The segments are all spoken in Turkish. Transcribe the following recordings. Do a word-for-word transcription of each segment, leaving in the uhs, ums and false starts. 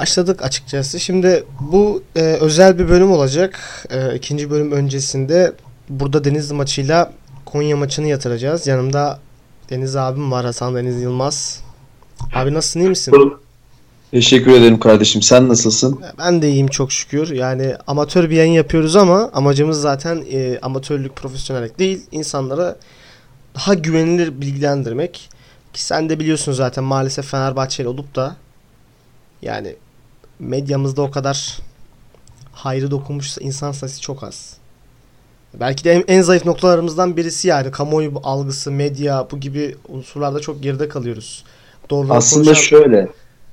Başladık açıkçası. Şimdi bu e, özel bir bölüm olacak. E, ikinci bölüm öncesinde burada Denizli maçıyla Konya maçını yatıracağız. Yanımda Deniz abim var, Hasan Deniz Yılmaz. Abi nasılsın, iyi misin? Teşekkür ederim kardeşim. Sen nasılsın? Ben de iyiyim çok şükür. Yani amatör bir yayın yapıyoruz ama amacımız zaten e, amatörlük, profesyonellik değil. İnsanlara daha güvenilir bilgilendirmek. Ki sen de biliyorsun zaten maalesef Fenerbahçeli olup da yani medyamızda o kadar hayrı dokunmuş insan sayısı çok az. Belki de en, en zayıf noktalarımızdan birisi yani. Kamuoyu algısı, medya bu gibi unsurlarda çok geride kalıyoruz. Doğrudan Aslında konuşan... şöyle,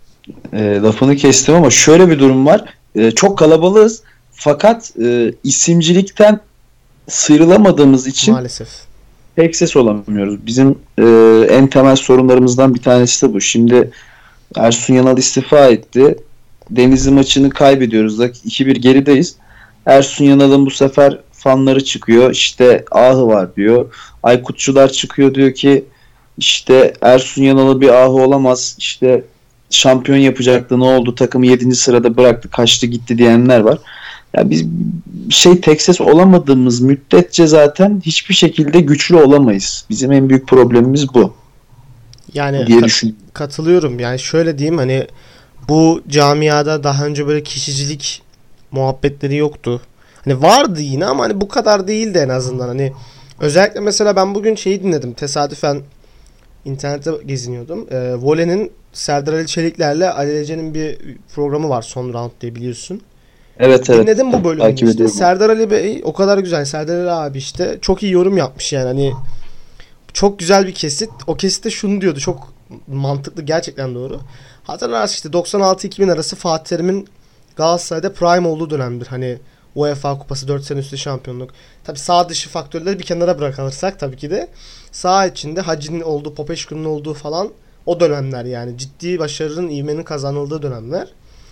e, lafını kestim ama şöyle bir durum var. E, çok kalabalığız fakat e, isimcilikten sıyrılamadığımız için Maalesef. pek ses olamıyoruz. Bizim e, en temel sorunlarımızdan bir tanesi de bu. Şimdi Ersun Yanal istifa etti. Denizli maçını kaybediyoruz. iki bir gerideyiz. Ersun Yanal'ın bu sefer fanları çıkıyor. İşte ahı var diyor. Aykutçular çıkıyor diyor ki işte Ersun Yanal'ı bir ahı olamaz. İşte şampiyon yapacaktı, ne oldu? Takımı yedinci sırada bıraktı, kaçtı gitti diyenler var. Ya biz bir şey tek ses olamadığımız müddetçe zaten hiçbir şekilde güçlü olamayız. Bizim en büyük problemimiz bu Yani diye ka- düşünüyorum. katılıyorum. Yani şöyle diyeyim, hani bu camiada daha önce böyle kişicilik muhabbetleri yoktu. Hani vardı yine ama hani bu kadar değildi en azından. Hani özellikle mesela ben bugün şeyi dinledim. Tesadüfen internette geziniyordum. Ee, Vole'nin Serdar Ali Çelikler'le Ali Ece'nin bir programı var, Son Round diye, biliyorsun. Evet, evet, Dinledim bu bölümünü takip işte. ediyorum. Serdar Ali Bey o kadar güzel. Serdar Ali abi işte çok iyi yorum yapmış yani. Hani çok güzel bir kesit. O kesitte şunu diyordu. Çok mantıklı, gerçekten doğru. Hatırlarsın işte doksan altı iki bin arası Fatih Terim'in Galatasaray'da prime olduğu dönemdir. Hani UEFA Kupası, dört sene üstü şampiyonluk. Tabi sağ dışı faktörleri bir kenara bırakılırsak tabii ki de sağ içinde Hacı'nın olduğu, Popeşku'nun olduğu falan o dönemler yani. Ciddi başarının, ivmenin kazanıldığı dönemler.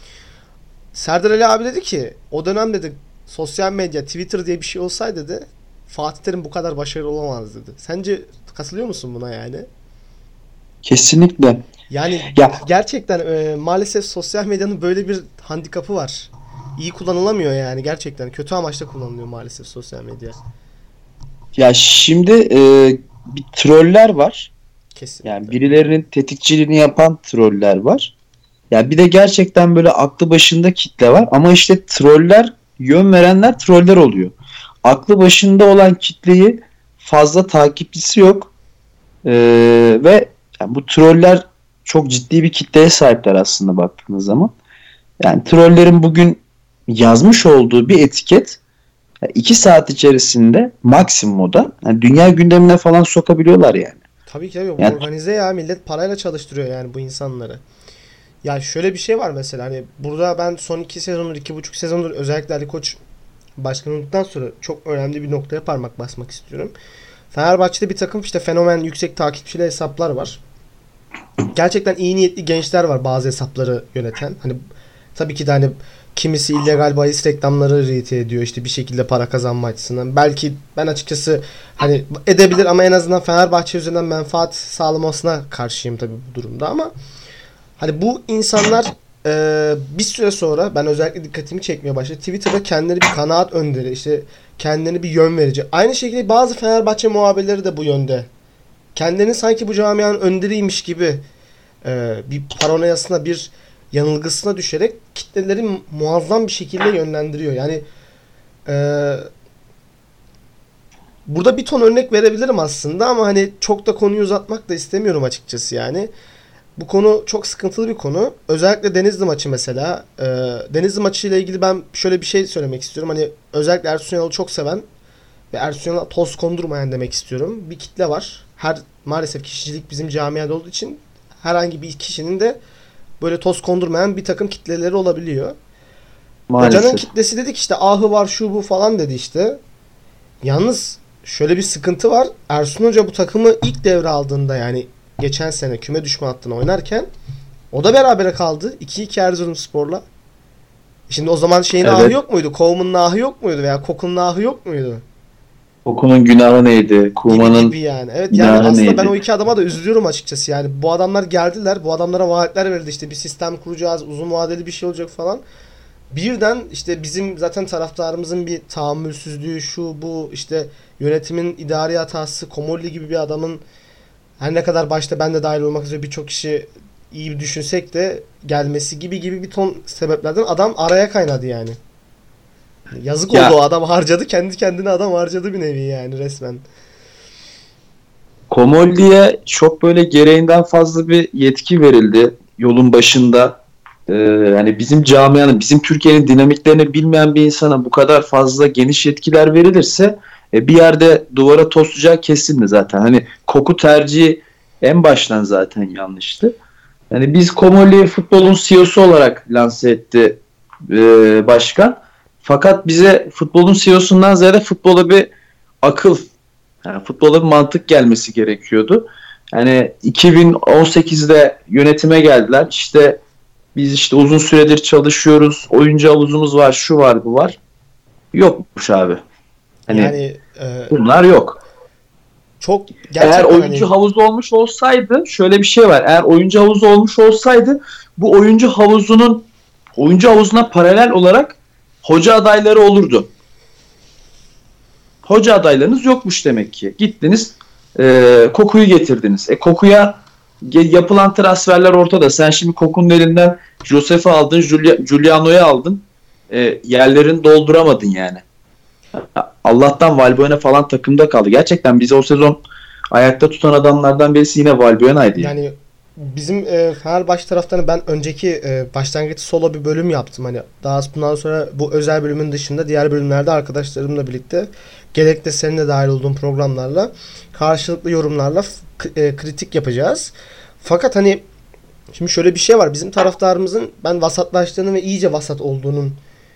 Serdar Ali abi dedi ki o dönem dedi sosyal medya, Twitter diye bir şey olsaydı dedi Fatih Terim bu kadar başarılı olamaz dedi. Sence katılıyor musun buna yani? Kesinlikle. Yani Ya gerçekten e, maalesef sosyal medyanın böyle bir handikapı var. İyi kullanılamıyor yani gerçekten. Kötü amaçla kullanılıyor maalesef sosyal medya. ya şimdi e, bir troller var. Yani Kesinlikle. birilerinin tetikçiliğini yapan troller var. Ya bir de gerçekten böyle aklı başında kitle var ama işte troller, yön verenler troller oluyor. Aklı başında olan kitleyi fazla takipçisi yok. Ee, ve yani bu troller çok ciddi bir kitleye sahipler aslında baktığınız zaman. Yani trollerin bugün yazmış olduğu bir etiket yani iki saat içerisinde maksimum o da yani dünya gündemine falan sokabiliyorlar yani. Tabii ki, tabii Yani organize ya, millet parayla çalıştırıyor yani bu insanları. Ya şöyle bir şey var mesela, hani burada ben son iki sezondur, iki buçuk sezondur özellikle Ali Koç başkan olduktan sonra çok önemli bir noktaya parmak basmak istiyorum. Fenerbahçe'de bir takım işte fenomen, yüksek takipçili hesaplar var. Gerçekten iyi niyetli gençler var bazı hesapları yöneten. Hani tabii ki de hani kimisi illegal bahis reklamları rete ediyor işte bir şekilde para kazanma açısından. Belki ben açıkçası hani edebilir ama en azından Fenerbahçe üzerinden menfaat sağlamasına karşıyım tabii bu durumda ama hani bu insanlar e, bir süre sonra ben özellikle dikkatimi çekmeye başladı. Twitter'da kendileri bir kanaat önderi, işte kendilerini bir yön verici. Aynı şekilde bazı Fenerbahçe muhabirleri de bu yönde. Kendilerini sanki bu camianın önderiymiş gibi e, bir paranoyasına, bir yanılgısına düşerek kitleleri muazzam bir şekilde yönlendiriyor. Yani e, burada bir ton örnek verebilirim aslında ama hani çok da konuyu uzatmak da istemiyorum açıkçası yani. Bu konu çok sıkıntılı bir konu. Özellikle Denizli maçı mesela. E, Denizli maçı ile ilgili ben şöyle bir şey söylemek istiyorum. Hani özellikle Ersun Yanal'ı çok seven ve Ersun Yanal'a toz kondurmayan demek istiyorum. Bir kitle var. Her maalesef kişilik bizim camiada olduğu için herhangi bir kişinin de böyle toz kondurmayan bir takım kitleleri olabiliyor. Hocanın maalesef. kitlesi dedik işte ahı var şu bu falan dedi işte. Yalnız şöyle bir sıkıntı var. Ersun Hoca bu takımı ilk devre aldığında yani geçen sene küme düşme hattına oynarken o da berabere kaldı. iki iki Erzurumspor'la. Şimdi o zaman şeyin ahı Evet. yok muydu? Kovman'ın ahı yok muydu? Veya Kokun'un ahı yok muydu? Koku'nun günahı neydi? Gibi Kuman'ın gibi yani. Evet yani günahı aslında ben neydi? o iki adama da üzülüyorum açıkçası yani. Bu adamlar geldiler, bu adamlara vaatler verildi işte bir sistem kuracağız, uzun vadeli bir şey olacak falan. Birden işte bizim zaten taraftarımızın bir tahammülsüzlüğü şu bu işte yönetimin idari hatası Komolli gibi bir adamın her ne kadar başta ben de dahil olmak üzere birçok kişi iyi bir düşünsek de gelmesi gibi gibi bir ton sebeplerden adam araya kaynadı yani. Yazık oldu o Ya adam harcadı kendi kendine adam harcadı bir nevi yani resmen. Komolli'ye çok böyle gereğinden fazla bir yetki verildi yolun başında. Ee, yani bizim camianın, bizim Türkiye'nin dinamiklerini bilmeyen bir insana bu kadar fazla geniş yetkiler verilirse e, bir yerde duvara toslayacağı kesildi zaten. Hani Koku tercihi en baştan zaten yanlıştı. Yani biz Komolli'yi futbolun C E O'su olarak lanse etti e, başkan. Fakat bize futbolun C E O'sundan ziyade futbola bir akıl, yani futbola bir mantık gelmesi gerekiyordu. Yani iki bin on sekizde yönetime geldiler. İşte biz işte uzun süredir çalışıyoruz. Oyuncu havuzumuz var, şu var, bu var. Yokmuş abi. Hani Yani e, bunlar yok. çok Eğer gerçekten oyuncu hani havuzu olmuş olsaydı şöyle bir şey var. Eğer oyuncu havuzu olmuş olsaydı bu oyuncu havuzunun oyuncu havuzuna paralel olarak hoca adayları olurdu. Hoca adaylarınız yokmuş demek ki. Gittiniz e, Koku'yu getirdiniz. E Koku'ya ge- yapılan transferler ortada. Sen şimdi Koku'nun elinden Josef'i aldın, Giulia- Giuliano'yu aldın. E, yerlerini dolduramadın yani. Allah'tan Valbuena falan takımda kaldı. Gerçekten bizi o sezon ayakta tutan adamlardan birisi yine Valbuena'ydı yani. yani bizim e, Fenerbahçe taraftarı ben önceki e, başlangıç solo bir bölüm yaptım hani daha bundan sonra bu özel bölümün dışında diğer bölümlerde arkadaşlarımla birlikte gerek de senin de dahil olduğun programlarla karşılıklı yorumlarla f- e, kritik yapacağız. Fakat hani şimdi şöyle bir şey var bizim taraftarımızın ben vasatlaştığını ve iyice vasat olduğunun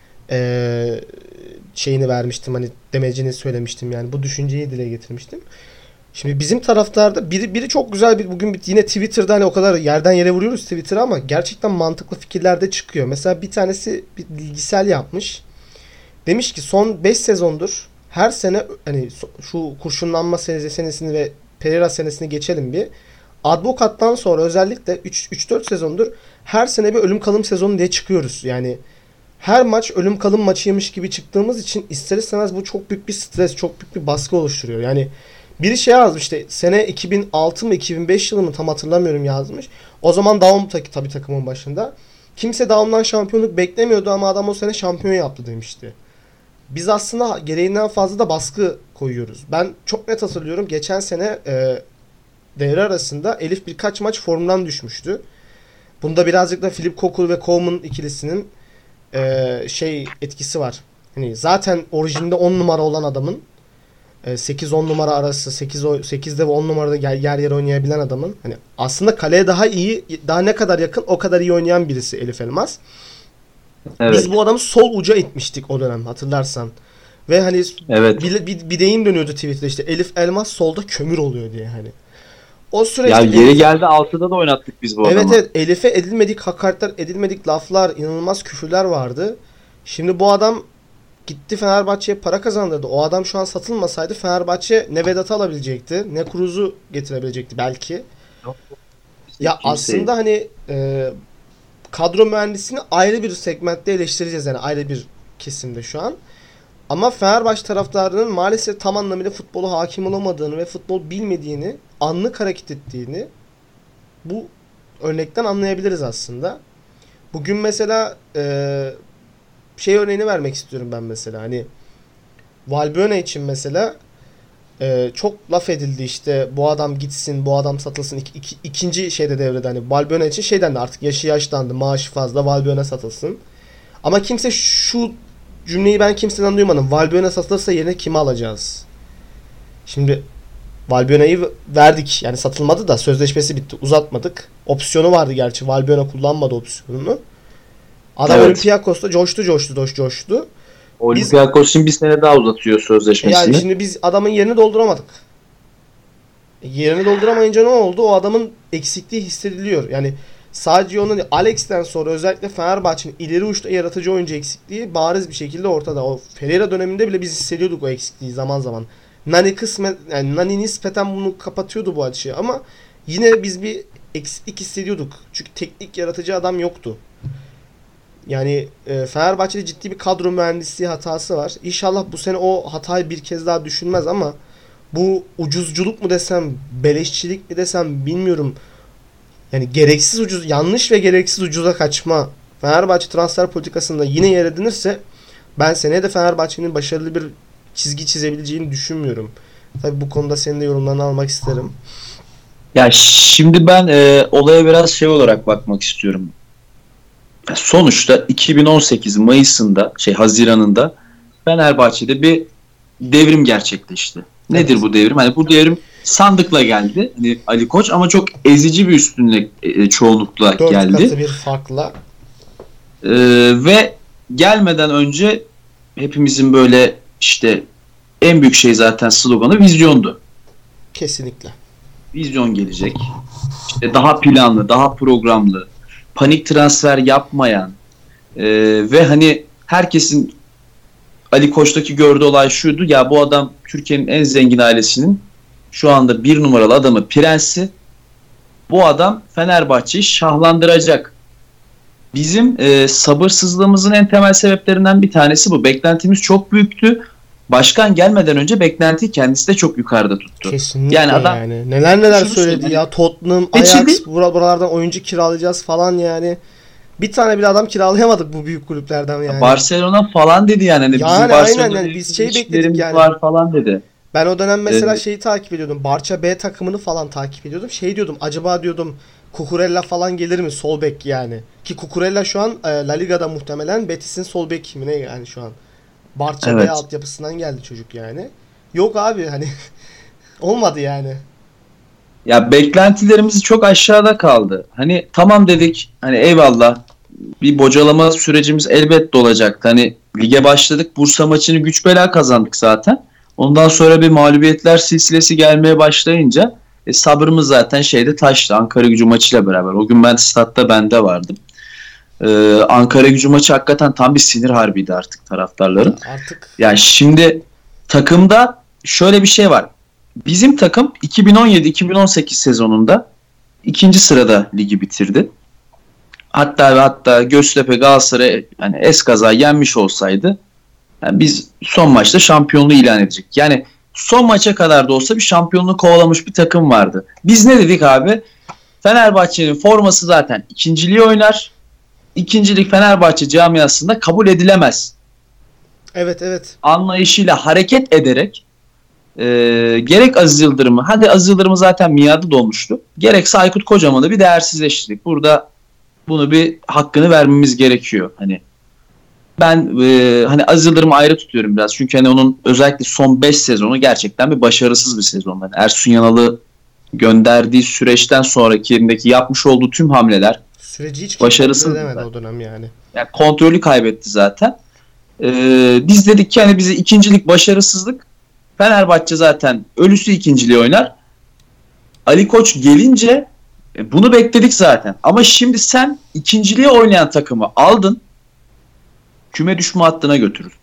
e, şeyini vermiştim hani demecini söylemiştim yani bu düşünceyi dile getirmiştim. Şimdi bizim taraftarda biri biri çok güzel bir bugün bir, yine Twitter'da hani o kadar yerden yere vuruyoruz Twitter'a ama gerçekten mantıklı fikirler de çıkıyor. Mesela bir tanesi bir bilgisel yapmış. Demiş ki son beş sezondur her sene hani şu kurşunlanma senesini ve Pereira senesini geçelim bir. Advokat'tan sonra özellikle üç dört sezondur her sene bir ölüm kalım sezonu diye çıkıyoruz. Yani her maç ölüm kalım maçıymış gibi çıktığımız için ister istemez bu çok büyük bir stres, çok büyük bir baskı oluşturuyor. Yani biri şey yazmış işte sene iki bin altı mı iki bin beş yılı mı tam hatırlamıyorum yazmış. O zaman Daum tabii, tabii takımın başında. Kimse Daum'dan şampiyonluk beklemiyordu ama adam o sene şampiyon yaptı demişti. Biz aslında gereğinden fazla da baskı koyuyoruz. Ben çok net hatırlıyorum geçen sene e, devre arasında Elif birkaç maç formdan düşmüştü. Bunda birazcık da Philip Kokul ve Coleman ikilisinin e, şey etkisi var. Hani zaten orijinde on numara olan adamın sekiz on numara arası sekiz sekizde ve on numarada yer yer oynayabilen adamın hani aslında kaleye daha iyi daha ne kadar yakın o kadar iyi oynayan birisi Elif Elmas. Biz Evet. bu adamı sol uca itmiştik o dönem hatırlarsan. Ve hani Evet. bir, bir, bir deyim dönüyordu Twitter'da işte Elif Elmas solda kömür oluyor diye hani. O Ya süreçte yeri Elif, geldi altıda da oynattık biz bu evet adamı. evet Elif'e edilmedik hakaretler, edilmedik laflar, inanılmaz küfürler vardı. Şimdi bu adam gitti Fenerbahçe'ye para kazandırdı. O adam şu an satılmasaydı Fenerbahçe ne Vedat'ı alabilecekti, ne Kruz'u getirebilecekti belki. Yok, Ya kimseyi. aslında hani e, kadro mühendisini ayrı bir segmentte eleştireceğiz yani ayrı bir kesimde şu an. Ama Fenerbahçe taraftarının maalesef tam anlamıyla futbolu hakim olamadığını ve futbol bilmediğini, anlık hareket ettiğini bu örnekten anlayabiliriz aslında. Bugün mesela e, şey örneğini vermek istiyorum ben mesela hani Valbuena için mesela e, çok laf edildi işte bu adam gitsin bu adam satılsın İk, iki, ikinci şeyde devrede hani Valbuena için şeyden de artık yaşı yaşlandı maaşı fazla Valbuena satılsın. Ama kimse şu cümleyi ben kimseden duymadım. Valbuena satılırsa yerine kimi alacağız? Şimdi Valbuena'yı verdik. Yani satılmadı da sözleşmesi bitti. Uzatmadık. Opsiyonu vardı gerçi. Valbuena kullanmadı opsiyonunu. Adam Evet. Olympiakos'ta coştu coştu coştu coştu. Biz Olympiakos için bir sene daha uzatıyor e yani sözleşmesini. şimdi biz adamın yerini dolduramadık. E yerini dolduramayınca ne oldu? O adamın eksikliği hissediliyor. Yani sadece onun Alex'ten sonra özellikle Fenerbahçe'nin ileri uçta yaratıcı oyuncu eksikliği bariz bir şekilde ortada. O Ferreira döneminde bile biz hissediyorduk o eksikliği zaman zaman. Nani kısmet yani Nani nispeten bunu kapatıyordu bu açığı ama yine biz bir eksiklik hissediyorduk. Çünkü teknik yaratıcı adam yoktu. Yani e, Fenerbahçe'de ciddi bir kadro mühendisliği hatası var. İnşallah bu sene o hatayı bir kez daha düşünmez ama bu ucuzculuk mu desem, beleşçilik mi desem bilmiyorum. Yani gereksiz ucuz, yanlış ve gereksiz ucuza kaçma Fenerbahçe transfer politikasında yine yer edinirse ben seneye de Fenerbahçe'nin başarılı bir çizgi çizebileceğini düşünmüyorum. Tabii bu konuda senin de yorumlarını almak isterim. Ya şimdi ben e, olaya biraz şey olarak bakmak istiyorum. Sonuçta iki bin on sekiz Mayıs'ında, şey Haziran'ında Fenerbahçe'de bir devrim gerçekleşti. Nedir evet. bu devrim? Hani bu devrim sandıkla geldi. Hani Ali Koç ama çok ezici bir üstünlük e, çoğunlukla Dört geldi. Dört katı bir farkla. Ee, ve gelmeden önce hepimizin böyle işte en büyük şey zaten sloganı vizyondu. Kesinlikle. Vizyon gelecek. İşte daha planlı, daha programlı, panik transfer yapmayan e, ve hani herkesin Ali Koç'taki gördüğü olay şuydu. Ya bu adam Türkiye'nin en zengin ailesinin şu anda bir numaralı adamı, prensi. Bu adam Fenerbahçe'yi şahlandıracak. Bizim e, sabırsızlığımızın en temel sebeplerinden bir tanesi bu. Beklentimiz çok büyüktü. Başkan gelmeden önce beklentiyi kendisi de çok yukarıda tuttu. Kesinlikle yani. Adam, yani. Neler neler söyledi ya. Tottenham, Ajax, buralardan oyuncu kiralayacağız falan yani. Bir tane bile adam kiralayamadık bu büyük kulüplerden yani. Barcelona falan dedi yani. Hani yani bizim aynen yani biz şey bekledik yani. Var falan dedi. Ben o dönem mesela evet. şeyi takip ediyordum. Barça B takımını falan takip ediyordum. Şey diyordum acaba diyordum Cucurella falan gelir mi sol bek yani. Ki Cucurella şu an La Liga'da muhtemelen Betis'in sol bek mi ne yani şu an. Barça evet. B altyapısından geldi çocuk yani. Yok abi hani olmadı yani. Ya beklentilerimiz çok aşağıda kaldı. Hani tamam dedik hani eyvallah bir bocalama sürecimiz elbette olacaktı. Hani lige başladık, Bursa maçını güç bela kazandık zaten. Ondan sonra bir mağlubiyetler silsilesi gelmeye başlayınca e, sabrımız zaten şeyde taştı. Ankaragücü maçıyla beraber. O gün ben statta bende vardım. Ee, Ankaragücü maçı hakikaten tam bir sinir harbiydi artık taraftarların. Artık. Yani şimdi takımda şöyle bir şey var. Bizim takım iki bin on yedi iki bin on sekiz sezonunda ikinci sırada ligi bitirdi. Hatta ve hatta Göztepe Galatasaray yani eskaza yenmiş olsaydı yani biz son maçta şampiyonluğu ilan edecek. Yani son maça kadar da olsa bir şampiyonluğu kovalamış bir takım vardı. Biz ne dedik abi? Fenerbahçe'nin forması zaten ikinciliği oynar. İkincilik Fenerbahçe camiasında kabul edilemez. Evet evet. Anlayışıyla hareket ederek e, gerek Aziz Yıldırım'ı, hadi Aziz Yıldırım'ı zaten miadı dolmuştu. Gerekse Aykut Kocaman'ı bir değersizleştirdik. Burada bunu bir hakkını vermemiz gerekiyor. Hani ben e, hani Aziz Yıldırım'ı ayrı tutuyorum biraz. Çünkü hani onun özellikle son beş sezonu gerçekten bir başarısız bir sezon. Yani Ersun Yanal'ı gönderdiği süreçten sonraki yerindeki yapmış olduğu tüm hamleler süreci hiç başarısız edemedi o dönem yani. Yani kontrolü kaybetti zaten. Ee, biz dedik ki hani bize ikincilik başarısızlık. Fenerbahçe zaten ölüsü ikinciliği oynar. Ali Koç gelince e, bunu bekledik zaten. Ama şimdi sen ikinciliğe oynayan takımı aldın. Küme düşme hattına götürür.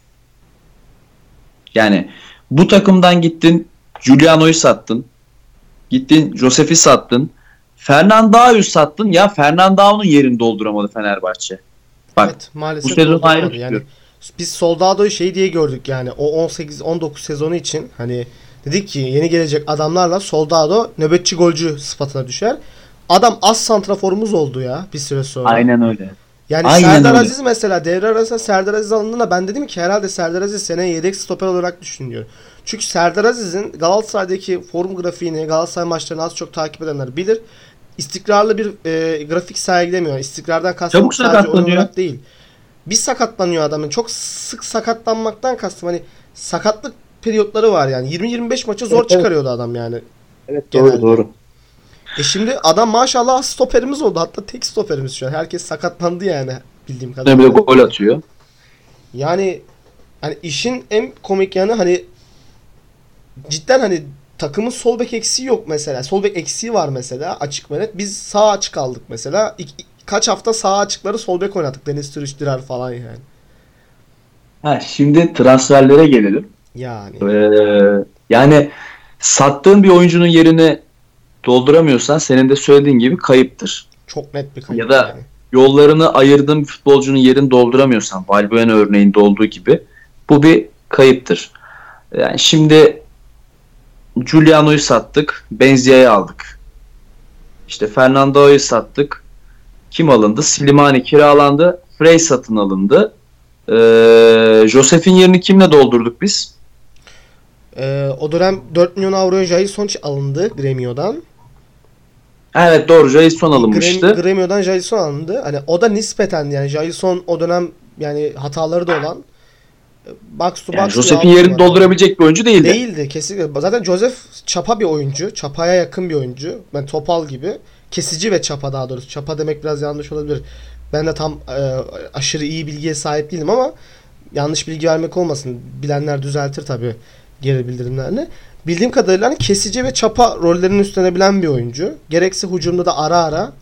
Yani bu takımdan gittin Giuliano'yu sattın. Gittin Josef'i sattın. Fernandao'yu sattın. Ya Fernandao'nun yerini dolduramadı Fenerbahçe. Bak evet, maalesef bu sezon ayrı yani. Biz Soldado'yu şey diye gördük yani o on sekiz on dokuz sezonu için hani dedik ki yeni gelecek adamlarla Soldado nöbetçi golcü sıfatına düşer. Adam az santraforumuz oldu ya bir süre sonra. Aynen öyle. Yani Aynen Serdar öyle. Aziz mesela devre arasında Serdar Aziz alındığında ben dedim ki herhalde Serdar Aziz seneye yedek stoper olarak düşünüyor. Çünkü Serdar Aziz'in Galatasaray'daki form grafiğini Galatasaray maçlarını az çok takip edenler bilir. İstikrarlı bir e, grafik sergilemiyor. İstikrardan kastım sadece oyun olarak değil. Bir sakatlanıyor adamın. Çok sık sakatlanmaktan kastım. Hani sakatlık periyotları var yani. yirmi yirmi beş maçı zor evet, çıkarıyordu evet. adam yani. Evet genelde. doğru doğru. E şimdi adam maşallah stoperimiz oldu. Hatta tek stoperimiz şu an. Herkes sakatlandı yani bildiğim kadarıyla. Ne bile gol atıyor. Yani hani işin en komik yanı hani cidden hani takımın sol bek eksiği yok mesela. Sol bek eksiği var mesela açık ve net. Biz sağ açık aldık mesela. İ- kaç hafta sağ açıkları sol bek oynattık. Deniz Türüç, Dirar falan yani. Ha şimdi transferlere gelelim. Yani. Ee, Yani sattığın bir oyuncunun yerini dolduramıyorsan senin de söylediğin gibi kayıptır. Çok net bir kayıp Ya da yani. yollarını ayırdığın bir futbolcunun yerini dolduramıyorsan, Valbuena örneğinde olduğu gibi, bu bir kayıptır. Yani şimdi Giuliano'yu sattık, Benzia'yı aldık. İşte Fernando'yu sattık. Kim alındı? Slimani kiralandı. Frey satın alındı. Ee, Josef'in yerini kimle doldurduk biz? Ee, o dönem dört milyon avroya Jailson alındı Gremio'dan. Evet doğru, Jailson Grem, alınmıştı. Gremio'dan Jailson alındı. Hani o da nispeten yani Jailson o dönem yani hataları da olan box to Yani box bir Josef'in altı yerini numara. doldurabilecek bir oyuncu değildi. Değildi kesinlikle. Zaten Joseph çapa bir oyuncu. Çapaya yakın bir oyuncu. Ben Topal gibi. Kesici ve çapa daha doğrusu. Çapa demek biraz yanlış olabilir. Ben de tam e, aşırı iyi bilgiye sahip değilim ama yanlış bilgi vermek olmasın. Bilenler düzeltir tabii geri bildirimlerini. Bildiğim kadarıyla hani kesici ve çapa rollerini üstlenebilen bir oyuncu. Gerekse hücumda da ara ara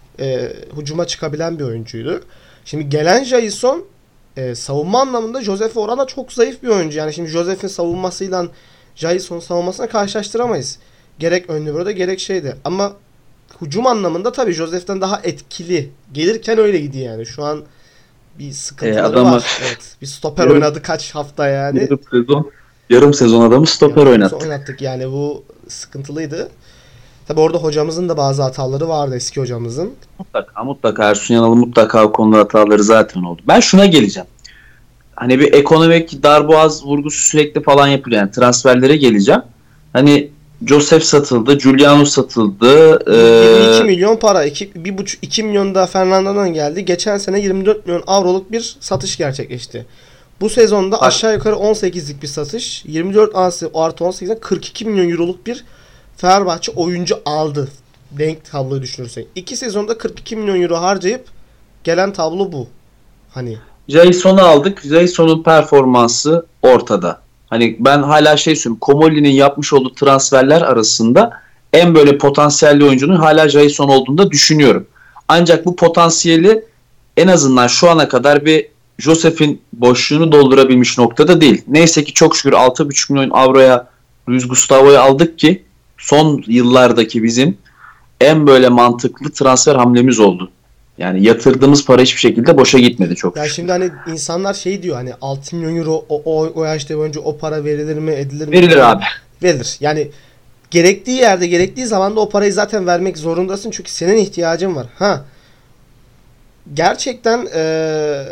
e, hücuma çıkabilen bir oyuncuydu. Şimdi gelen Jailson e, savunma anlamında Josef'e oranla çok zayıf bir oyuncu. Yani şimdi Josef'in savunmasıyla Jailson'un savunmasına karşılaştıramayız. Gerek ön libero'da gerek şeyde. Ama hücum anlamında tabii Josef'ten daha etkili. Gelirken öyle gidiyor yani. Şu an bir sıkıntıları E, adamı var. Evet. Bir stoper yarım, oynadı kaç hafta yani. yarım sezon, yarım sezon adamı stoper Yarım oynattık. oynattık yani bu sıkıntılıydı. Tabii orada hocamızın da bazı hataları vardı, eski hocamızın. Mutlaka mutlaka Ersun Yanal'ın mutlaka o konuda hataları zaten oldu. Ben şuna geleceğim. Hani bir ekonomik darboğaz vurgusu sürekli falan yapılıyor. Yani transferlere geleceğim. Hani Joseph satıldı, Giuliano satıldı. yirmi iki Ee, milyon para, bir buçuk iki milyon da Fernando'dan geldi. Geçen sene yirmi dört milyon avroluk bir satış gerçekleşti. Bu sezonda bak, aşağı yukarı on sekizlik bir satış. yirmi dört artı on sekizden kırk iki milyon euroluk bir Fenerbahçe oyuncu aldı. Denk tabloyu düşünürsek. İki sezonda kırk iki milyon euro harcayıp gelen tablo bu. Hani Jason'u aldık. Jason'un performansı ortada. Hani ben hala şey söylüyorum. Komoli'nin yapmış olduğu transferler arasında en böyle potansiyelli oyuncunun hala Jason olduğunu da düşünüyorum. Ancak bu potansiyeli en azından şu ana kadar bir Josef'in boşluğunu doldurabilmiş noktada değil. Neyse ki çok şükür altı buçuk milyon avroya Luis Gustavo'yu aldık ki son yıllardaki bizim en böyle mantıklı transfer hamlemiz oldu. Yani yatırdığımız para hiçbir şekilde boşa gitmedi çok ya şükür. şimdi hani insanlar şey diyor hani altı milyon euro o, o, o yaşta önce o para verilir mi edilir mi? Verilir abi. Verilir. Yani gerektiği yerde gerektiği zaman da o parayı zaten vermek zorundasın çünkü senin ihtiyacın var. Ha gerçekten ee,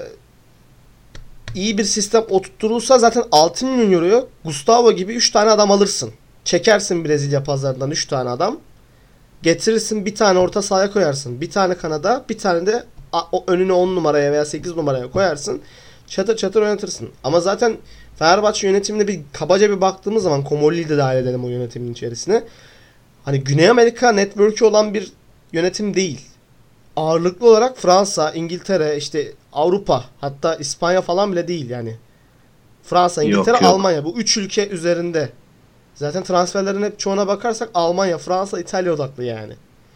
iyi bir sistem oturtulursa zaten altı milyon euroyu Gustavo gibi üç tane adam alırsın. Çekersin Brezilya pazarından üç tane adam. Getirirsin bir tane orta sahaya koyarsın. Bir tane kanada, bir tane de o önüne on numaraya veya sekiz numaraya koyarsın. Çatır çatır oynatırsın. Ama zaten Fenerbahçe yönetimine bir kabaca bir baktığımız zaman Komolli'yi de dahil edelim o yönetimin içerisine. Hani Güney Amerika network'ü olan bir yönetim değil. Ağırlıklı olarak Fransa, İngiltere, işte Avrupa, hatta İspanya falan bile değil yani. Fransa, İngiltere, Yok yok. Almanya bu üç ülke üzerinde. Zaten transferlerin hep çoğuna bakarsak Almanya, Fransa, İtalya odaklı yani.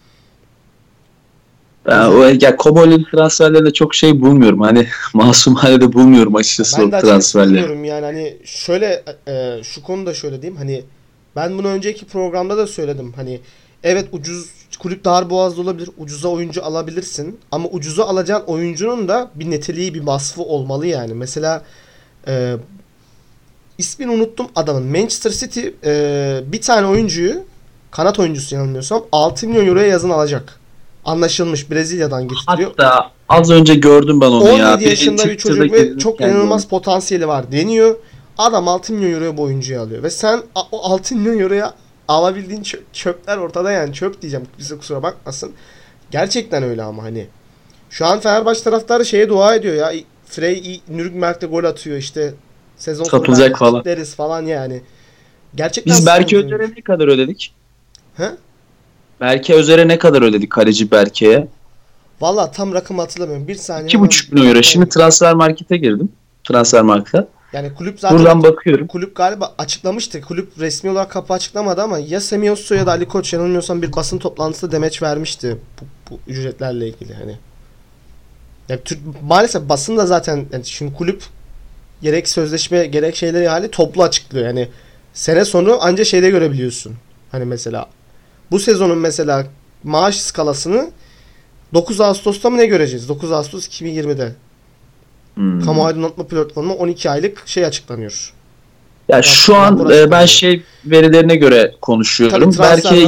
Ben o ya Komoli'nin transferlerinde çok şey bulmuyorum. Hani masumane de bulmuyorum açıkçası Ben o de açıkçası transferleri. bilmiyorum yani hani şöyle e, şu konuda şöyle diyeyim hani ben bunu önceki programda da söyledim hani evet ucuz kulüp darboğazda olabilir ucuza oyuncu alabilirsin ama ucuza alacağın oyuncunun da bir niteliği bir vasfı olmalı yani mesela e, ismini unuttum adamın Manchester City e, bir tane oyuncuyu kanat oyuncusu yanılmıyorsam altı milyon euroya yazın alacak anlaşılmış Brezilya'dan getiriyor. Hatta az önce gördüm ben onu ya. on yedi yaşında bir çocuk ve çok inanılmaz potansiyeli var deniyor. Adam altı milyon euroya bu oyuncuyu alıyor. Ve sen o altı milyon euroya alabildiğin çö- çöpler ortada yani. Çöp diyeceğim. Bize kusura bakmasın. Gerçekten öyle ama hani. Şu an Fenerbahçe taraftarı şeye dua ediyor ya. Frey Nürnberg'de gol atıyor işte. Sezon sonu satılacak falan. kitleriz falan yani. Gerçekten Biz Berke sıkıntıymış. Özer'e ne kadar ödedik? He? Berke Özer'e ne kadar ödedik kaleci Berke'ye? Valla tam rakam hatırlamıyorum. Bir saniye. iki hemen buçuk milyon euro. Şimdi transfer markete girdim. Transfer markete. Yani kulüp zaten Buradan bakıyorum. kulüp galiba açıklamıştı. Kulüp resmi olarak kapı açıklamadı ama ya Semih Özsoy ya da Ali Koç yanılmıyorsam bir basın toplantısında demeç vermişti bu, bu ücretlerle ilgili hani. Ya Türk maalesef basın da zaten yani şimdi kulüp gerek sözleşme gerek şeyleri hali toplu açıklıyor. Yani Sene sonu anca şeyde görebiliyorsun. Hani mesela bu sezonun mesela maaş skalasını dokuz Ağustos'ta mı ne göreceğiz? dokuz Ağustos iki bin yirmide. Hmm. Kamu aydınlatma platformuna on iki aylık şey açıklanıyor. Ya şu an e, ben şey verilerine göre konuşuyorum. Berke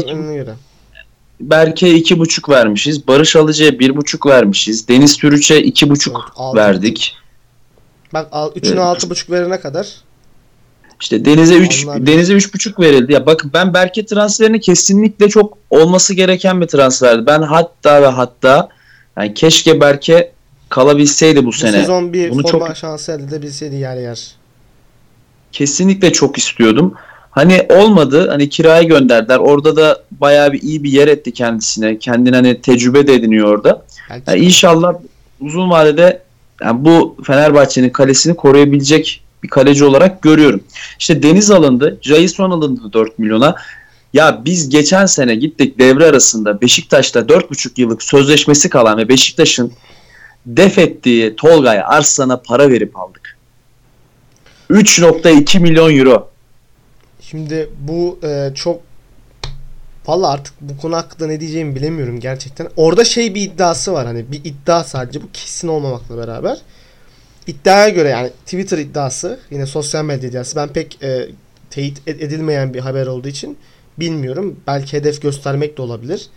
Berke iki buçuk vermişiz. Barış Alıcı'ya bir buçuk vermişiz. Deniz Türüç'e iki buçuk evet, verdik. Bak üçüne altı buçuk verene kadar. İşte Deniz'e üç Deniz'e üç buçuk verildi. Ya bakın ben Berke transferini kesinlikle çok olması gereken bir transferdi. Ben hatta ve hatta yani keşke Berke kalabilseydi bu, bu sene. Bu sezon bir Bunu forma çok... şansı elde edebilseydi yer yer. Kesinlikle çok istiyordum. Hani olmadı. Hani kiraya gönderdiler. Orada da bayağı bir iyi bir yer etti kendisine. Kendine hani tecrübe de ediniyor orada. Yani inşallah uzun vadede yani bu Fenerbahçe'nin kalesini koruyabilecek bir kaleci olarak görüyorum. İşte Deniz alındı. Jason alındı dört milyona. Ya biz geçen sene gittik devre arasında Beşiktaş'ta dört buçuk yıllık sözleşmesi kalan ve Beşiktaş'ın def ettiği Tolgay Arslan'a para verip aldık. üç nokta iki milyon euro. Şimdi bu e, çok vallahi artık bu konu hakkında ne diyeceğimi bilemiyorum gerçekten. Orada şey bir iddiası var, hani bir iddia, sadece bu kesin olmamakla beraber. İddiaya göre, yani Twitter iddiası, yine sosyal medya iddiası, ben pek e, teyit edilmeyen bir haber olduğu için bilmiyorum. Belki hedef göstermek de olabilir.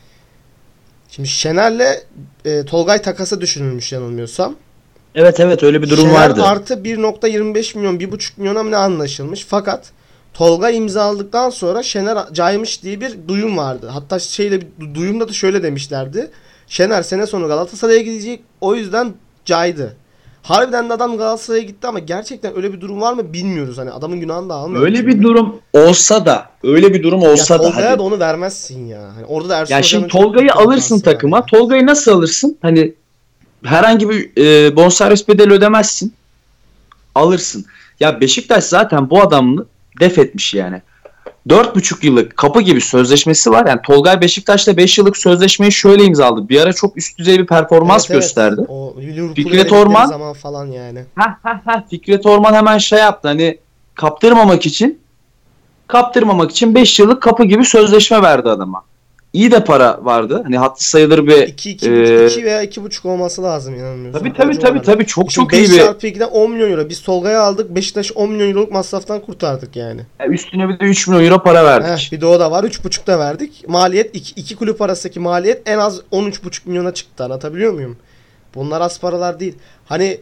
Şimdi Şener'le e, Tolgay takası düşünülmüş yanılmıyorsam. Evet evet öyle bir durum Şener vardı. Şener artı bir nokta yirmi beş milyon, bir buçuk milyona mı ne anlaşılmış. Fakat Tolga imzaladıktan sonra Şener caymış diye bir duyum vardı. Hatta şeyle bir duyumda da şöyle demişlerdi. Şener sene sonu Galatasaray'a gidecek, o yüzden caydı. Harbiden de adam Galatasaray'a gitti ama gerçekten öyle bir durum var mı bilmiyoruz. Hani adamın günahını da almıyor. Öyle bir durum olsa da, öyle bir durum olsa ya, da. Tolga'ya hadi. Da onu vermezsin ya. Hani orada da Ersun ya şimdi Tolga'yı alırsın takıma. Yani. Tolga'yı nasıl alırsın? Hani herhangi bir e, bonservis bedeli ödemezsin. Alırsın. Ya Beşiktaş zaten bu adamını def etmiş yani. dört buçuk yıllık kapı gibi sözleşmesi var. Yani Tolgay Beşiktaş'ta beş yıllık sözleşmeyi şöyle imzaladı. Bir ara çok üst düzey bir performans evet, gösterdi. Evet. O Fikret Orman zaman falan yani. Ha ha ha Fikret Orman hemen şey yaptı. Hani kaptırmamak için kaptırmamak için beş yıllık kapı gibi sözleşme verdi adama. İyi de para vardı. Hani hatlı sayılır bir iki e... veya iki buçuk olması lazım inanmıyorsun. Tabii tabii tabii tabii çok Şimdi çok iyi bir. beş çarpı ikiden on milyon euro. Biz Tolga'yı aldık. Beşiktaş on milyon euroluk masraftan kurtardık yani. yani. Üstüne bir de üç milyon euro para verdik. Heh, bir de o da var. üç buçuk da verdik. Maliyet iki, iki kulüp arasındaki maliyet en az on üç buçuk milyona çıktı. Anlatabiliyor muyum? Bunlar az paralar değil. Hani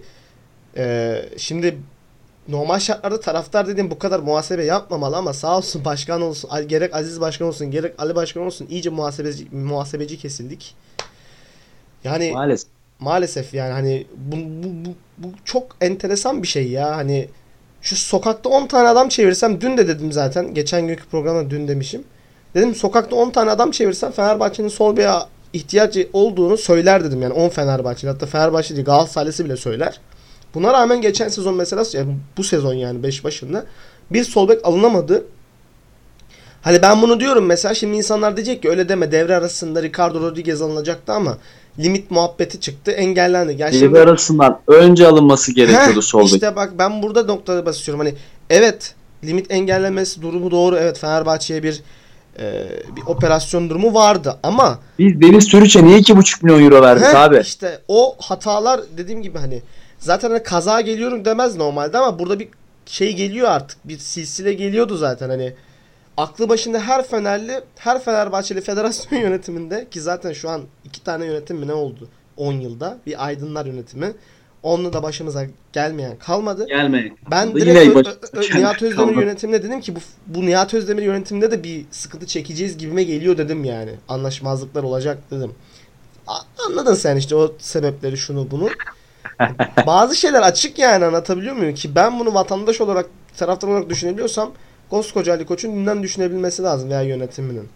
e, şimdi normal şartlarda taraftar dediğim bu kadar muhasebe yapmamalı ama sağ olsun başkan olsun, gerek Aziz Başkan olsun, gerek Ali Başkan olsun iyice muhasebeci, muhasebeci kesildik. Yani maalesef, maalesef yani hani bu, bu, bu, bu çok enteresan bir şey ya. Hani şu sokakta on tane adam çevirsem, dün de dedim zaten, geçen günkü programda dün demişim. Dedim sokakta on tane adam çevirsem Fenerbahçe'nin sol bir ihtiyacı olduğunu söyler dedim yani on Fenerbahçeli, hatta Fenerbahçe değil Galatasaraylısı bile söyler. Buna rağmen geçen sezon mesela, yani bu sezon yani beş başında bir sol bek alınamadı. Hani ben bunu diyorum mesela, şimdi insanlar diyecek ki öyle deme, devre arasında Ricardo Rodriguez alınacaktı ama limit muhabbeti çıktı, engellendi. Yani devre şimdi, arasından önce alınması gerekiyordu sol bek. İşte bak ben burada noktada basıyorum. Hani evet limit engellemesi durumu doğru, evet Fenerbahçe'ye bir e, bir operasyon durumu vardı ama biz Deniz Türüç'e niye iki buçuk milyon euro verdik heh, abi? İşte o hatalar dediğim gibi hani zaten hani kaza geliyorum demez normalde ama burada bir şey geliyor artık. Bir silsile geliyordu zaten hani. Aklı başında her Fenerli, her Fenerbahçeli federasyon yönetiminde, ki zaten şu an iki tane yönetim mi ne oldu on yılda? Bir Aydınlar yönetimi. Onunla da başımıza gelmeyen kalmadı. Gelmeyen. Ben direkt ö- ö- ö- Nihat Özdemir yönetiminde dedim ki bu, bu Nihat Özdemir yönetiminde de bir sıkıntı çekeceğiz gibime geliyor dedim yani. Anlaşmazlıklar olacak dedim. A- anladın sen işte o sebepleri, şunu bunu. Bazı şeyler açık yani, anlatabiliyor muyum? Ki ben bunu vatandaş olarak, taraftar olarak düşünebiliyorsam koskoca Ali Koç'un dünden düşünebilmesi lazım veya yönetiminin.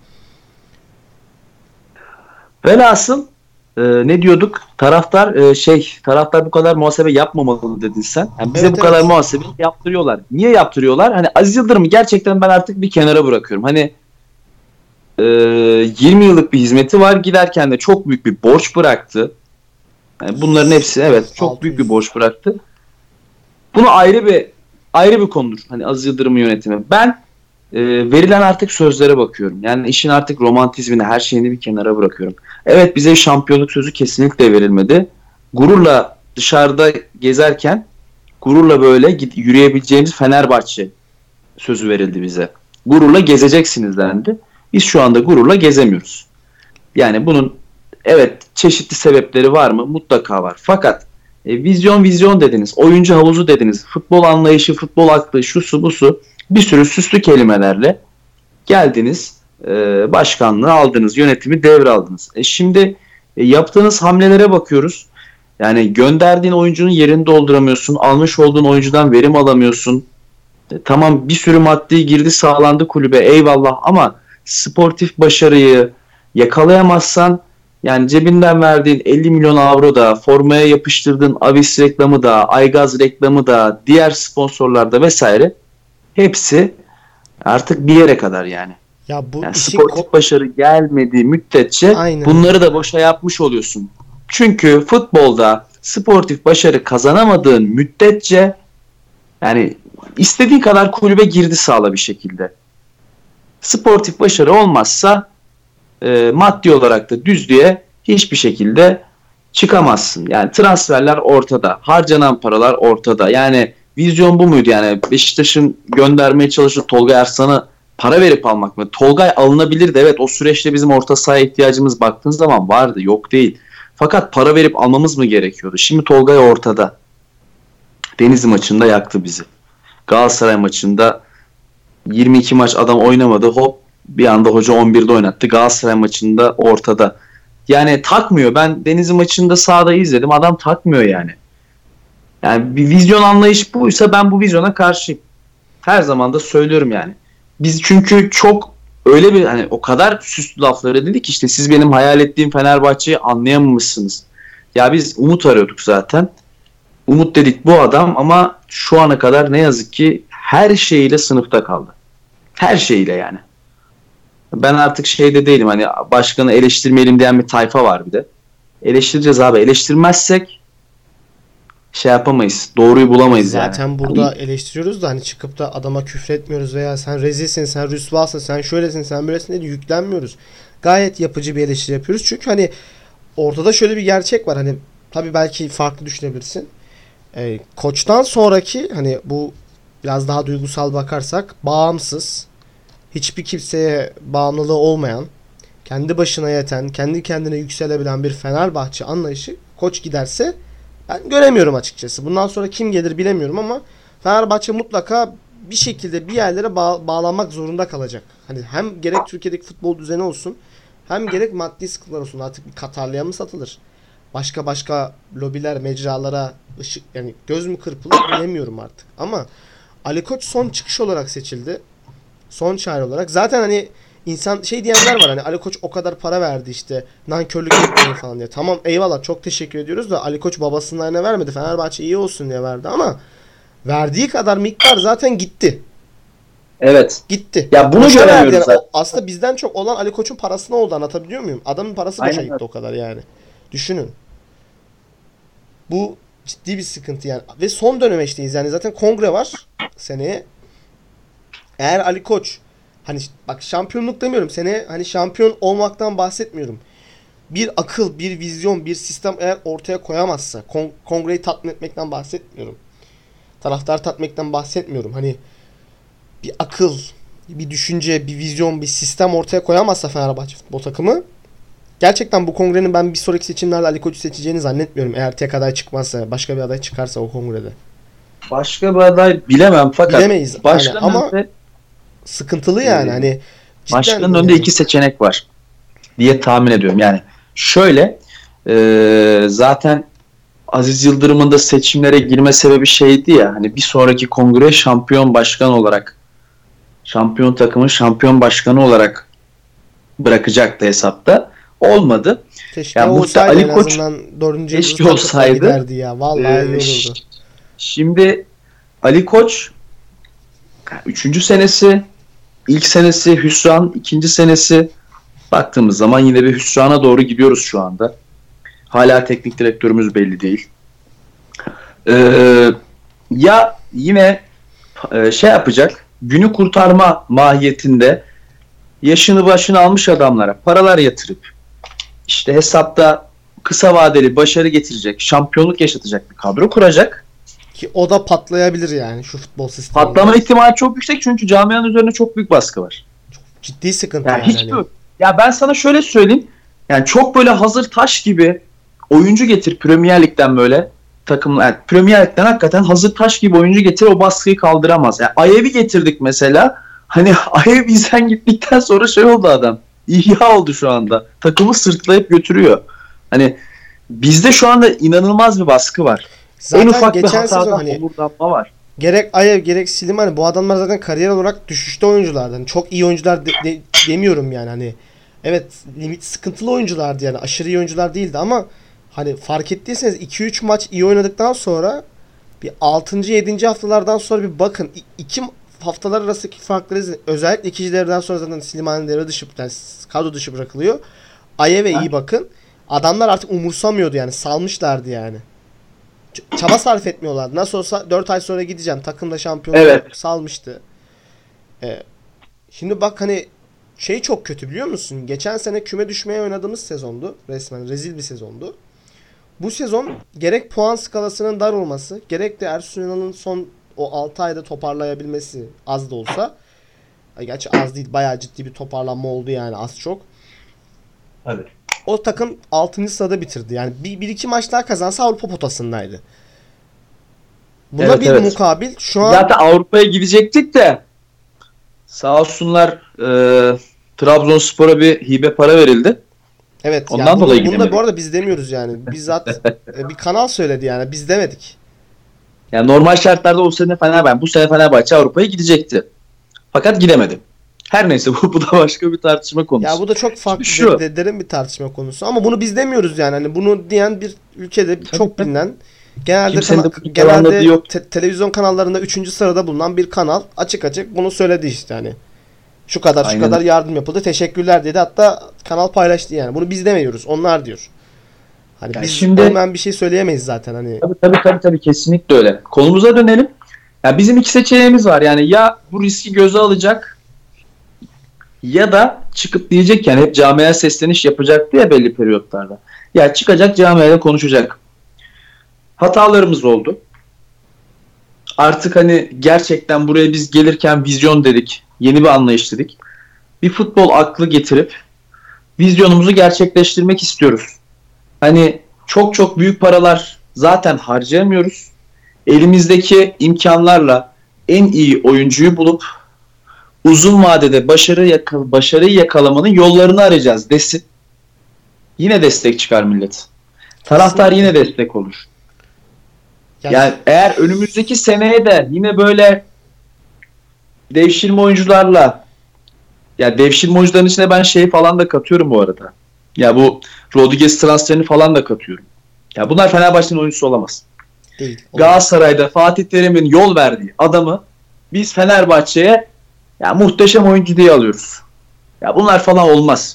Velhasıl e, ne diyorduk? Taraftar e, şey taraftar bu kadar muhasebe yapmamalı dedin sen. Yani bize evet, bu evet. kadar muhasebe yaptırıyorlar. Niye yaptırıyorlar? Hani Aziz Yıldırım'ı gerçekten ben artık bir kenara bırakıyorum. Hani e, yirmi yıllık bir hizmeti var. Giderken de çok büyük bir borç bıraktı. Yani bunların hepsi evet çok altı yüz büyük bir borç bıraktı. Bunu ayrı bir ayrı bir konudur. Hani Aziz Yıldırım'ın yönetimi. Ben e, verilen artık sözlere bakıyorum. Yani işin artık romantizmini, her şeyini bir kenara bırakıyorum. Evet, bize şampiyonluk sözü kesinlikle verilmedi. Gururla dışarıda gezerken gururla böyle gid- yürüyebileceğimiz Fenerbahçe sözü verildi bize. Gururla gezeceksiniz dendi. Biz şu anda gururla gezemiyoruz. Yani bunun evet çeşitli sebepleri var mı? Mutlaka var. Fakat e, vizyon vizyon dediniz, oyuncu havuzu dediniz, futbol anlayışı, futbol aklı, şusu busu, bir sürü süslü kelimelerle geldiniz, e, başkanlığı aldınız, yönetimi devraldınız. E şimdi e, yaptığınız hamlelere bakıyoruz. Yani gönderdiğin oyuncunun yerini dolduramıyorsun, almış olduğun oyuncudan verim alamıyorsun. E, tamam, bir sürü maddi girdi sağlandı kulübe, eyvallah, ama sportif başarıyı yakalayamazsan, yani cebinden verdiğin elli milyon avro da, formaya yapıştırdığın Avis reklamı da, Aygaz reklamı da, diğer sponsorlarda vesaire, hepsi artık bir yere kadar yani. Ya bu Yani işin sportif ko- başarı gelmediği müddetçe Aynen. bunları da boşa yapmış oluyorsun. Çünkü futbolda sportif başarı kazanamadığın müddetçe, yani istediğin kadar kulübe girdi sağla bir şekilde. Sportif başarı olmazsa e, maddi olarak da düzlüğe hiçbir şekilde çıkamazsın. Yani transferler ortada. Harcanan paralar ortada. Yani vizyon bu muydu? Yani Beşiktaş'ın göndermeye çalıştığı Tolga Arslan'ı para verip almak mı? Tolgay alınabilirdi. Evet, o süreçte bizim orta sahaya ihtiyacımız baktığın zaman vardı. Yok değil. Fakat para verip almamız mı gerekiyordu? Şimdi Tolgay ortada. Denizli maçında yaktı bizi. Galatasaray maçında yirmi iki maç adam oynamadı. Hop, bir anda hoca on birde oynattı. Galatasaray maçında ortada. Yani takmıyor. Ben Denizli maçında sahada izledim. Adam takmıyor yani. Yani bir vizyon anlayış buysa ben bu vizyona karşıyım. Her zaman da söylüyorum yani. Biz çünkü çok öyle bir, hani o kadar süslü lafları dedik, işte siz benim hayal ettiğim Fenerbahçe'yi anlayamamışsınız. Ya biz umut arıyorduk zaten. Umut dedik bu adam, ama şu ana kadar ne yazık ki her şeyiyle sınıfta kaldı. Her şeyiyle yani. Ben artık şeyde değilim, hani başkanı eleştirmeyelim diyen bir tayfa var bir de. Eleştireceğiz abi. Eleştirmezsek şey yapamayız. Doğruyu bulamayız yani. Zaten burada eleştiriyoruz da hani çıkıp da adama küfretmiyoruz veya sen rezilsin, sen rüsvasın, sen şöylesin, sen böylesin diye yüklenmiyoruz. Gayet yapıcı bir eleştiri yapıyoruz. Çünkü hani ortada şöyle bir gerçek var. Hani tabii belki farklı düşünebilirsin. Ee, koçtan sonraki hani bu biraz daha duygusal bakarsak bağımsız, hiçbir kimseye bağımlılığı olmayan, kendi başına yeten, kendi kendine yükselebilen bir Fenerbahçe anlayışı koç giderse ben göremiyorum açıkçası. Bundan sonra kim gelir bilemiyorum ama Fenerbahçe mutlaka bir şekilde bir yerlere bağ- bağlanmak zorunda kalacak. Hani hem gerek Türkiye'deki futbol düzeni olsun, hem gerek maddi sıkıntılar olsun. Artık bir Katarlıya mı satılır? Başka başka lobiler, mecralara ışık, yani göz mü kırpılır bilemiyorum artık. Ama Ali Koç son çıkış olarak seçildi. Son çare olarak. Zaten hani insan şey diyenler var, hani Ali Koç o kadar para verdi işte nankörlük etmeyin falan diye. Tamam, eyvallah, çok teşekkür ediyoruz da Ali Koç babasının eline vermedi. Fenerbahçe iyi olsun diye verdi ama verdiği kadar miktar zaten gitti. Evet. Gitti. Ya bunu Boşa verdi göremiyoruz yani. zaten. O- aslında bizden çok olan Ali Koç'un parasına oldu, anlatabiliyor muyum? Adamın parası boşa Aynen gitti öyle. o kadar yani. Düşünün. Bu ciddi bir sıkıntı yani. Ve son dönemeçteyiz yani, zaten kongre var seneye. Eğer Ali Koç, hani bak şampiyonluk demiyorum, seneye hani şampiyon olmaktan bahsetmiyorum. Bir akıl, bir vizyon, bir sistem eğer ortaya koyamazsa, kon- kongreyi tatmin etmekten bahsetmiyorum. Taraftar tatmin etmekten bahsetmiyorum. Hani bir akıl, bir düşünce, bir vizyon, bir sistem ortaya koyamazsa Fenerbahçe futbol takımı, gerçekten bu kongrenin ben bir sonraki seçimlerde Ali Koç'u seçeceğini zannetmiyorum. Eğer tek aday çıkmazsa, başka bir aday çıkarsa o kongrede. Başka bir aday bilemem, fakat Bilemeyiz. Aynen. başkanın Ama önünde, sıkıntılı yani. e, Hani cidden başkanın önünde yani. iki seçenek var diye tahmin ediyorum. Yani şöyle, e, zaten Aziz Yıldırım'ın da seçimlere girme sebebi şeydi ya, hani bir sonraki kongre şampiyon başkan olarak, şampiyon takımın şampiyon başkanı olarak bırakacaktı hesapta. Olmadı. Keşke Yani burada olsaydı, Ali en Koç azından dördüncü keşke yıldızı takıp da olsaydı. giderdi ya. Vallahi Ee, iyi ş- olurdu. Şimdi Ali Koç üçüncü senesi, ilk senesi hüsran, ikinci senesi, baktığımız zaman yine bir hüsrana doğru gidiyoruz şu anda. Hala teknik direktörümüz belli değil. Ee, ya yine e, şey yapacak, günü kurtarma mahiyetinde yaşını başını almış adamlara paralar yatırıp işte hesapta kısa vadeli başarı getirecek, şampiyonluk yaşatacak bir kadro kuracak. Ki o da patlayabilir yani şu futbol sisteminde. Patlama ihtimali çok yüksek çünkü camianın üzerine çok büyük baskı var. Çok ciddi sıkıntı yani. yani. Hiç hani. Ya ben sana şöyle söyleyeyim. Yani çok böyle hazır taş gibi oyuncu getir Premier Lig'den böyle takım yani Premier Lig'den hakikaten hazır taş gibi oyuncu getir o baskıyı kaldıramaz. Yani Ayev'i getirdik mesela. Hani Ayev bizden gittikten sonra şey oldu adam. İhya oldu şu anda. Takımı sırtlayıp götürüyor. Hani bizde şu anda inanılmaz bir baskı var. Zaten en ufak bir geçen hatada sezon hani omurdanma var. Gerek Ayev gerek Slimani bu adamlar zaten kariyer olarak düşüşte oyunculardı. Yani çok iyi oyuncular de, de, demiyorum yani hani. Evet limit sıkıntılı oyunculardı yani aşırı iyi oyuncular değildi ama hani fark ettiyseniz iki üç maç iyi oynadıktan sonra bir altıncı yedinci haftalardan sonra bir bakın iki haftalar arasındaki farkları özellikle ikinci devreden sonra zaten Slimani devre dışı yani kadro dışı bırakılıyor. Ayev'e iyi bakın. Adamlar artık umursamıyordu yani salmışlardı yani. Çaba sarf etmiyorlardı. Nasıl olsa dört ay sonra gideceğim. Takımda şampiyonluk evet. salmıştı. Ee, şimdi bak hani şey çok kötü biliyor musun? Geçen sene küme düşmeye oynadığımız sezondu. Resmen rezil bir sezondu. Bu sezon gerek puan skalasının dar olması, gerek de Ersun Yanal'ın son o altı ayda toparlayabilmesi az da olsa. Gerçi az değil bayağı ciddi bir toparlanma oldu yani az çok. Evet. O takım altıncı sırada bitirdi. Yani bir, bir iki maç daha kazansa Avrupa potasındaydı. Buna evet, bir evet. mukabil şu an... Zaten Avrupa'ya gidecektik de sağ olsunlar e, Trabzonspor'a bir hibe para verildi. Evet. Ondan yani dolayı bunu, bunu da bu arada biz demiyoruz yani. Bizzat bir kanal söyledi yani. Biz demedik. Yani normal şartlarda o sene Fenerbahçe, bu sene Fenerbahçe Avrupa'ya gidecekti. Fakat gidemedi. Her neyse bu, bu da başka bir tartışma konusu. Ya bu da çok farklı de, de, derin bir tartışma konusu. Ama bunu biz demiyoruz yani. Hani bunu diyen bir ülkede çok bilinen genelde kana, genelde te, televizyon kanallarında üçüncü sırada bulunan bir kanal açık açık bunu söyledi işte hani. Şu kadar Aynen. şu kadar yardım yapıldı. Teşekkürler dedi. Hatta kanal paylaştı yani. Bunu biz demiyoruz. Onlar diyor. Hani yani biz şimdi hemen bir şey söyleyemeyiz zaten hani. Tabii tabii tabii tabii kesinlikle öyle. Konumuza dönelim. Ya bizim iki seçeneğimiz var. Yani ya bu riski göze alacak ya da çıkıp diyecek yani hep camiaya sesleniş yapacaktı ya belli periyotlarda. Ya çıkacak camiayla konuşacak. Hatalarımız oldu. Artık hani gerçekten buraya biz gelirken vizyon dedik. Yeni bir anlayış dedik. Bir futbol aklı getirip vizyonumuzu gerçekleştirmek istiyoruz. Hani çok çok büyük paralar zaten harcayamıyoruz. Elimizdeki imkanlarla en iyi oyuncuyu bulup uzun vadede başarı yakal başarıyı yakalamanın yollarını arayacağız desin. Yine destek çıkar millet. Taraftar yine destek olur. Yani, yani eğer önümüzdeki seneye de yine böyle devşirme oyuncularla ya devşirme oyuncuların içine ben şey falan da katıyorum bu arada. Ya bu Rodriguez transferini falan da katıyorum. Ya bunlar Fenerbahçe'nin oyuncusu olamaz. Değil. Galatasaray'da Fatih Terim'in yol verdiği adamı biz Fenerbahçe'ye ya muhteşem oyuncu diye alıyoruz. Ya bunlar falan olmaz.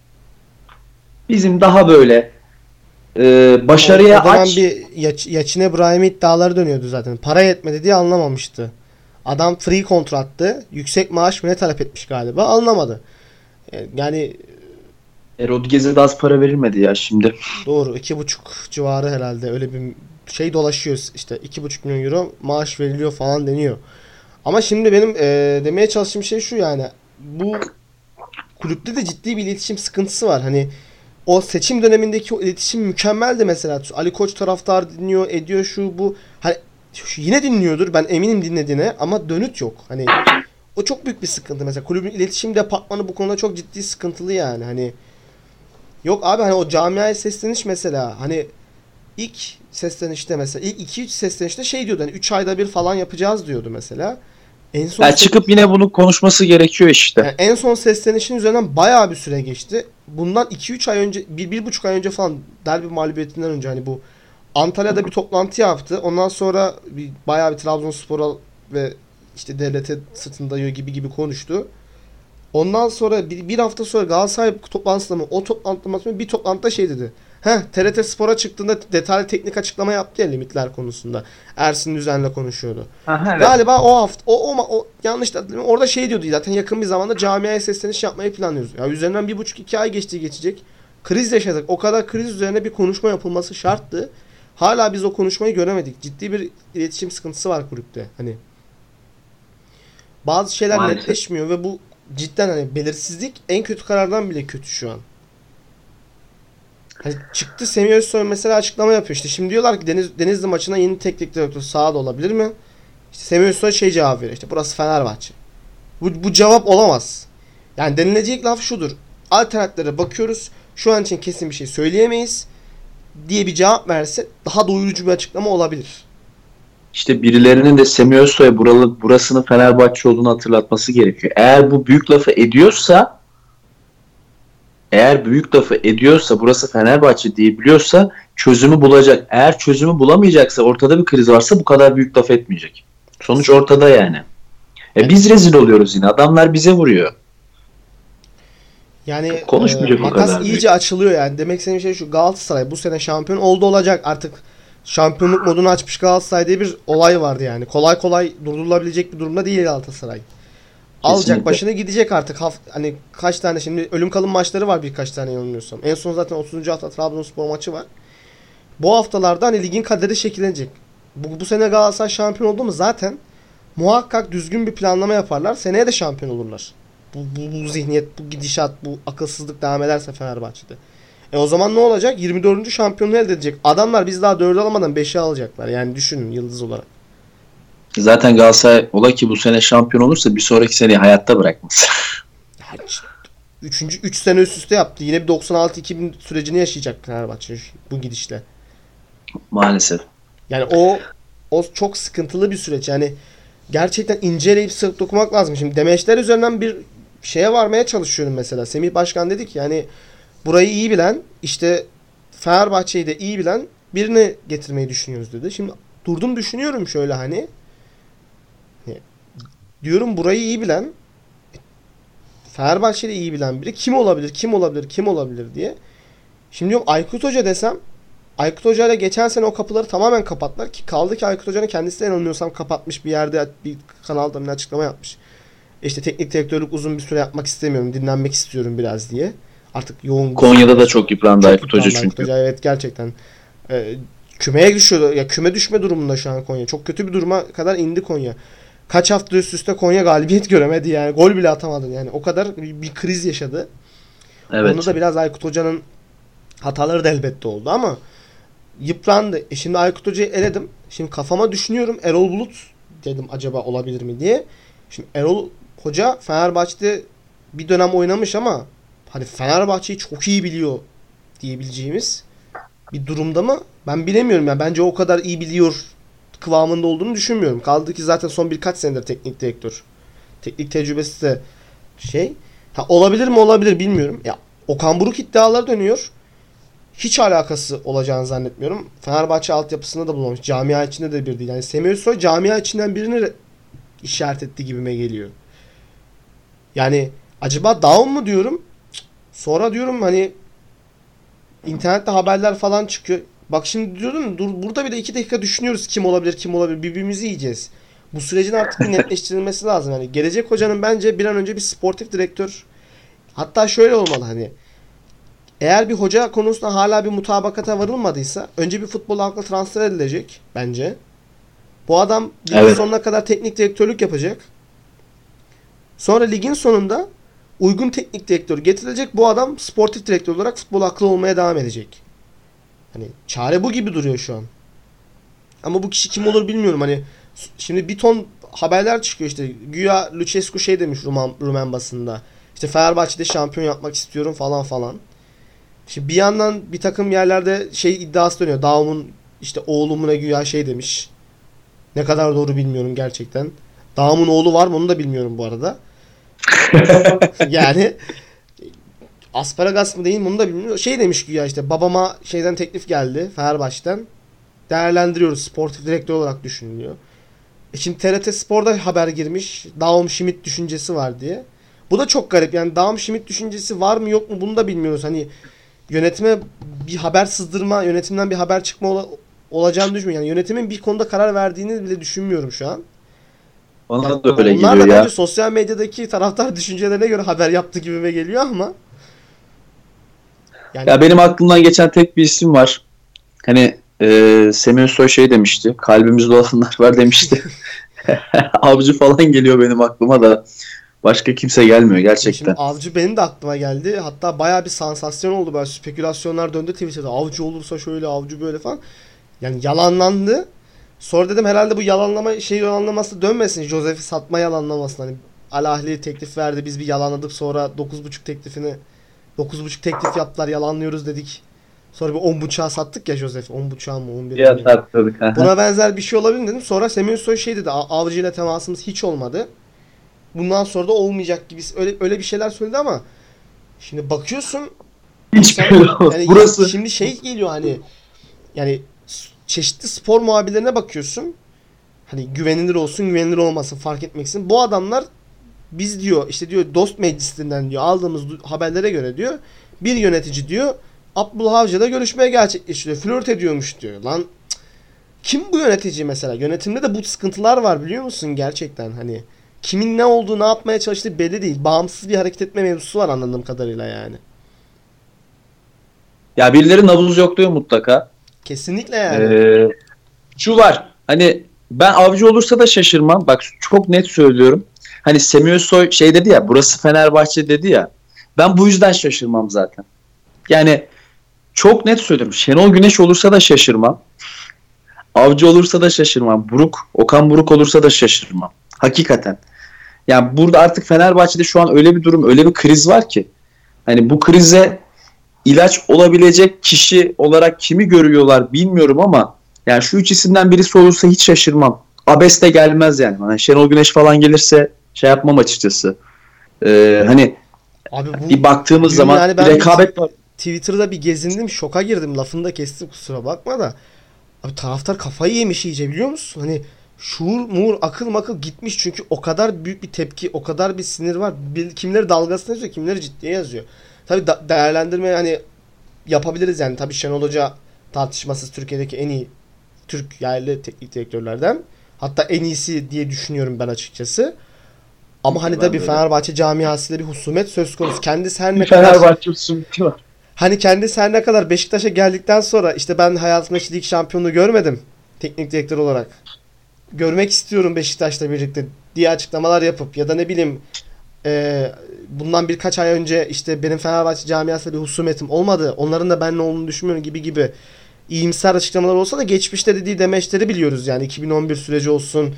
Bizim daha böyle e, başarıya o, o aç. bir Yaç, Yaçin İbrahim'i iddiaları dönüyordu zaten. Para yetmedi diye anlamamıştı. Adam free kontrattı. Yüksek maaş mı ne talep etmiş galiba. Alınamadı. Yani e, Rodriguez'e de az para verilmedi ya şimdi. Doğru. iki buçuk civarı herhalde. Öyle bir şey dolaşıyor. İşte iki buçuk milyon euro maaş veriliyor falan deniyor. Ama şimdi benim e, demeye çalıştığım şey şu yani. Bu kulüpte de ciddi bir iletişim sıkıntısı var. Hani o seçim dönemindeki o iletişim mükemmeldi mesela. Ali Koç taraftar dinliyor, ediyor şu bu. Hani şu, yine dinliyordur. Ben eminim dinlediğine ama dönüt yok. Hani o çok büyük bir sıkıntı mesela. Kulübün iletişim departmanı bu konuda çok ciddi sıkıntılı yani. Hani yok abi hani o camiaya sesleniş mesela. Hani ilk seslenişte mesela ilk iki üç seslenişte şey diyordu. Hani üç ayda bir falan yapacağız diyordu mesela. En son yani çıkıp yine bunu konuşması gerekiyor işte. Yani en son seslenişin üzerinden bayağı bir süre geçti. Bundan iki üç ay önce, bir bir buçuk ay önce falan derbi mağlubiyetinden önce hani bu Antalya'da bir toplantı yaptı. Ondan sonra bir, bayağı bir Trabzonspor'a ve işte devlete sırtında gibi gibi konuştu. Ondan sonra bir, bir hafta sonra Galatasaray toplantısında mı o toplantıda mı bir toplantıda şey dedi. Heh, T R T Spor'a çıktığında detaylı teknik açıklama yaptı ya limitler konusunda. Ersin Düzen'le konuşuyordu. Aha, evet. Galiba o hafta o, o, o yanlış da hatırlamıyorum. Orada şey diyordu zaten yakın bir zamanda camiaya sesleniş yapmayı planlıyoruz. Ya üzerinden bir buçuk iki ay geçti geçecek. Kriz yaşadık. O kadar kriz üzerine bir konuşma yapılması şarttı. Hala biz o konuşmayı göremedik. Ciddi bir iletişim sıkıntısı var kulüpte. Hani bazı şeyler Maalesef. netleşmiyor ve bu cidden hani belirsizlik en kötü karardan bile kötü şu an. Hani çıktı Semih Özsoy mesela açıklama yapıyor. İşte şimdi diyorlar ki Deniz, Denizli maçına yeni teknik direktör sahada olabilir mi? İşte Semih Özsoy şey cevap veriyor. İşte burası Fenerbahçe. Bu, bu cevap olamaz. Yani denilecek laf şudur. Alternatiflere bakıyoruz. Şu an için kesin bir şey söyleyemeyiz diye bir cevap verse daha doyurucu bir açıklama olabilir. İşte birilerinin de Semih Özsoy'a buralı, burasının Fenerbahçe olduğunu hatırlatması gerekiyor. Eğer bu büyük lafı ediyorsa eğer büyük lafı ediyorsa burası Fenerbahçe diyebiliyorsa çözümü bulacak. Eğer çözümü bulamayacaksa ortada bir kriz varsa bu kadar büyük laf etmeyecek. Sonuç ortada yani. E biz rezil oluyoruz yine. Adamlar bize vuruyor. Yani Konuşmayacak e, o makas kadar iyice büyük. açılıyor yani. Demek istediğim şey şu. Galatasaray bu sene şampiyon oldu olacak. Artık şampiyonluk modunu açmış Galatasaray diye bir olay vardı yani. Kolay kolay durdurulabilecek bir durumda değil Galatasaray. Alacak Kesinlikle. başını gidecek artık. Haft hani kaç tane şimdi ölüm kalım maçları var birkaç tane yanılmıyorsam. En son zaten otuzuncu hafta Trabzonspor maçı var. Bu haftalarda hani ligin kaderi şekillenecek. Bu, bu sene Galatasaray şampiyon oldu mu zaten muhakkak düzgün bir planlama yaparlar. Seneye de şampiyon olurlar. Bu, bu, bu zihniyet, bu gidişat, bu akılsızlık devam ederse Fenerbahçe'de. E o zaman ne olacak? yirmi dördüncü şampiyonluğu elde edecek. Adamlar biz daha dördü alamadan beşi alacaklar. Yani düşünün yıldız olarak. Zaten Galatasaray ola ki bu sene şampiyon olursa bir sonraki seneyi hayatta bırakmaz. Üçüncü, üç sene üst üste yaptı. Yine bir doksan altı iki bin sürecini yaşayacak Fenerbahçe bu gidişle. Maalesef. Yani o o çok sıkıntılı bir süreç. Yani gerçekten inceleyip sık dokumak lazım. Şimdi demeçler üzerinden bir şeye varmaya çalışıyorum mesela. Semih Başkan dedi ki yani burayı iyi bilen işte Fenerbahçe'yi de iyi bilen birini getirmeyi düşünüyoruz dedi. Şimdi durdum düşünüyorum şöyle hani. Hani diyorum burayı iyi bilen Fenerbahçe'yi iyi bilen biri kim olabilir, kim olabilir, kim olabilir diye. Şimdi diyorum Aykut Hoca desem Aykut Hoca ile geçen sene o kapıları tamamen kapattılar ki kaldı ki Aykut Hoca'nın kendisi de yanılmıyorsam kapatmış bir yerde bir kanalda bir açıklama yapmış. İşte teknik direktörlük uzun bir süre yapmak istemiyorum, dinlenmek istiyorum biraz diye. Artık yoğun Konya'da da çok yıprandı çok Aykut Hoca yıprandı çünkü. Aykut Hoca. Evet gerçekten. Ee, kümeye düşüyor. Ya küme düşme durumunda şu an Konya. Çok kötü bir duruma kadar indi Konya. Kaç hafta üst üste Konya galibiyet göremedi yani. Gol bile atamadı yani. O kadar bir, bir kriz yaşadı. Evet. Onda da biraz Aykut Hoca'nın hataları da elbette oldu ama yıprandı. E şimdi Aykut Hoca'yı eledim. Şimdi kafama düşünüyorum Erol Bulut dedim acaba olabilir mi diye. Şimdi Erol Hoca Fenerbahçe'de bir dönem oynamış ama hani Fenerbahçe'yi çok iyi biliyor diyebileceğimiz bir durumda mı? Ben bilemiyorum ya. Bence o kadar iyi biliyor kıvamında olduğunu düşünmüyorum. Kaldı ki zaten son birkaç senedir teknik direktör. Teknik tecrübesi de şey. Ha, olabilir mi olabilir bilmiyorum. Ya Okan Buruk iddiaları dönüyor. Hiç alakası olacağını zannetmiyorum. Fenerbahçe altyapısında da bulunmamış. Camia içinde de bir değil. Yani Semih Özsoy camia içinden birini işaret etti gibime geliyor. Yani acaba down mu diyorum. Sonra diyorum hani internette haberler falan çıkıyor. Bak şimdi diyorum dur burada bile iki dakika düşünüyoruz kim olabilir kim olabilir birbirimizi yiyeceğiz. Bu sürecin artık bir netleştirilmesi lazım. Yani gelecek hocanın bence bir an önce bir sportif direktör hatta şöyle olmalı hani eğer bir hoca konusunda hala bir mutabakata varılmadıysa önce bir futbol aklı transfer edilecek bence. Bu adam ligin Evet. sonuna kadar teknik direktörlük yapacak. Sonra ligin sonunda uygun teknik direktör getirilecek. Bu adam sportif direktör olarak futbol aklı olmaya devam edecek. Hani çare bu gibi duruyor şu an. Ama bu kişi kim olur bilmiyorum. Hani şimdi bir ton haberler çıkıyor işte. Güya Lucescu şey demiş Rumen, Rumen basında. İşte Fenerbahçe'de şampiyon yapmak istiyorum falan falan. Şimdi bir yandan bir takım yerlerde şey iddiası dönüyor. Daum'un işte oğlumuna güya şey demiş. Ne kadar doğru bilmiyorum gerçekten. Daum'un oğlu var mı onu da bilmiyorum bu arada. Yani asparagas mı değil mi onu da bilmiyorum. Şey demiş güya işte babama şeyden teklif geldi Fenerbahçe'den. Değerlendiriyoruz. Sportif direktör olarak düşünülüyor. E şimdi T R T Spor'da haber girmiş. Daum Schmidt düşüncesi var diye. Bu da çok garip. Yani Daum Schmidt düşüncesi var mı yok mu bunu da bilmiyoruz. Hani yönetime bir haber sızdırma, yönetimden bir haber çıkma ola, olacağını düşünmüyorum. Yani yönetimin bir konuda karar verdiğini bile düşünmüyorum şu an. Bana Yani da öyle onlar geliyor da ya. bence sosyal medyadaki taraftar düşüncelerine göre haber yaptı gibime geliyor ama yani Ya benim aklımdan geçen tek bir isim var. Hani e, Semih Soy şey demişti. Kalbimizde olanlar var demişti. Avcı falan geliyor benim aklıma da. Başka kimse gelmiyor şimdi gerçekten. Avcı benim de aklıma geldi. Hatta bayağı bir sansasyon oldu. Böyle spekülasyonlar döndü Twitter'da. Avcı olursa şöyle, Avcı böyle falan. Yani yalanlandı. Sonra dedim herhalde bu yalanlama şey yalanlaması dönmesin. Josef'i satma yalanlamasın. Hani Al Ahly teklif verdi. Biz bir yalanladık. Sonra dokuz buçuk teklifini dokuz buçuk teklif yaptılar. Yalanlıyoruz dedik. Sonra bir on buçuğa sattık ya Josef. on buçuğa mı on bir Ya mi? tartıştık. Buna benzer bir şey olabilir mi dedim. Sonra Semih Soy şey dedi. "A- Avcı ile temasımız hiç olmadı. Bundan sonra da olmayacak gibi öyle öyle bir şeyler söyledi ama şimdi bakıyorsun Hiç sen böyle olmaz. yani Burası şimdi şey geliyor hani yani s- çeşitli spor muhabirlerine bakıyorsun. Hani güvenilir olsun güvenilir olmasın fark etmeksin. Bu adamlar biz diyor işte diyor dost meclisinden diyor aldığımız du- haberlere göre diyor bir yönetici diyor Abdullah Avcı'yla görüşmeye gerçekleştiriyor. Flört ediyormuş diyor. Lan cık, kim bu yönetici mesela? Yönetimde de bu sıkıntılar var biliyor musun gerçekten hani. Kimin ne olduğu, ne yapmaya çalıştığı belli değil. Bağımsız bir hareket etme mevzusu var anladığım kadarıyla yani. ya birileri nabız yokluyor mutlaka. Kesinlikle yani. Ee, şu var. Hani ben Avcı olursa da şaşırmam. Bak çok net söylüyorum. Hani Semih Soy şey dedi ya, burası Fenerbahçe dedi ya. Ben bu yüzden şaşırmam zaten. Yani çok net söylüyorum. Şenol Güneş olursa da şaşırmam. Avcı olursa da şaşırmam. Buruk, Okan Buruk olursa da şaşırmam. Hakikaten. Yani burada artık Fenerbahçe'de şu an öyle bir durum, öyle bir kriz var ki. Hani bu krize ilaç olabilecek kişi olarak kimi görüyorlar bilmiyorum ama yani şu üç isimden birisi olursa hiç şaşırmam. Abes de gelmez yani. Hani Şenol Güneş falan gelirse şey yapmam açıkçası. Ee, hani Abi bu bir baktığımız dün zaman yani bir ben bir rekabet var. Twitter'da bir gezindim. Şoka girdim. Lafını da kestim kusura bakma da. Abi taraftar kafayı yemiş iyice biliyor musun? Hani şuur, muğur, akıl makıl gitmiş çünkü o kadar büyük bir tepki, o kadar bir sinir var. Bir, kimileri dalgasına yazıyor, kimileri ciddiye yazıyor. Tabii da, değerlendirme hani yapabiliriz yani. Tabii Şenol Hoca tartışmasız Türkiye'deki en iyi Türk yerli teknik direktörlerden. Hatta en iyisi diye düşünüyorum ben açıkçası. Ama hani Ben tabii de öyle. Fenerbahçe camiasıyla bir husumet söz konusu. Kendisi her ne Bir kadar Fenerbahçe usulü var. hani kendisi her ne kadar Beşiktaş'a geldikten sonra işte ben hayatımda hiç lig şampiyonluğu görmedim teknik direktör olarak. Görmek istiyorum Beşiktaş'la birlikte diye açıklamalar yapıp ya da ne bileyim e, bundan birkaç ay önce işte benim Fenerbahçe camiasıyla bir husumetim olmadı. Onların da benimle olduğunu düşünmüyorum gibi gibi iyimser açıklamalar olsa da geçmişte dediği demeçleri biliyoruz yani iki bin on bir süreci olsun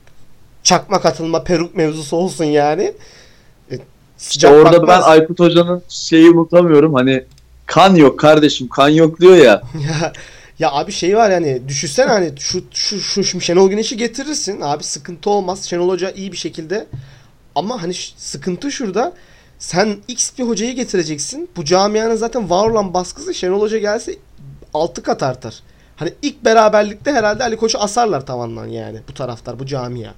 çakma katılma peruk mevzusu olsun yani. E, İşte sıcak orada ben bakmaz. Aykut Hoca'nın şeyi unutamıyorum. Hani kan yok kardeşim, kan yok diyor ya. Ya, ya abi şey var yani düşünsene hani şu şu şu şimdi Şenol Güneş'i getirirsin abi sıkıntı olmaz. Şenol Hoca iyi bir şekilde ama hani ş- sıkıntı şurada. Sen X bir hocayı getireceksin. Bu camianın zaten var olan baskısı Şenol Hoca gelse altı kat artar. Hani ilk beraberlikte herhalde Ali Koç'u asarlar tavandan yani bu taraftar bu camia.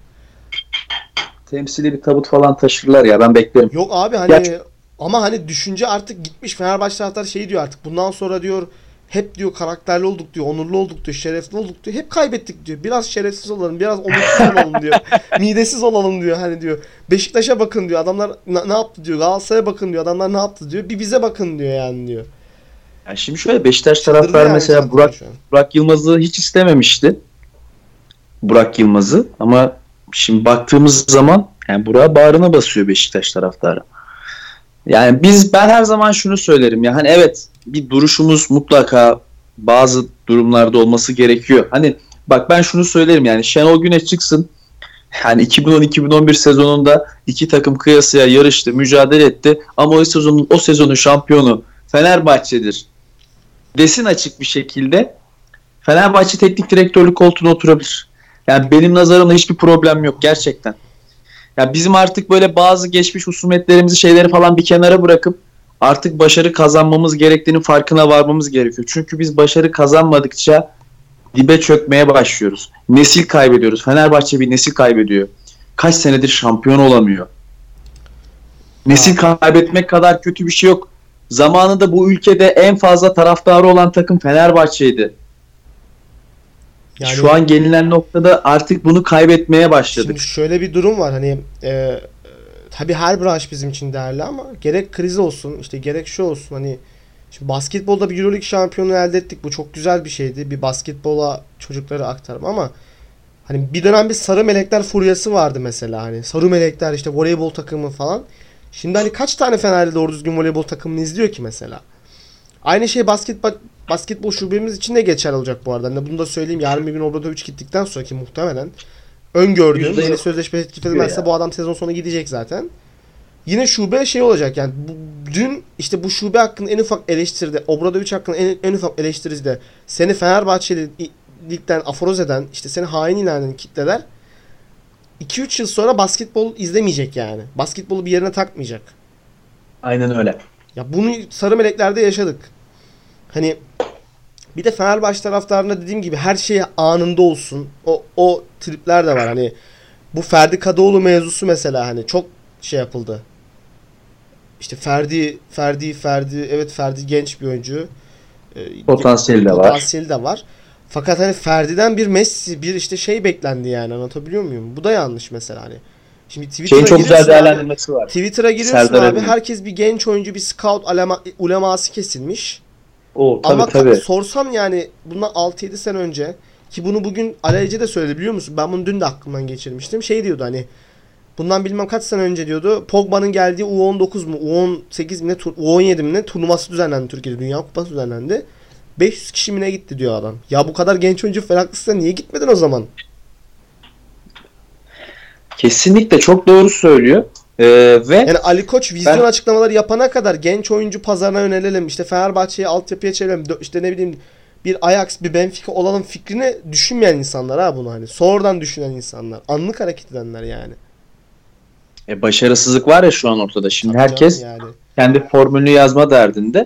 Temsili bir tabut falan taşırlar ya, ben beklerim. Yok abi Ya hani ama hani düşünce artık gitmiş Fenerbahçe taraftarı şey diyor artık bundan sonra diyor hep diyor karakterli olduk diyor, onurlu olduk diyor, şerefli olduk diyor. Hep kaybettik diyor. Biraz şerefsiz olalım, biraz onursuz olalım diyor. Midesiz olalım diyor hani diyor. Beşiktaş'a bakın diyor. Adamlar na- ne yaptı diyor. Galatasaray'a bakın diyor. Adamlar ne yaptı diyor. Bir bize bakın diyor yani diyor. Yani şimdi şöyle, Beşiktaş Çıldırdı taraftarı yani mesela zaten Burak şu an. Burak Yılmaz'ı hiç istememişti. Burak Yılmaz'ı, ama şimdi baktığımız zaman yani Burak'a bağrına basıyor Beşiktaş taraftarı. Yani biz ben her zaman şunu söylerim ya, hani evet bir duruşumuz mutlaka bazı durumlarda olması gerekiyor. Hani bak ben şunu söylerim, yani Şenol Güneş çıksın, yani iki bin on iki bin on bir sezonunda iki takım kıyasıya yarıştı, mücadele etti ama o sezonun o sezonun şampiyonu Fenerbahçe'dir desin açık bir şekilde, Fenerbahçe teknik direktörlük koltuğuna oturabilir. Yani benim nazarımda hiçbir problem yok gerçekten. Ya bizim artık böyle bazı geçmiş husumetlerimizi, şeyleri falan bir kenara bırakıp artık başarı kazanmamız gerektiğinin farkına varmamız gerekiyor. Çünkü biz başarı kazanmadıkça dibe çökmeye başlıyoruz. Nesil kaybediyoruz. Fenerbahçe bir nesil kaybediyor. Kaç senedir şampiyon olamıyor. Nesil Ya kaybetmek kadar kötü bir şey yok. zamanında bu ülkede en fazla taraftarı olan takım Fenerbahçe'ydi. Yani, şu an gelinen noktada artık bunu kaybetmeye başladık. Şimdi şöyle bir durum var, hani e, tabii her branş bizim için değerli ama gerek kriz olsun, işte gerek şu olsun, hani şimdi basketbolda bir Euroleague şampiyonu elde ettik. Bu çok güzel bir şeydi. Bir basketbola çocukları aktarım ama hani bir dönem bir sarı melekler furyası vardı mesela, hani sarı melekler işte voleybol takımı falan. Şimdi hani kaç tane Fenerli doğru düzgün voleybol takımını izliyor ki mesela? Aynı şey basketbol basketbol şubemiz için de geçerli olacak bu arada. Hani bunu da söyleyeyim. Yarın bir gün Obradoviç gittikten sonraki muhtemelen öngördüğüm yeni sözleşme teklif edilmezse bu adam sezon sonu gidecek zaten. Yine şube şey olacak yani bu, dün işte bu şube hakkında en ufak eleştiride, Obradoviç hakkında en, en ufak eleştiride seni Fenerbahçeli ligden aforoz eden, işte seni hain ilan eden kitleler iki üç yıl sonra basketbol izlemeyecek yani. Basketbolu bir yerine takmayacak. Aynen öyle. Ya bunu Sarı Melekler'de yaşadık. Hani bir de Fenerbahçe taraftarına dediğim gibi her şey anında olsun. O o tripler de var. Hani bu Ferdi Kadıoğlu mevzusu mesela, hani çok şey yapıldı. İşte Ferdi, Ferdi, Ferdi, evet Ferdi genç bir oyuncu. Potansiyeli de var. Potansiyeli de var. Fakat hani Ferdi'den bir Messi, bir işte şey beklendi yani, anlatabiliyor muyum? Bu da yanlış mesela hani. Şimdi Twitter'a çok güzel değerlendirmesi var. Twitter'a giriyorsun Serdar abi, herkes bir genç oyuncu, bir scout alema, uleması kesilmiş. O, tabii, ama tabii. sorsan yani bundan altı yedi sene önce, ki bunu bugün Aleyce de söyledi biliyor musun? Ben bunu dün de aklımdan geçirmiştim. Şey diyordu hani, bundan bilmem kaç sene önce diyordu, Pogba'nın geldiği U on dokuz mu U on sekiz mi ne U on yedi mi ne turnuvası düzenlendi Türkiye'de. Dünya Kupası düzenlendi. beş yüz kişi mi ne gitti diyor adam. Ya bu kadar genç oyuncu ferahlıysa niye gitmedin o zaman? Kesinlikle çok doğru söylüyor. Ee, ve yani Ali Koç vizyon ben... açıklamaları yapana kadar genç oyuncu pazarına yönelelim, İşte Fenerbahçe'ye altyapıya çevirelim, işte ne bileyim bir Ajax, bir Benfica olalım fikrini düşünmeyen insanlar ha bunu, hani sonradan düşünen insanlar, anlık hareket edenler yani. E, başarısızlık var ya şu an ortada. Şimdi Tabii herkes yani. kendi formülünü yazma derdinde.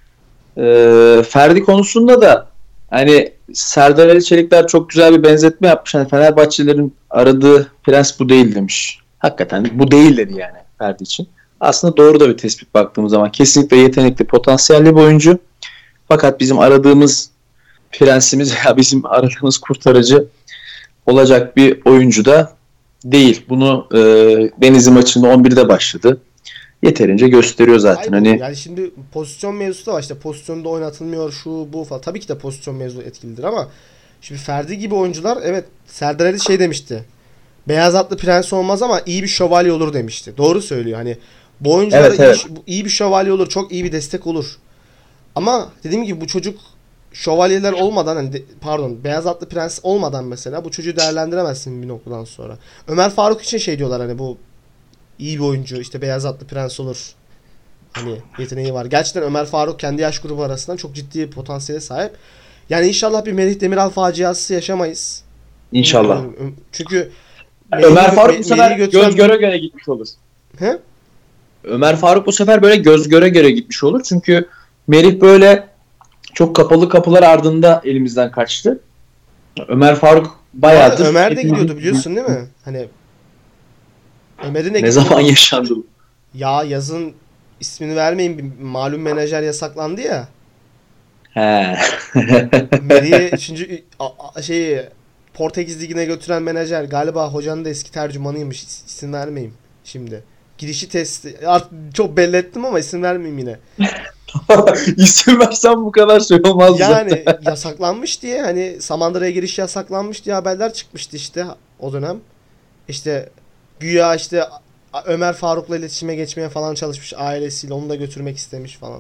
Ee, Ferdi konusunda da hani Serdar Ali Çelikler çok güzel bir benzetme yapmış. Hani Fenerbahçelilerin aradığı prens bu değil demiş. Hakikaten bu değil dedi yani Ferdi için. Aslında doğru da bir tespit baktığımız zaman. Kesinlikle yetenekli, potansiyelli bir oyuncu. Fakat bizim aradığımız prensimiz ya bizim aradığımız kurtarıcı olacak bir oyuncu da değil. Bunu e, Denizli maçında on birde başladı. Yeterince gösteriyor zaten. Aynen. Hani Yani şimdi pozisyon mevzusu da var. İşte pozisyonda oynatılmıyor, şu bu falan. Tabii ki de pozisyon mevzu etkilidir ama şimdi Ferdi gibi oyuncular, evet, Serdar Ali şey demişti. Beyaz atlı prens olmaz ama iyi bir şövalye olur demişti. Doğru söylüyor. Hani bu oyunculara evet, evet. iyi, iyi bir şövalye olur, çok iyi bir destek olur. Ama dediğim gibi bu çocuk şövalyeler olmadan, hani de, pardon beyaz atlı prens olmadan mesela bu çocuğu değerlendiremezsin bir noktadan sonra. Ömer Faruk için şey diyorlar, hani bu iyi bir oyuncu, işte beyaz atlı prens olur. Hani yeteneği var. Gerçekten Ömer Faruk kendi yaş grubu arasından çok ciddi potansiyele sahip. Yani inşallah bir Melih Demiral faciası yaşamayız. İnşallah. Çünkü Ömer Faruk bu sefer göz göre göre gitmiş olur. He? Ömer Faruk bu sefer böyle göz göre göre gitmiş olur. Çünkü Melih böyle çok kapalı kapılar ardında elimizden kaçtı. Ömer Faruk bayağıdır. Ama Ömer de gidiyordu biliyorsun değil mi? Hani Ömer'in de ne zaman yaşandı bu? Ya yazın ismini vermeyin, bir malum menajer yasaklandı ya. He. Melih'i üçüncü şey Portekiz Ligi'ne götüren menajer galiba hocanın da eski tercümanıymış. İsim vermeyeyim şimdi. Girişi testi. Artık çok belli ettim ama isim vermeyeyim yine. İsim versem bu kadar şey olmaz yani zaten. Yasaklanmış diye, hani Samandıra'ya giriş yasaklanmış diye haberler çıkmıştı işte o dönem. İşte güya işte Ömer Faruk'la iletişime geçmeye falan çalışmış ailesiyle, onu da götürmek istemiş falan.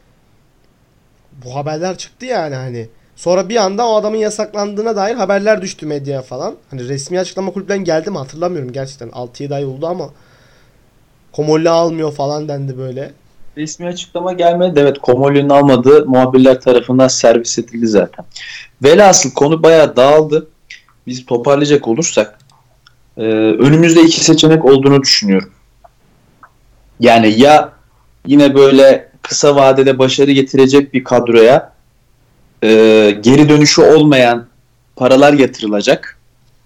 Bu haberler çıktı yani hani. Sonra bir anda o adamın yasaklandığına dair haberler düştü medyaya falan. Hani resmi açıklama kulüpten geldi mi hatırlamıyorum gerçekten. altı yedi ay oldu ama Komolli almıyor falan dendi böyle. Resmi açıklama gelmedi. Evet, Komolli'nin almadığı muhabirler tarafından servis edildi zaten. Velhasıl konu bayağı dağıldı. Biz toparlayacak olursak e, önümüzde iki seçenek olduğunu düşünüyorum. Yani ya yine böyle kısa vadede başarı getirecek bir kadroya e, geri dönüşü olmayan paralar yatırılacak.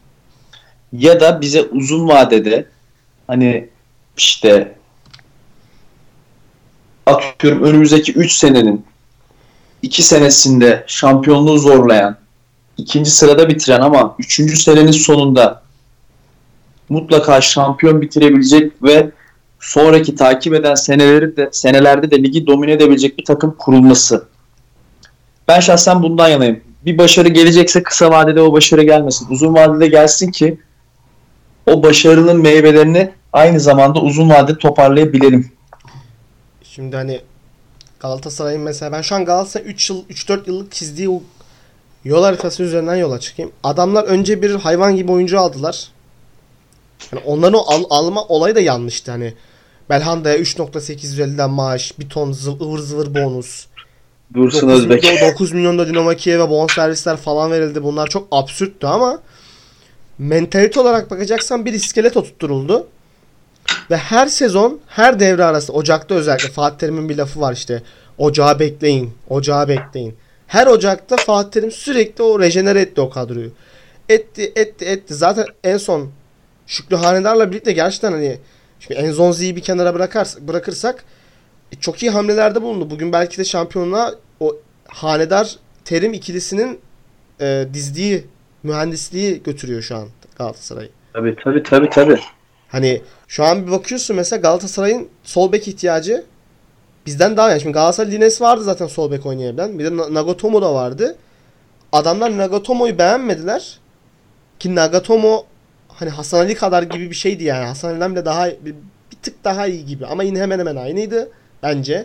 Ya da bize uzun vadede hani işte atıyorum önümüzdeki üç senenin iki senesinde şampiyonluğu zorlayan, ikinci sırada bitiren ama üçüncü senenin sonunda mutlaka şampiyon bitirebilecek ve sonraki takip eden seneleri de senelerde de ligi domine edebilecek bir takım kurulması. Ben şahsen bundan yanayım. Bir başarı gelecekse kısa vadede o başarı gelmesin. Uzun vadede gelsin ki o başarının meyvelerini aynı zamanda uzun vadede toparlayabilelim. Şimdi hani Galatasaray'ın mesela ben şu an Galatasaray üç yıl üç dört yıllık çizdiği o yol haritası üzerinden yola çıkayım. Adamlar önce bir hayvan gibi oyuncu aldılar. Yani onların o al, alma olayı da yanlıştı hani. Belhanda'ya üç nokta sekiz yüz elliden maaş, bir ton zıv, ıvır zıvır bonus. Dursun Özbek. dokuz milyon da Dinamo Kiev'e bonservisler falan verildi. Bunlar çok absürttü ama mentalite olarak bakacaksan bir iskelet oturtturuldu. Ve her sezon, her devre arası, Ocak'ta özellikle Fatih Terim'in bir lafı var işte. Ocağı bekleyin, ocağı bekleyin. Her Ocak'ta Fatih Terim sürekli o rejenere etti o kadroyu. Etti, etti, etti. Zaten en son Şükrü Hanedar'la birlikte gerçekten hani şimdi Enzonzi'yi bir kenara bırakırsak, bırakırsak e, çok iyi hamlelerde bulundu. Bugün belki de şampiyonluğa o Hanedar Terim ikilisinin e, dizdiği mühendisliği götürüyor şu an Galatasaray'ı. Tabii tabii tabii tabii. Hani şu an bir bakıyorsun mesela Galatasaray'ın sol bek ihtiyacı bizden daha yani. Şimdi Galatasaray Lines vardı zaten sol bek oynayabilen. Bir de Nagatomo da vardı. Adamlar Nagatomo'yu beğenmediler. Ki Nagatomo hani Hasan Ali kadar gibi bir şeydi yani. Hasan Ali'den bile daha bir, bir tık daha iyi gibi. Ama yine hemen hemen aynıydı bence.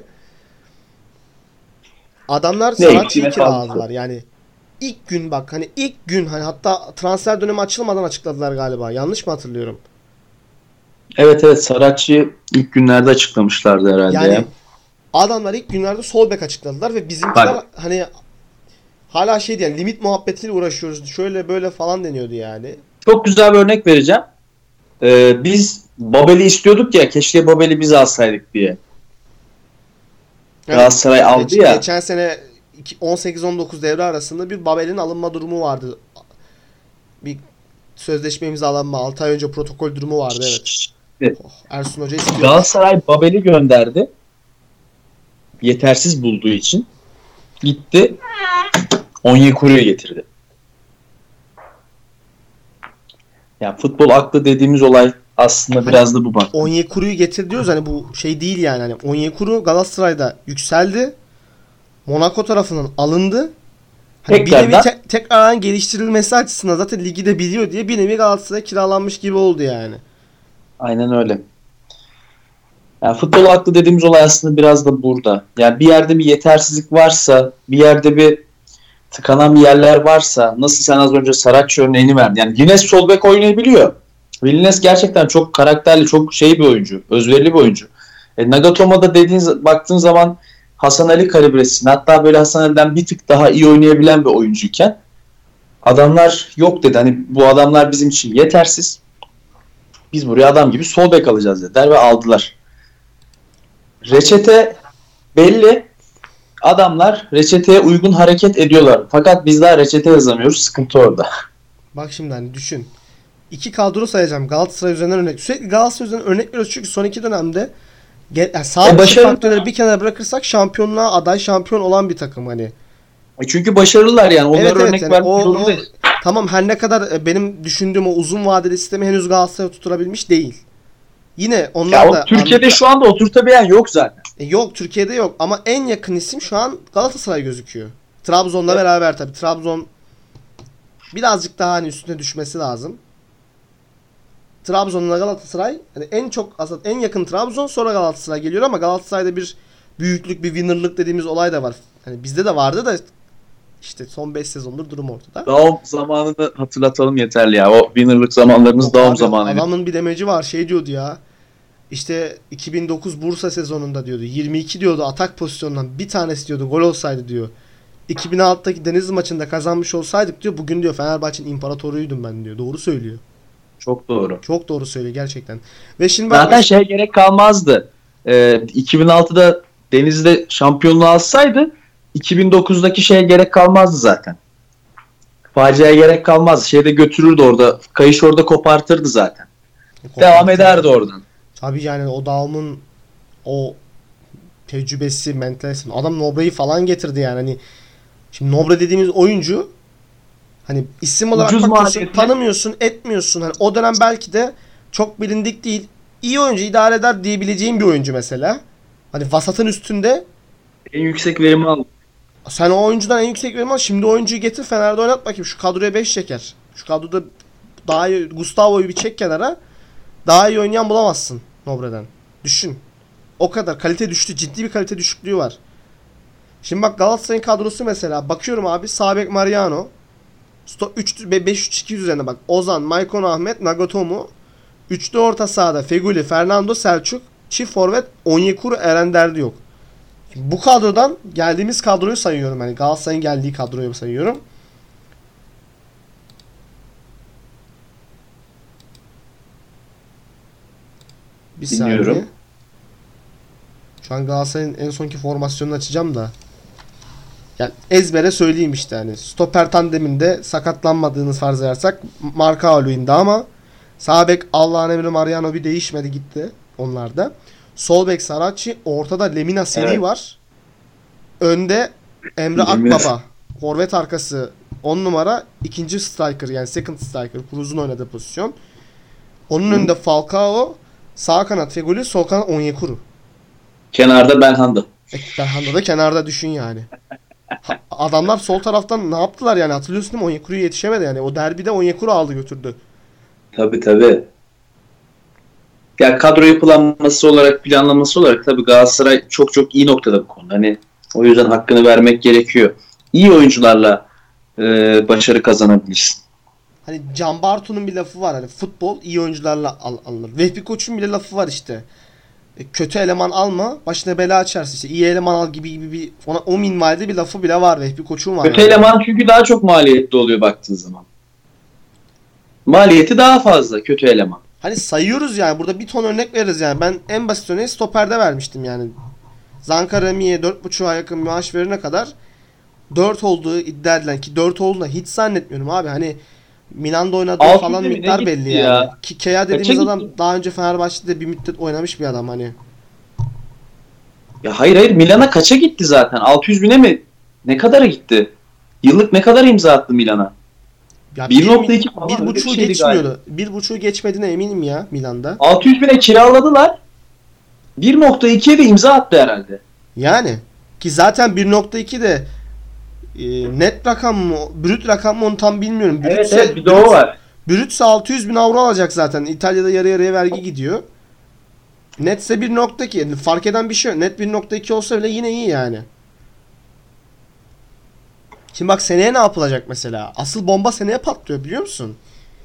Adamlar Saratçı'yı kiraladılar yani. İlk gün bak hani ilk gün hani hatta transfer dönemi açılmadan açıkladılar galiba. Yanlış mı hatırlıyorum? Evet evet Saratçı'yı ilk günlerde açıklamışlardı herhalde. Yani ya. adamlar ilk günlerde sol bek açıkladılar ve bizimkiler Bak. hani hala şey diyen limit muhabbetiyle uğraşıyoruz. Şöyle böyle falan deniyordu yani. Çok güzel bir örnek vereceğim. Ee, biz Babel'i istiyorduk ya, keşke Babel'i biz alsaydık diye. Evet. Galatasaray aldı Geç, ya. Geçen sene on sekiz on dokuz devre arasında bir Babel'in alınma durumu vardı. Bir sözleşme imzalanma altı ay önce protokol durumu vardı evet. Evet. Oh, Ersun Hoca istiyor. Galatasaray Babel'i gönderdi. Yetersiz bulduğu için. Gitti. Onyekuru'yu getirdi. Ya futbol aklı dediğimiz olay aslında hani biraz da bu bak. Onyekuru'yu getir diyoruz hani bu şey değil yani. Hani Onyekuru Galatasaray'da yükseldi. Monaco tarafından alındı. Hani bir nevi te- tekrardan geliştirilmesi açısından zaten ligi de biliyor diye bir nevi Galatasaray'a kiralanmış gibi oldu yani. Aynen öyle. Yani futbol aklı dediğimiz olay aslında biraz da burada. Yani bir yerde bir yetersizlik varsa, bir yerde bir tıkanan bir yerler varsa, nasıl sen az önce Saratçı örneğini verdin. Yani Lines sol bek oynayabiliyor. Ve Lines gerçekten çok karakterli, çok şey bir oyuncu, özverili bir oyuncu. E, Nagatomo'da dediğin, baktığın zaman Hasan Ali kalibresinde, hatta böyle Hasan Ali'den bir tık daha iyi oynayabilen bir oyuncuyken adamlar yok dedi. Hani bu adamlar bizim için yetersiz. Biz buraya adam gibi sol bek alacağız dediler ve aldılar. Reçete belli. Adamlar reçeteye uygun hareket ediyorlar. Fakat biz daha reçete yazamıyoruz. Sıkıntı orada. Bak şimdi hani düşün. İki kadro sayacağım. Galatasaray üzerinden örnek. Sürekli Galatasaray üzerinden örnek veriyoruz çünkü son iki dönemde yani sağ e başarı... faktörleri bir kenara bırakırsak şampiyonluğa aday şampiyon olan bir takım hani. E çünkü başarılılar yani. Onlara evet, örnek evet, vermek yani zorundayız. Tamam her ne kadar benim düşündüğüm o uzun vadeli sistemi henüz Galatasaray'a tutturabilmiş değil. Yine onlar ya da... Türkiye'de anladım. Şu anda oturtabilen yok zaten. E yok Türkiye'de yok ama en yakın isim şu an Galatasaray gözüküyor. Trabzon'la evet. beraber tabii. Trabzon birazcık daha hani üstüne düşmesi lazım. Trabzon'la Galatasaray hani en çok aslında en yakın Trabzon sonra Galatasaray geliyor ama Galatasaray'da bir büyüklük bir winner'lık dediğimiz olay da var. Hani bizde de vardı da işte son beş sezondur durum ortada. Daum zamanını hatırlatalım yeterli ya. O winner'lık zamanlarımız Daum zamanıydı. Adamın bir demeci var şey diyordu ya. İşte iki bin dokuz Bursa sezonunda diyordu. yirmi iki diyordu atak pozisyonundan bir tanesi diyordu gol olsaydı diyor. iki bin altıdaki Denizli maçında kazanmış olsaydık diyor. Bugün diyor Fenerbahçe'nin imparatoruydum ben diyor. Doğru söylüyor. Çok doğru. Çok doğru söylüyor gerçekten. Ve şimdi zaten şeye gerek kalmazdı. Ee, iki bin altıda Denizli'de şampiyonluğu alsaydı iki bin dokuzdaki şeye gerek kalmazdı zaten. Faciaya gerek kalmazdı. Şeyde götürürdü orada. Kayış orada kopartırdı zaten. E, Devam ederdi oradan. Tabii yani o Daum'un o tecrübesi, mentalesi. Adam Nobre'yi falan getirdi yani. Hani şimdi Nobre dediğimiz oyuncu hani isim olarak Ucuz bakıyorsun, maliyetli. tanımıyorsun, etmiyorsun. Hani o dönem belki de çok bilindik değil. İyi oyuncu, idare eder diyebileceğin bir oyuncu mesela. Hani vasatın üstünde En yüksek verimi aldı. sen o oyuncudan en yüksek verim al. Şimdi oyuncuyu getir Fener'de oynat bakayım. Şu kadroya beş çeker. Şu kadroda daha iyi Gustavo'yu bir çek kenara. Daha iyi oynayan bulamazsın Nobre'den. Düşün. O kadar kalite düştü. Ciddi bir kalite düşüklüğü var. Şimdi bak Galatasaray'ın kadrosu mesela. Bakıyorum abi. Sağ bek Mariano. üç beş üç iki üzerine bak. Ozan, Maicon Ahmet, Nagatomo. Üçlü orta sahada Feguli, Fernando, Selçuk. Çift forvet Onyekuru, Eren Derdi yok. Bu kadrodan geldiğimiz kadroyu sayıyorum. Yani Galatasaray'ın geldiği kadroyu sayıyorum. Bir Dinliyorum. saniye. Şu an Galatasaray'ın en sonki formasyonunu açacağım da. Yani ezbere söyleyeyim işte hani. Stoper tandeminde sakatlanmadığınız farz edersek Marka indi ama sağ bek Allah'ın emri Mariano bir değişmedi gitti onlarda. Sol bek Saracchi, ortada Lemina Seri Evet. var. Önde Emre Lemina. Akbaba. Forvet arkası on numara. İkinci striker yani second striker. Cruz'un oynadığı pozisyon. Onun Hı. önünde Falcao. Sağ kanat Feguli. Sol kanat Onyekuru. Kenarda Belhanda. E, Belhanda da kenarda düşün yani. Ha- adamlar sol taraftan ne yaptılar yani hatırlıyorsun değil mi? Onyekuru'ya yetişemedi yani. O derbide Onyekuru aldı götürdü. Tabii tabii. Ya kadro yapılanması olarak, planlaması olarak tabii Galatasaray çok çok iyi noktada bu konuda. Hani o yüzden hakkını vermek gerekiyor. İyi oyuncularla e, başarı kazanabilirsin. Hani Can Bartu'nun bir lafı var hani futbol iyi oyuncularla al- alınır. Vehbi Koç'un bile lafı var işte. E, kötü eleman alma başına bela açarsın işte. İyi eleman al gibi gibi bir ona o minvalde bir lafı bile var Vehbi Koç'un var. Kötü yani. eleman çünkü daha çok maliyetli oluyor baktığın zaman. Maliyeti daha fazla kötü eleman. Hani sayıyoruz yani burada bir ton örnek veririz yani. Ben en basit örneği stoperde vermiştim yani. Zanka Rami'ye dört buçuğa yakın maaş verene kadar dört olduğu iddia edilen ki dört olduğunu hiç zannetmiyorum abi. Hani Milan'da oynadığı Altı falan yüze mi ne miktar gitti belli ya? yani. Ki Kea dediğimiz Kaça adam gitti? daha önce Fenerbahçe'de bir müddet oynamış bir adam hani. Ya hayır hayır Milan'a kaça gitti zaten? altı yüz bine mi? Ne kadara gitti? Yıllık ne kadar imza attı Milan'a? Ya bir bir, nokta iki falan bir öyle bir buçuğu şeydi geçmiyordu. Bir buçuğu geçmediğine eminim ya Milan'da. altı yüz bine kiraladılar. bir nokta ikiye de imza attı herhalde. Yani ki zaten bir nokta iki de e, net rakam mı, brüt rakam mı onu tam bilmiyorum. Evet Brütse, evet bir de o var. brütse altı yüz bin avro alacak zaten. İtalya'da yarı yarıya vergi gidiyor. Netse bir nokta iki. Yani fark eden bir şey yok. Net bir nokta iki olsa bile yine iyi yani. Şimdi bak seneye ne yapılacak mesela? Asıl bomba seneye patlıyor biliyor musun?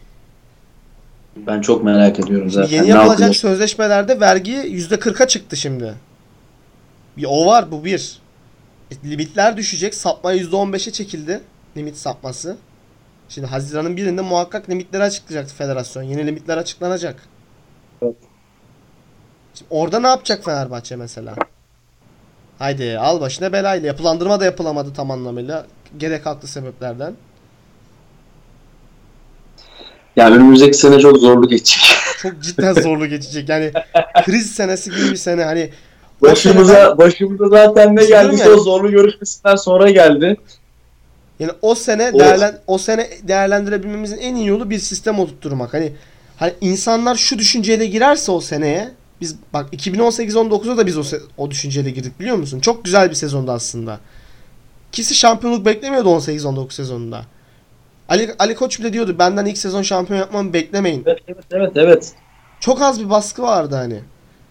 Ben çok merak ediyorum Şimdi zaten. yeni Ne yapılacak yapacak? sözleşmelerde vergi yüzde kırka çıktı şimdi. Bir o var bu bir. E, limitler düşecek. Sapma yüzde on beşe çekildi. Limit sapması. Şimdi Haziran'ın birinde muhakkak limitleri açıklayacaktı federasyon. Yeni limitler açıklanacak. Evet. Şimdi orada ne yapacak Fenerbahçe mesela? Haydi al başına belayla. Yapılandırma da yapılamadı tam anlamıyla. Gerek haklı sebeplerden. Yani önümüzdeki sene çok zorlu geçecek. Çok cidden zorlu geçecek. Yani kriz senesi gibi bir sene. Hani o Başımıza seneden- başımıza zaten ne Düşünüyorum geldiyse yani. o zorlu görüşmesinden sonra geldi. yani o sene O- değerlen o sene değerlendirebilmemizin en iyi yolu bir sistem oturtturmak. Hani hani insanlar şu düşünceyle girerse o seneye biz bak iki bin on sekiz on dokuzda da biz o se- o düşünceyle girdik biliyor musun? Çok güzel bir sezondu aslında. Kimse şampiyonluk beklemiyordu on sekiz on dokuz sezonunda. Ali Ali Koç bile diyordu benden ilk sezon şampiyon yapmamı beklemeyin. Evet evet evet evet. Çok az bir baskı vardı hani.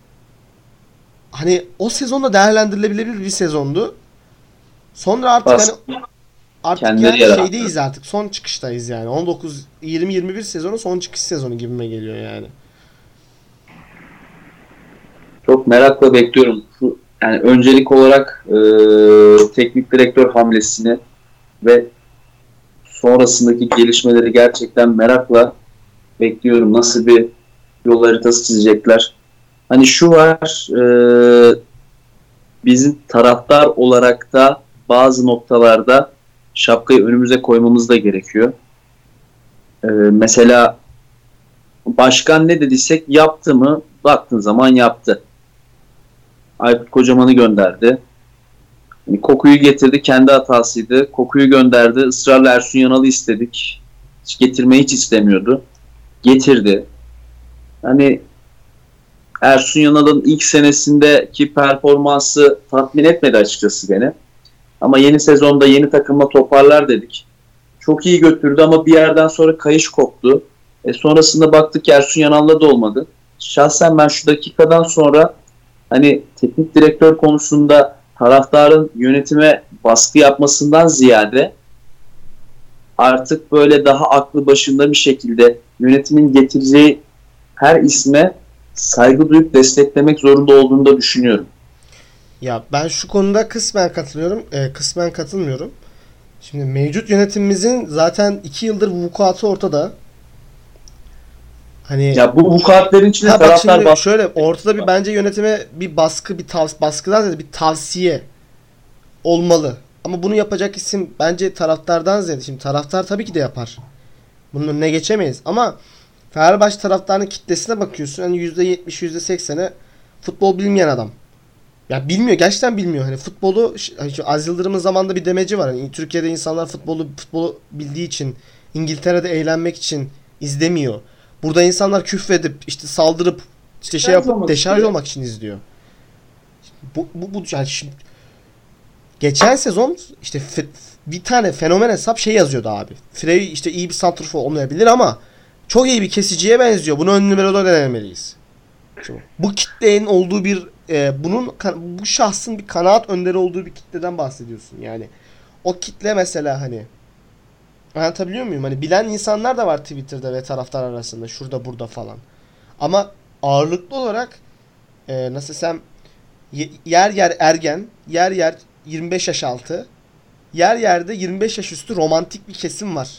Hani o sezonda değerlendirilebilir bir sezondu. Sonra artık Bas. hani artık Kendileri yani yarattı. şeydeyiz artık. Son çıkıştayız yani. on dokuz yirmi yirmi bir sezonu son çıkış sezonu gibime geliyor yani. Çok merakla bekliyorum. Şu, yani öncelik olarak e, teknik direktör hamlesini ve sonrasındaki gelişmeleri gerçekten merakla bekliyorum. Nasıl bir yol haritası çizecekler. Hani şu var, e, bizim taraftar olarak da bazı noktalarda şapkayı önümüze koymamız da gerekiyor. E, mesela başkan ne dediysek yaptı mı? Baktığın zaman yaptı. Aykut Kocaman'ı gönderdi. Yani Koku'yu getirdi, kendi hatasıydı. Koku'yu gönderdi. Israrla Ersun Yanal'ı istedik. Hiç getirmeyi hiç istemiyordu. Getirdi. Hani Ersun Yanal'ın ilk senesindeki performansı tatmin etmedi açıkçası beni. Ama yeni sezonda yeni takımla toparlar dedik. Çok iyi götürdü ama bir yerden sonra kayış koptu. E sonrasında baktık Ersun Yanal'la da olmadı. Şahsen ben şu dakikadan sonra hani teknik direktör konusunda taraftarın yönetime baskı yapmasından ziyade artık böyle daha aklı başında bir şekilde yönetimin getireceği her isme saygı duyup desteklemek zorunda olduğunu da düşünüyorum. Ya ben şu konuda kısmen katılıyorum, e, kısmen katılmıyorum. Şimdi mevcut yönetimimizin zaten iki yıldır vukuatı ortada. Hani Ya bu vukuatların içinde ha bak taraftar şimdi baskı şöyle ortada bir bence yönetime bir baskı, bir tav baskıdan ziyade bir tavsiye olmalı. Ama bunu yapacak isim bence taraftardan ziyade. Şimdi taraftar tabii ki de yapar. Bunun önüne geçemeyiz. Ama Fenerbahçe taraftarının kitlesine bakıyorsun. Hani yüzde yetmiş, yüzde sekseni futbol bilmeyen adam. Ya bilmiyor. Gerçekten bilmiyor. Hani futbolu hani şu Az Yıldırım'ın zamanında bir demeci var. Hani Türkiye'de insanlar futbolu futbolu bildiği için, İngiltere'de eğlenmek için izlemiyor. Burada insanlar küfredip işte saldırıp işte şey yapıp deşarj olmak için izliyor. Bu bu, bu yani şimdi, geçen sezon işte f- bir tane fenomen hesap şey yazıyordu abi. Frey işte iyi bir santrfor olmayabilir ama çok iyi bir kesiciye benziyor. Bunu ön numarada denemeliyiz. Şimdi, bu kitlenin olduğu bir e, bunun bu şahsın bir kanaat önderi olduğu bir kitleden bahsediyorsun. Yani o kitle mesela hani anlatabiliyor muyum? Hani bilen insanlar da var Twitter'da ve taraftar arasında şurada burada falan. Ama ağırlıklı olarak e, nasıl desem yer yer ergen, yer yer yirmi beş yaş altı, yer yerde yirmi beş yaş üstü romantik bir kesim var.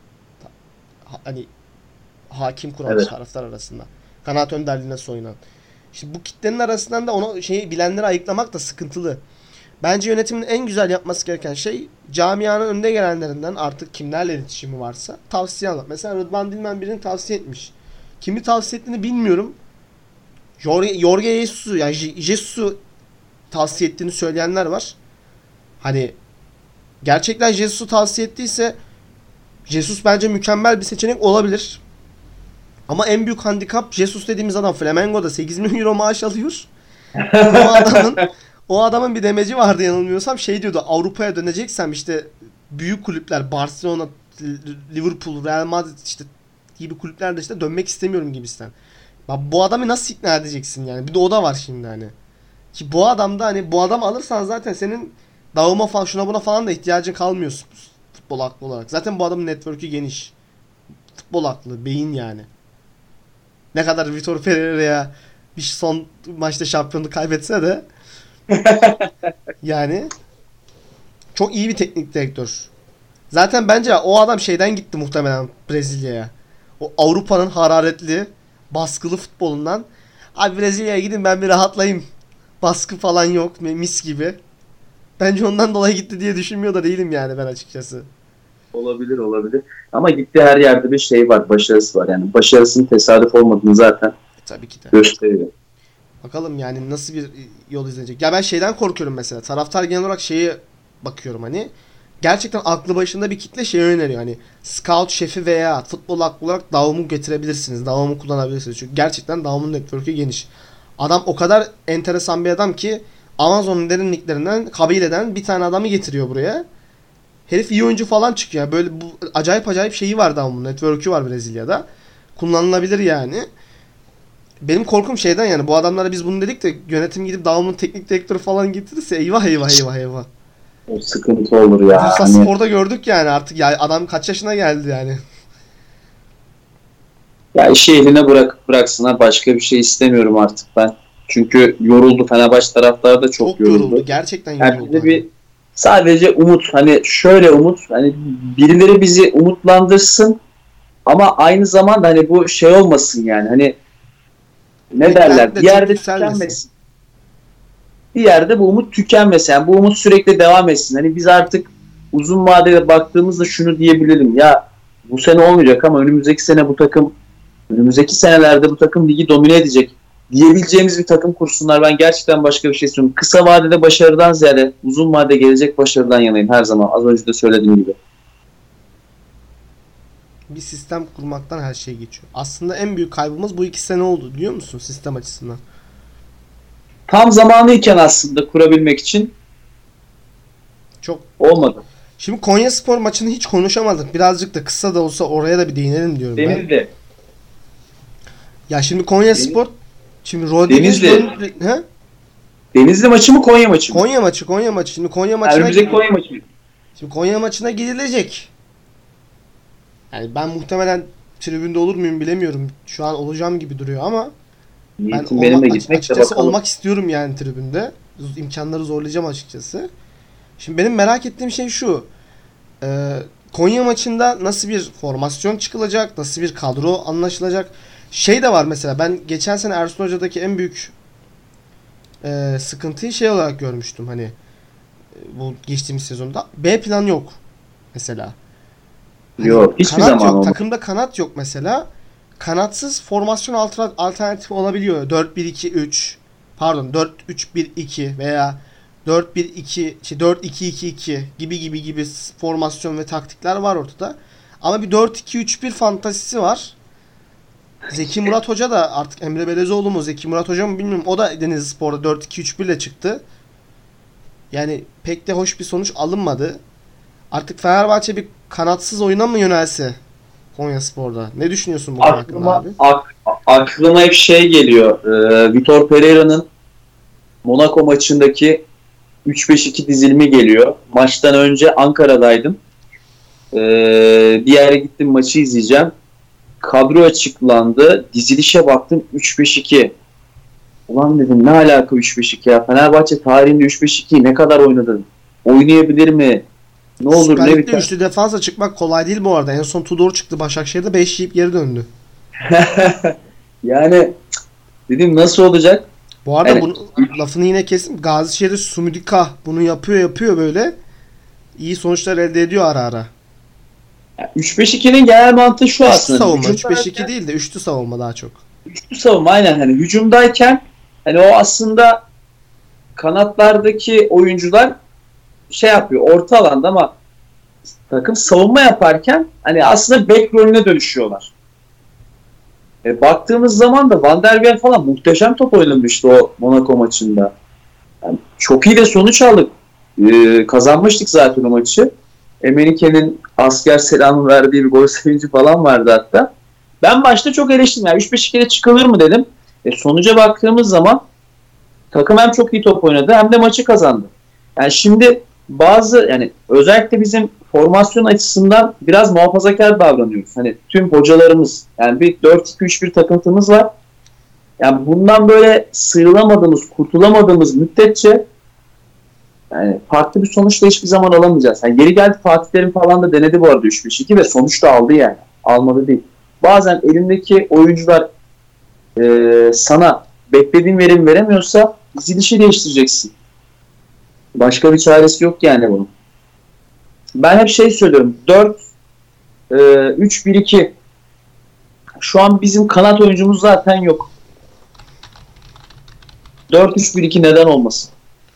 Ha, hani hakim kuran Evet. taraftar arasında. Kanaat önderliğine soyunan. Şimdi bu kitlenin arasından da onu şeyi bilenleri ayıklamak da sıkıntılı. Bence yönetimin en güzel yapması gereken şey camianın önde gelenlerinden artık kimlerle iletişimi varsa tavsiye almak. Mesela Rıdvan Dilmen birini tavsiye etmiş. Kimi tavsiye ettiğini bilmiyorum. Jorge, Jorge Jesus'u yani Jesus'u tavsiye ettiğini söyleyenler var. Hani gerçekten Jesus'u tavsiye ettiyse Jesus bence mükemmel bir seçenek olabilir. Ama en büyük handikap Jesus dediğimiz adam Flamengo'da sekiz milyon euro maaş alıyor. o adamın o adamın bir demeci vardı yanılmıyorsam şey diyordu Avrupa'ya döneceksem işte büyük kulüpler Barcelona, Liverpool, Real Madrid işte gibi kulüplerde işte dönmek istemiyorum gibisinden. Bak bu adamı nasıl ikna edeceksin yani? Bir de o da var şimdi hani. Ki bu adamda hani bu adamı alırsan zaten senin dağıma falan şuna buna falan da ihtiyacın kalmıyor futbol aklı olarak. Zaten bu adamın network'ü geniş. Futbol aklı, beyin yani. Ne kadar Vitor Pereira'ya bir son maçta şampiyonluk kaybetse de yani çok iyi bir teknik direktör. Zaten bence o adam şeyden gitti muhtemelen Brezilya'ya. O Avrupa'nın hararetli, baskılı futbolundan. Abi Brezilya'ya gidin ben bir rahatlayayım. Baskı falan yok mis gibi. Bence ondan dolayı gitti diye düşünmüyor da değilim yani ben açıkçası. Olabilir olabilir. Ama gittiği her yerde bir şey var, başarısı var. Yani başarısının tesadüf olmadığını zaten E, tabii ki de. gösteriyor. Bakalım yani nasıl bir yol izlenecek. Ya ben şeyden korkuyorum mesela. Taraftar genel olarak şeye bakıyorum hani. Gerçekten aklı başında bir kitle şey öneriyor. Hani scout şefi veya futbol aklı olarak Daum'u getirebilirsiniz. Daum'u kullanabilirsiniz. Çünkü gerçekten Daum'un network'ü geniş. Adam o kadar enteresan bir adam ki Amazon'un derinliklerinden kabileden bir tane adamı getiriyor buraya. Herif iyi oyuncu falan çıkıyor. Böyle bu acayip acayip şeyi var Daum'un. Network'ü var Brezilya'da. Kullanılabilir yani. Benim korkum şeyden yani bu adamlara biz bunu dedik de yönetim gidip Daum'un teknik direktörü falan getirirse eyvah eyvah eyvah eyvah. O sıkıntı olur ya. Bursa Hani... Spor'da gördük yani artık ya adam kaç yaşına geldi yani. Ya işi eline bırak bıraksınlar. Başka bir şey istemiyorum artık ben. Çünkü yoruldu. Fenerbahçe taraftarı da çok, Çok yoruldu. yoruldu. Gerçekten Yani yoruldu. bize bir sadece umut. Hani şöyle umut. Hani birileri bizi umutlandırsın. Ama aynı zamanda hani bu şey olmasın yani. Hani ne Beklenti derler? de Bir çok yerde yükselmesin. tükenmesin. Bir yerde bu umut tükenmesin. Yani bu umut sürekli devam etsin. Hani biz artık uzun vadede baktığımızda şunu diyebilirim. Ya bu sene olmayacak ama önümüzdeki sene bu takım önümüzdeki senelerde bu takım ligi domine edecek. diyebileceğimiz bir takım kursunlar. Ben gerçekten başka bir şey istiyorum. Kısa vadede başarıdan ziyade uzun vadede gelecek başarıdan yanayım her zaman. Az önce de söylediğim gibi. Bir sistem kurmaktan her şey geçiyor. Aslında en büyük kaybımız bu iki sene oldu biliyor musun sistem açısından? Tam zamanıyken aslında kurabilmek için Çok. olmadı. Şimdi Konyaspor maçını hiç konuşamadık. Birazcık da kısa da olsa oraya da bir değinelim diyorum ben. Denizli. Ya şimdi Konyaspor şimdi Rodriguez Denizli. dön- he? Denizli maçı mı Konya maçı mı? Konya maçı, Konya maçı. Şimdi Konya Yani maçına önümüzdeki Konya maçı mı? Şimdi Konya maçına gidilecek. Yani ben muhtemelen tribünde olur muyum bilemiyorum. Şu an olacağım gibi duruyor ama ben Niyetim benim de olma, gitmek de açıkçası bakalım. olmak istiyorum yani tribünde. İmkanları zorlayacağım açıkçası. Şimdi benim merak ettiğim şey şu. Ee, Konya maçında nasıl bir formasyon çıkılacak? Nasıl bir kadro anlaşılacak? Şey de var mesela ben geçen sene Ersun Hoca'daki en büyük e, sıkıntıyı şey olarak görmüştüm hani e, bu geçtiğimiz sezonda. B plan yok mesela. Hani Yok, hiçbir kanat zaman yok. olmadı. Takımda kanat yok mesela. Kanatsız formasyon alter- alternatifi olabiliyor. dört bir iki üç pardon dört üç bir iki veya dört bir iki şey dört iki iki iki gibi gibi gibi formasyon ve taktikler var ortada. Ama bir dört iki üç bir fantazisi var. Zeki Murat Hoca da artık Emre Belezoğlu mu Zeki Murat Hoca mı bilmiyorum. O da Denizlispor'da dört iki üç bir ile çıktı. Yani pek de hoş bir sonuç alınmadı. Artık Fenerbahçe bir kanatsız oyuna mı yönelse Konyaspor'da? Ne düşünüyorsun bu konu hakkında Aklıma, abi? ak, aklıma hep şey geliyor. Ee, Vitor Pereira'nın Monaco maçındaki üç beş iki dizilimi geliyor. Maçtan önce Ankara'daydım. Ee, bir yere gittim maçı izleyeceğim. Kadro açıklandı. Dizilişe baktım üç beş iki. Ulan dedim ne alaka üç beş iki ya? Fenerbahçe tarihinde üç beş ikiyi ne kadar oynadı? Oynayabilir mi? Ne olur Süper ne Lig'de biter? üçlü defansa çıkmak kolay değil bu arada. En son Tudor çıktı Başakşehir'de beş yiyip geri döndü. Yani dedim nasıl olacak? Bu arada Evet. bunu, lafını yine kesim. Gazişehir'de Sumudika bunu yapıyor yapıyor böyle. İyi sonuçlar elde ediyor ara ara. üç beş ikinin genel mantığı şu Üçlü aslında. savunma. üç beş Hücumdayken- iki değil de üçlü savunma daha çok. Üçlü savunma aynen hani hücumdayken hani o aslında kanatlardaki oyuncular şey yapıyor orta alanda ama takım savunma yaparken hani aslında bek rolüne dönüşüyorlar. E, baktığımız zaman da Van der Ven falan muhteşem top oynamıştı o Monaco maçında. Yani çok iyi de sonuç aldık. E, kazanmıştık zaten o maçı. Emenike'nin asker selamı verdiği bir gol sevinci falan vardı hatta. Ben başta çok eleştirdim. Yani üç beş ikide çıkılır mı dedim. E, sonuca baktığımız zaman takım hem çok iyi top oynadı hem de maçı kazandı. Yani şimdi bazı yani özellikle bizim formasyon açısından biraz muhafazakar davranıyoruz. Hani tüm hocalarımız yani bir dört iki üç bir takıntımız var. Yani bundan böyle sıyrılamadığımız, kurtulamadığımız müddetçe yani farklı bir sonuç da hiçbir zaman alamayacağız. Yani geri geldi Fatih Terim falan da denedi bu arada üç beş iki ve sonuç da aldı yani. Almadı değil. Bazen elindeki oyuncular e, sana beklediğin verim veremiyorsa dizilişi değiştireceksin. Başka bir çaresi yok yani bunun. Ben hep şey söylüyorum. dört üç bir iki şu an bizim kanat oyuncumuz zaten yok. dört üç bir iki neden olmasın?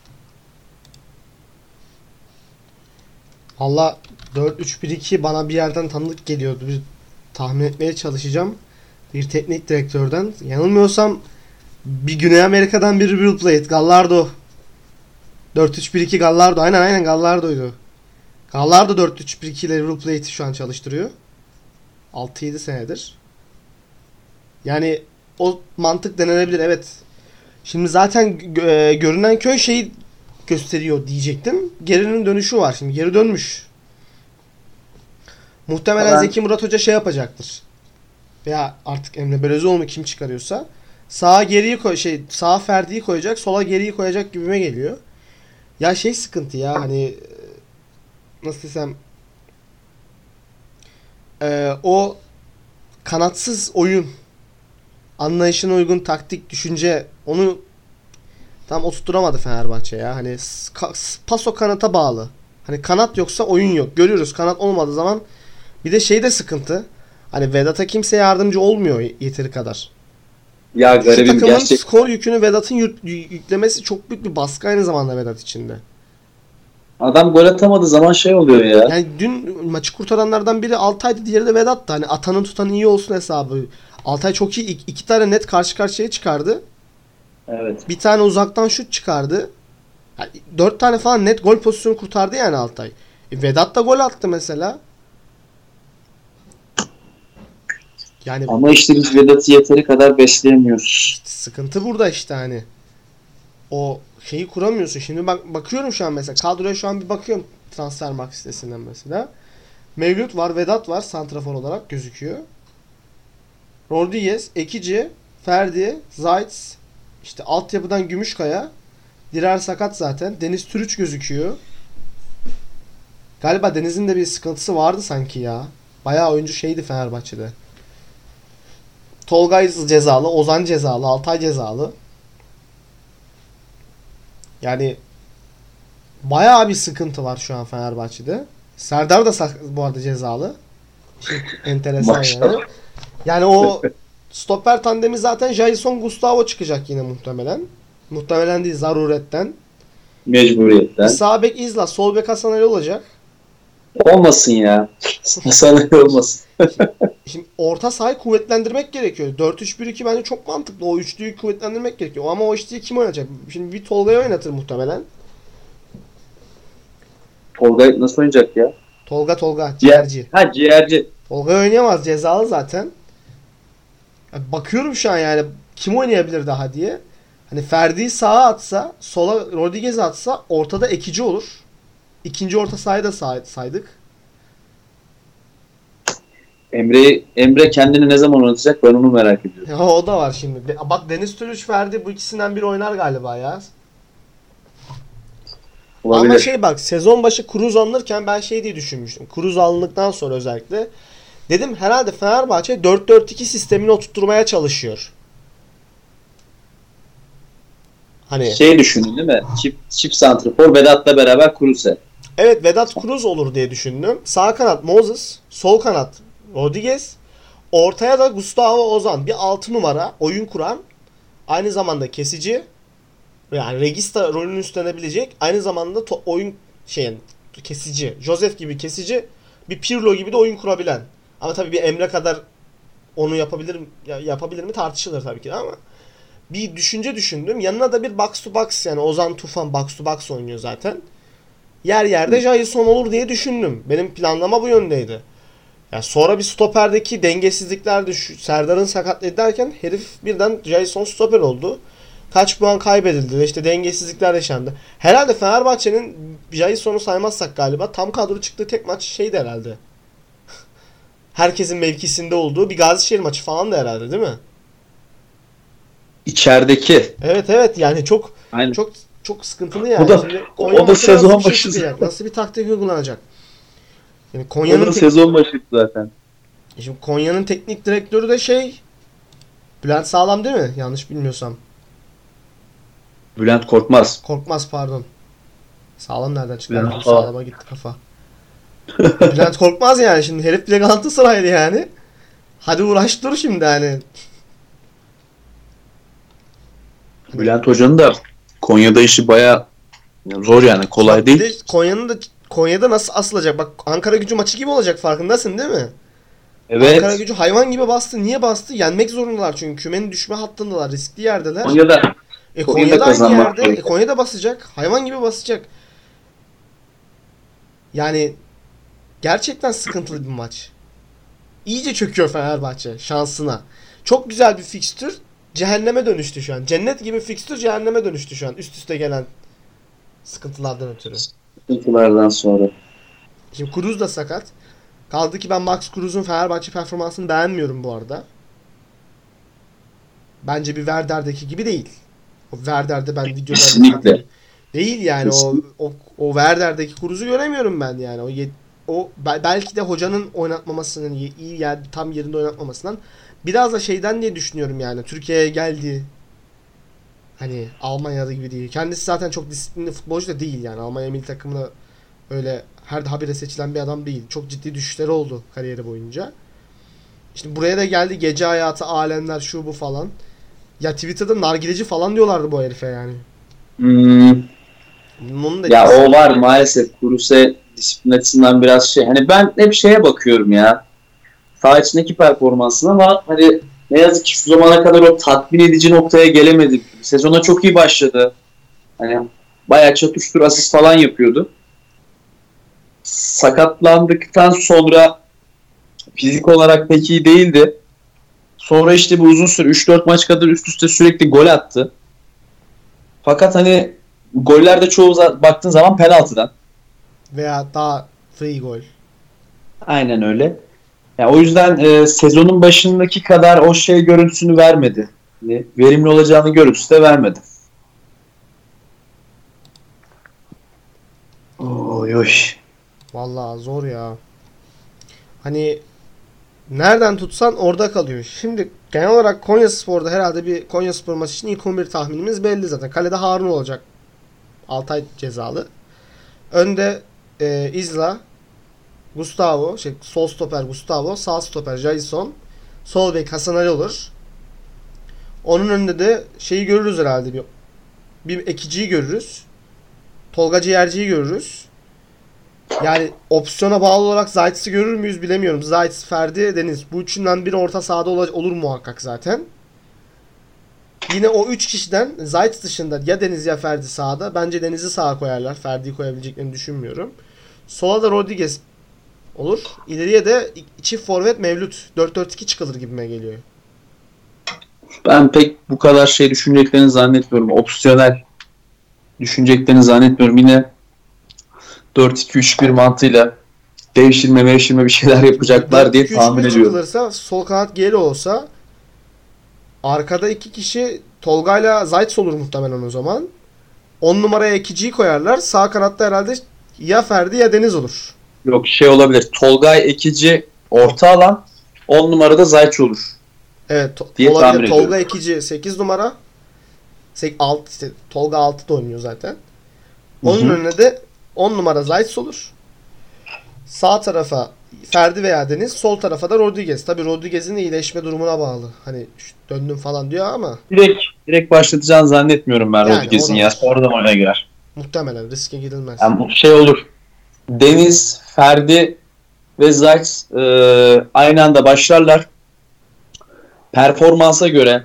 Valla dört üç bir iki bana bir yerden tanıdık geliyordu. Bir tahmin etmeye çalışacağım. Bir teknik direktörden. Yanılmıyorsam bir Güney Amerika'dan bir River Plate. Gallardo. dört üç bir iki Gallardo. Aynen aynen Gallardo'ydu. Gallardo dört üç bir iki ile River Plate'i şu an çalıştırıyor. altı yedi senedir. Yani o mantık denenebilir evet. Şimdi zaten gö- e, görünen köy şeyi gösteriyor diyecektim. Gerinin dönüşü var. Şimdi geri dönmüş. Muhtemelen Ben- Zeki Murat Hoca şey yapacaktır. Veya artık Emre Belözoğlu kim çıkarıyorsa sağa geriyi koy şey sağa Ferdi'yi koyacak, sola geriyi koyacak gibime geliyor. Ya şey sıkıntı ya hani e, nasıl desem e, o kanatsız oyun anlayışına uygun taktik düşünce onu tam oturtturamadı Fenerbahçe ya. Hani s- ka- s- paso kanata bağlı. Hani kanat yoksa oyun yok. Görüyoruz kanat olmadığı zaman bir de şey de sıkıntı. Hani Vedat'a kimse yardımcı olmuyor yeteri kadar. Ya Şu garibim takımın gerçek. skor yükünü Vedat'ın yük- yüklemesi çok büyük bir baskı aynı zamanda Vedat içinde. Adam gol atamadığı zaman şey oluyor ya. Yani dün maçı kurtaranlardan biri Altay'dı, diğeri de Vedat'tı. Hani atanın tutan iyi olsun hesabı. Altay çok iyi. İki, iki tane net karşı karşıya çıkardı. Evet. Bir tane uzaktan şut çıkardı. Yani dört tane falan net gol pozisyonu kurtardı yani Altay. E, Vedat da gol attı mesela. Yani Ama işte biz Vedat'ı yeteri kadar besleyemiyoruz. sıkıntı burada işte hani. O şeyi kuramıyorsun. Şimdi bak bakıyorum şu an mesela. Kadroya şu an bir bakıyorum Transfermarkt sitesinden mesela. Mevlüt var, Vedat var santrafor olarak gözüküyor. Rodriguez, Ekici, Ferdi, Zayt, işte altyapıdan Gümüşkaya, Direr sakat zaten. Deniz Türüç gözüküyor. Galiba Deniz'in de bir sıkıntısı vardı sanki ya. Bayağı oyuncu şeydi Fenerbahçe'de. Tolgay cezalı, Ozan cezalı, Altay cezalı. Yani bayağı bir sıkıntı var şu an Fenerbahçe'de. Serdar da sak- bu arada cezalı. Şey, enteresan yani. Maşallah. Yani o stoper tandemi zaten Jason Gustavo çıkacak yine muhtemelen. Muhtemelen değil, zaruretten. Bir Mecburiyetten. sağ bek İzla, sol bek Hasan Ali olacak. Olmasın ya. Sana olmasın. Şimdi orta sahayı kuvvetlendirmek gerekiyor. dört üç bir iki bence çok mantıklı. O üçlüyü kuvvetlendirmek gerekiyor. Ama o üçlüyü kim oynayacak? Şimdi bir Tolga'yı oynatır muhtemelen. Tolga nasıl oynayacak ya? Tolga Tolga Ciğer. ciğerci. Ha ciğerci. Tolga oynayamaz, cezalı zaten. Ya bakıyorum şu an yani kim oynayabilir daha diye. Hani Ferdi'yi sağa atsa, sola Rodriguez atsa ortada ekici olur. İkinci orta sahayı da say- saydık. Emre Emre kendini ne zaman oynatacak ben onu merak ediyorum. Ya o da var şimdi. De- Bak Deniz Türüç, Ferdi bu ikisinden biri oynar galiba ya. Olabilir. Ama şey bak, sezon başı Kruz alınırken ben şey diye düşünmüştüm. Kruz alındıktan sonra özellikle dedim herhalde Fenerbahçe dört dört iki sistemini oturtmaya çalışıyor. Hani Şey düşündün değil mi? Çift, çift santrafor Vedat'la beraber Kruse. evet, Vedat Kruz olur diye düşündüm. Sağ kanat Moses, sol kanat Rodriguez, ortaya da Gustavo Ozan, bir altı numara oyun kuran, aynı zamanda kesici, yani regista rolünü üstlenebilecek, aynı zamanda to- oyun şeyin kesici, Joseph gibi kesici, bir Pirlo gibi de oyun kurabilen. Ama tabii bir Emre kadar onu yapabilir mi, ya- yapabilir mi tartışılır tabii ki de, ama bir düşünce düşündüm. Yanına da bir box to box, yani Ozan Tufan box to box oynuyor zaten. Yer yerde Jason olur diye düşündüm. Benim planlama bu yöndeydi. Yani sonra bir stoperdeki dengesizlikler düş Serdar'ın sakatlığı derken herif birden Jason stoper oldu. Kaç puan kaybedildi. İşte dengesizlikler yaşandı. Herhalde Fenerbahçe'nin Jason'u saymazsak galiba tam kadro çıktığı tek maç şeydi herhalde. Herkesin mevkisinde olduğu bir Gazişehir maçı falan da herhalde, değil mi? İçerideki. Evet evet, yani çok Aynen. çok çok sıkıntılı yani. O da- Şimdi o Konya da maçı sezon nasıl bir şey başı çıkacak? zaten. Nasıl bir taktik uygulanacak? Yani Onun Konya'nın tek- sezon başı zaten. Şimdi Konya'nın teknik direktörü de şey Bülent Sağlam değil mi? Yanlış bilmiyorsam. Bülent Korkmaz. Korkmaz, pardon. Sağlam nereden çıktı? Bülent Şimdi Sağlam. Sağlam'a gitti kafa. Bülent Korkmaz yani, şimdi herif bile Galatasaraylı yani. Hadi uğraş dur şimdi hani. Bülent Hoca'nın da Konya'da işi baya zor yani kolay Bir de değil. Konya'nın da Konya'da nasıl asılacak? Bak Ankara Gücü maçı gibi olacak, farkındasın değil mi? Evet. Ankara Gücü hayvan gibi bastı. Niye bastı? Yenmek zorundalar çünkü. Kümenin düşme hattındalar. Riskli yerdeler. Konya'da E Konya'da Konya'da aynı kazanmak yerde. E gerekiyor. Konya'da basacak. Hayvan gibi basacak. Yani gerçekten sıkıntılı bir maç. İyice çöküyor Fenerbahçe şansına. Çok güzel bir fikstür cehenneme dönüştü şu an. Cennet gibi fikstür cehenneme dönüştü şu an. Üst üste gelen sıkıntılardan ötürü. sıkıntılardan sonra. Şimdi Kruz da sakat. Kaldı ki ben Max Kruz'un Fenerbahçe performansını beğenmiyorum bu arada. Bence bir Werder'deki gibi değil. O Werder'de ben videolarda Kesinlikle. izlediğim değil yani. O, Kesinlikle. o o Werder'deki Kruz'u göremiyorum ben yani. O ye- o be- belki de hocanın oynatmamasının ye- iyi yer tam yerinde oynatmamasından biraz da şeyden diye düşünüyorum yani. Türkiye'ye geldi. Hani Almanya'da gibi değil. Kendisi zaten çok disiplinli futbolcu da değil yani. Almanya milli takımına öyle her habire seçilen bir adam değil. Çok ciddi düşüşleri oldu kariyeri boyunca. İşte buraya da geldi, gece hayatı, alemler, şu bu falan. Ya Twitter'da nargileci falan diyorlardı bu herife yani. Hmm. Onun da Ya etkisi. o var maalesef. Kruse disiplin açısından biraz şey. Hani ben hep şeye bakıyorum ya. Saha içindeki performansına ama hani ne yazık ki şu zamana kadar o tatmin edici noktaya gelemedik. Sezona çok iyi başladı. Hani bayağı çatıştır asist falan yapıyordu. Sakatlandıktan sonra fizik olarak pek iyi değildi. Sonra işte bu uzun süre üç dört maç kadar üst üste sürekli gol attı. Fakat hani gollerde çoğu za- baktığın zaman penaltıdan. Veya daha free goal. Aynen öyle. Yani o yüzden e, sezonun başındaki kadar o şey görüntüsünü vermedi. Hani verimli olacağını görüntüsü de vermedi. Oy oy. Vallahi zor ya. Hani nereden tutsan orada kalıyor. Şimdi genel olarak Konyaspor'da herhalde bir Konyaspor maçı için ilk on bir tahminimiz belli zaten. Kalede Harun olacak. Altay cezalı. Önde e, Isla, Gustavo, şey, sol stoper Gustavo, sağ stoper Jason, sol bek Hasan Ali olur. Onun önünde de şeyi görürüz herhalde bir bir ekiciyi görürüz. Tolga Ciğerci'yi görürüz. Yani opsiyona bağlı olarak Zayt'sı görür müyüz bilemiyorum. Zayt, Ferdi, Deniz. Bu üçünden biri orta sahada ol- olur muhakkak zaten. Yine o üç kişiden Zayt dışında ya Deniz ya Ferdi sağda. Bence Deniz'i sağa koyarlar. Ferdi'yi koyabileceklerini düşünmüyorum. Sola da Rodriguez olur. İleriye de çift forvet Mevlüt. dört dört iki çıkılır gibime geliyor. Ben pek bu kadar şey düşüneceklerini zannetmiyorum. Opsiyonel düşüneceklerini zannetmiyorum. Yine dört iki üç bir mantığıyla devşirme mevşirme bir şeyler yapacaklar diye tahmin ediyorum. Çıkılırsa sol kanat Geli olsa arkada iki kişi Tolga'yla Zayt olur muhtemelen o zaman. on numaraya ekiciyi koyarlar. Sağ kanatta herhalde ya Ferdi ya Deniz olur. Yok şey olabilir. Tolgay Ekici orta alan on numarada Zayç olur. Evet to- Diye tahmin olabilir. ediyorum. Tolga ekici sekiz numara. Sek- altı, işte, Tolga altı da oynuyor zaten. Onun Hı hı. önüne de on numara Zayt olur. Sağ tarafa Ferdi veya Deniz. Sol tarafa da Rodriguez. Tabi Rodriguez'in iyileşme durumuna bağlı. Hani döndüm falan diyor ama Direkt direkt başlatacağını zannetmiyorum ben yani o Rodriguez'in da ya. var. Sonradan oyuna girer. Muhtemelen riske girilmez. Yani bu şey olur. Deniz, Ferdi ve Zayt e, aynı anda başlarlar. Performansa göre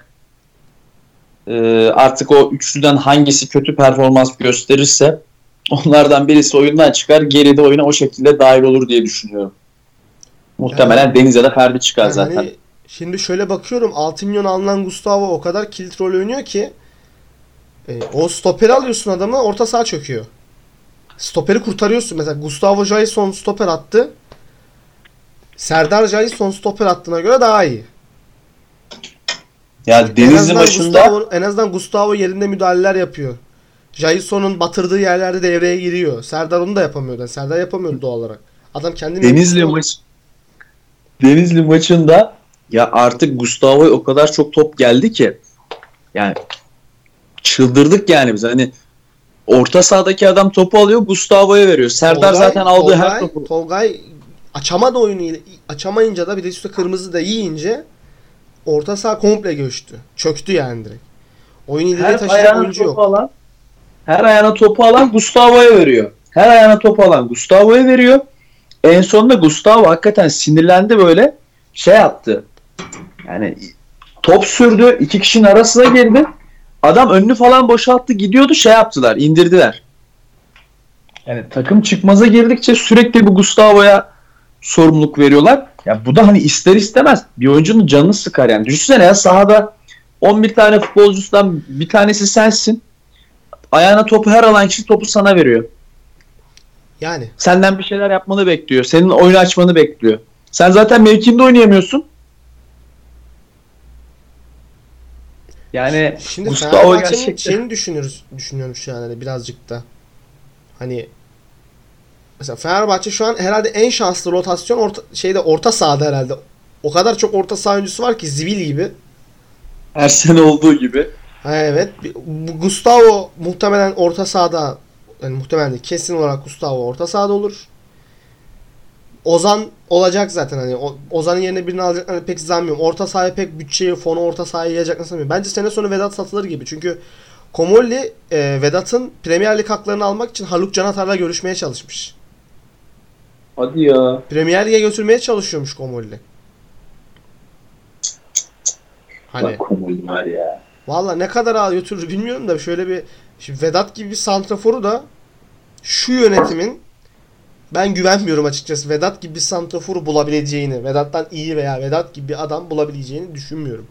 e, artık o üçlüden hangisi kötü performans gösterirse onlardan birisi oyundan çıkar. Geride oyuna o şekilde dahil olur diye düşünüyorum. Muhtemelen Yani, Deniz ya da Ferdi çıkar yani zaten. hani şimdi şöyle bakıyorum altı milyon alınan Gustavo o kadar kilit rol oynuyor ki e, o stoperi alıyorsun adamı orta saha çöküyor. Stoperi kurtarıyorsun. Mesela Gustavo Jason stoper attı. Serdar Jason stoper attığına göre daha iyi. Ya En Denizli azından maçında Gustavo, en azından Gustavo yerinde müdahaleler yapıyor. Jason'un batırdığı yerlerde devreye giriyor. Serdar onu da yapamıyordu. Yani Serdar yapamıyordu doğal olarak. Adam kendi Denizli mevkisini- maç Denizli maçında ya artık Gustavo'ya o kadar çok top geldi ki yani çıldırdık yani biz. Hani orta sahadaki adam topu alıyor, Gustavo'ya veriyor. Serdar Tolgay- zaten aldığı Tolgay- her topu. Tolgay açamadı oyunu. Açamayınca da bir de üstüne kırmızı da yiyince orta saha komple göçtü. Çöktü yani direkt. Oyun ileriye Her taşıyacak ayağına oyuncu topu yok. alan her ayağına topu alan Gustavo'ya veriyor. Her ayağına topu alan Gustavo'ya veriyor. En sonunda Gustavo hakikaten sinirlendi böyle şey yaptı. Yani top sürdü. İki kişinin arasına girdi. Adam önünü falan boşalttı. Gidiyordu şey yaptılar. İndirdiler. Yani takım çıkmaza girdikçe sürekli bu Gustavo'ya sorumluluk veriyorlar. Ya bu da hani ister istemez bir oyuncunun canını sıkar yani. Düşünsene ya sahada on bir tane futbolcusundan bir tanesi sensin. Ayağına topu her alan kişi topu sana veriyor. Yani Senden bir şeyler yapmanı bekliyor. Senin oyunu açmanı bekliyor. Sen zaten mevkinde oynayamıyorsun. Yani şimdi Gustavo Fenerbahçe'nin gerçekten şeyini düşünürüz, düşünüyorum şu an hani birazcık da. Hani mesela Fenerbahçe şu an herhalde en şanslı rotasyon orta, şeyde orta sahada herhalde. O kadar çok orta saha oyuncusu var ki Zivil gibi. her sene olduğu gibi. Ha, evet. Bu Gustavo muhtemelen orta sahada yani muhtemelen değil, kesin olarak Gustavo orta sahada olur. Ozan olacak zaten hani. O- Ozan'ın yerine birini alacaklarını pek sanmıyorum. Orta sahaya pek bütçeyi, fonu orta sahaya yayacaklarını sanmıyorum. Bence sene sonu Vedat satılır gibi. Çünkü Komolli e, Vedat'ın Premier Lig haklarını almak için Haluk Canatar'la görüşmeye çalışmış. Hadi ya. Premier Lig'e götürmeye çalışıyormuş Komolli. Hani Bak Komolli var ya. valla ne kadar ağır götürür bilmiyorum da şöyle bir şimdi Vedat gibi bir santraforu da şu yönetimin ben güvenmiyorum açıkçası. Vedat gibi bir santraforu bulabileceğini, Vedat'tan iyi veya Vedat gibi bir adam bulabileceğini düşünmüyorum.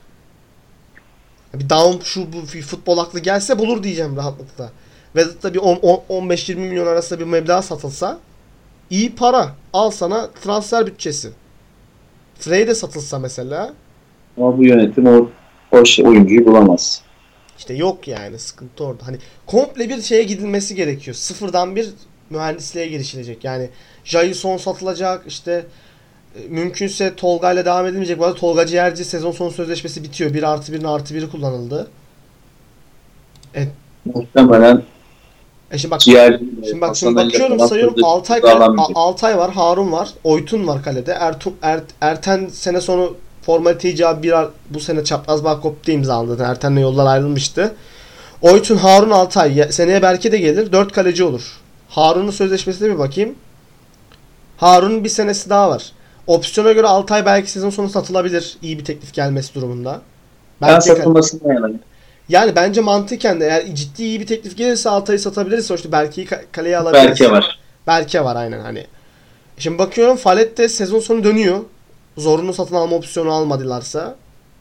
Bir down şu bu bir futbol aklı gelse bulur diyeceğim rahatlıkla. Vedat da bir on beş yirmi milyon arasında bir meblağ satılsa iyi para. Al sana transfer bütçesi. Frey de satılsa mesela Ama bu yönetim o, o şey, oyuncuyu bulamaz. işte yok yani sıkıntı orada. Hani komple bir şeye gidilmesi gerekiyor. Sıfırdan bir mühendisliğe girişilecek. Yani Jailson satılacak işte e, mümkünse Tolga ile devam edilmeyecek. Bu arada Tolga Ciğerci sezon sonu sözleşmesi bitiyor. Bir artı birin artı biri kullanıldı. E, Muhtemelen e şimdi bak ciğer şimdi bak şimdi bakıyorum sayıyorum Altay kale, A- Altay var, Harun var, Oytun var kalede. Ertuğ, Er- Erten sene sonu formalite icabı bir ar- bu sene çapraz bağ koptu imzaladı. Erten'le yollar ayrılmıştı. Oytun, Harun, Altay. Ya- Seneye Berke de gelir. Dört kaleci olur. Harun'un sözleşmesine bir bakayım. Harun'un bir senesi daha var. Opsiyona göre Altay belki sezon sonu satılabilir. İyi bir teklif gelmesi durumunda. ben Belki satılmasına yanayım. yani bence mantıken de eğer ciddi iyi bir teklif gelirse Altay'ı satabiliriz. Sonuçta Berke'yi ka- kaleye alabiliriz. Berke var. Berke var aynen hani. Şimdi bakıyorum Fallet de sezon sonu dönüyor. Zorunlu satın alma opsiyonu almadılarsa.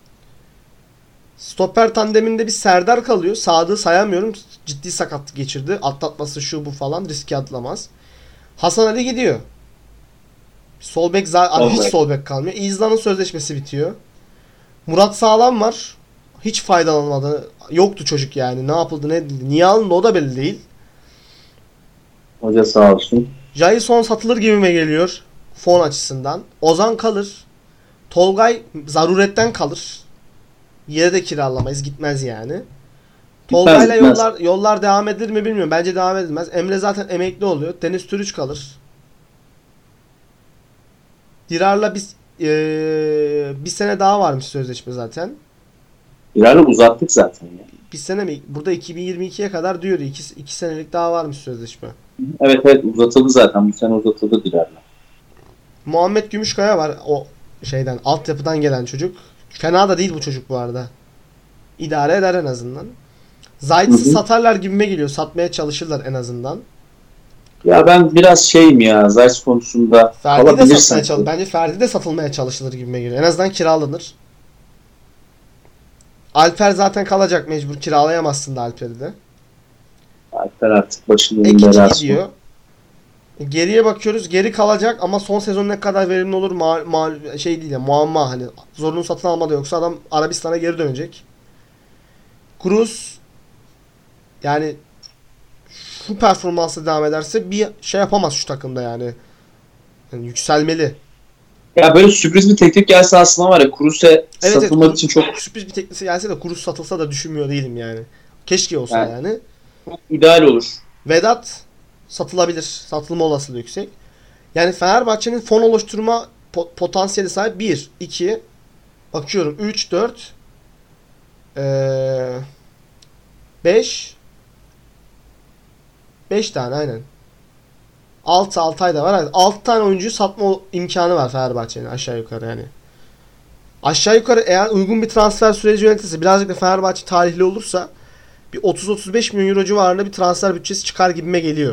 Stoper tandeminde bir Serdar kalıyor. Sadık'ı sayamıyorum. Ciddi sakatlık geçirdi. Atlatması şu bu falan riske atlamaz. Hasan Ali gidiyor. Sol bek zaten hiç Vallahi. sol bek kalmıyor. İzlan'ın sözleşmesi bitiyor. Murat Sağlam var. Hiç faydalanmadı. Yoktu çocuk yani. Ne yapıldı ne edildi. Niye alındı o da belli değil. Hoca sağ olsun. Jailson satılır gibime geliyor. Fon açısından. Ozan kalır. Tolgay zaruretten kalır. Yere de kiralamayız. Gitmez yani. Tolgay'la gitmez. yollar yollar devam edilir mi bilmiyorum. Bence devam edilmez. Emre zaten emekli oluyor. Deniz Türüç kalır. Dirar'la biz eee, bir sene daha varmış sözleşme zaten. Bilal'i uzattık zaten ya. Bir sene mi? Burada iki bin yirmi ikiye kadar diyordu. İki, iki senelik daha varmış sözleşme. Evet evet uzatıldı zaten. Bu sene uzatıldı Bilal'le. Muhammed Gümüşkaya var. O şeyden altyapıdan gelen çocuk. Fena da değil bu çocuk bu arada. İdare eder en azından. Zayt'sı Hı hı. satarlar gibime geliyor. Satmaya çalışırlar en azından. Ya ben biraz şeyim ya Zayt konusunda Ferdi de kalabilirsin. satmaya çalışılır. Bence Ferdi de satılmaya çalışılır gibime geliyor. En azından kiralanır. Alper zaten kalacak mecbur. Kiralayamazsın da Alper'i de. Alper artık başının Ekici belası. gidiyor. Geriye bakıyoruz. Geri kalacak ama son sezon ne kadar verimli olur ma ma şey değil ya muamma hani zorunlu satın alma da yoksa adam Arabistan'a geri dönecek. Cruz yani şu performansla devam ederse bir şey yapamaz şu takımda yani. Yani yükselmeli. Ya böyle sürpriz bir teklif gelse aslında var ya Kruse Evet, evet satılmak Cruz- için çok sürpriz bir teklifi gelse de Cruz satılsa da düşünmüyor değilim yani. Keşke olsa Yani. yani. çok ideal olur. Vedat satılabilir. Satılma olasılığı yüksek. Yani Fenerbahçe'nin fon oluşturma po- potansiyeli sahip bir, iki, bakıyorum üç, dört, beş, beş tane aynen. altı, altı ay da var. Evet, altı tane oyuncuyu satma imkanı var Fenerbahçe'nin aşağı yukarı yani. Aşağı yukarı eğer uygun bir transfer süreci yönetilirse birazcık da Fenerbahçe talihli olursa bir otuz otuz beş milyon euro civarında bir transfer bütçesi çıkar gibime geliyor.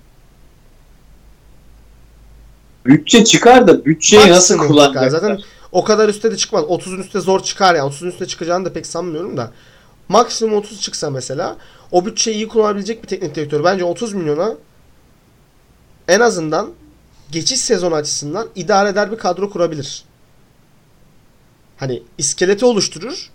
Bütçe çıkar da bütçeyi nasıl Maksimum çıkar. kullanacaklar? Zaten o kadar üstte de çıkmaz. otuzun üstte zor çıkar yani. otuzun üstte çıkacağını da pek sanmıyorum da. Maksimum otuz çıksa mesela o bütçeyi iyi kullanabilecek bir teknik direktör. Bence otuz milyona en azından geçiş sezonu açısından idare eder bir kadro kurabilir. Hani iskeleti oluşturur.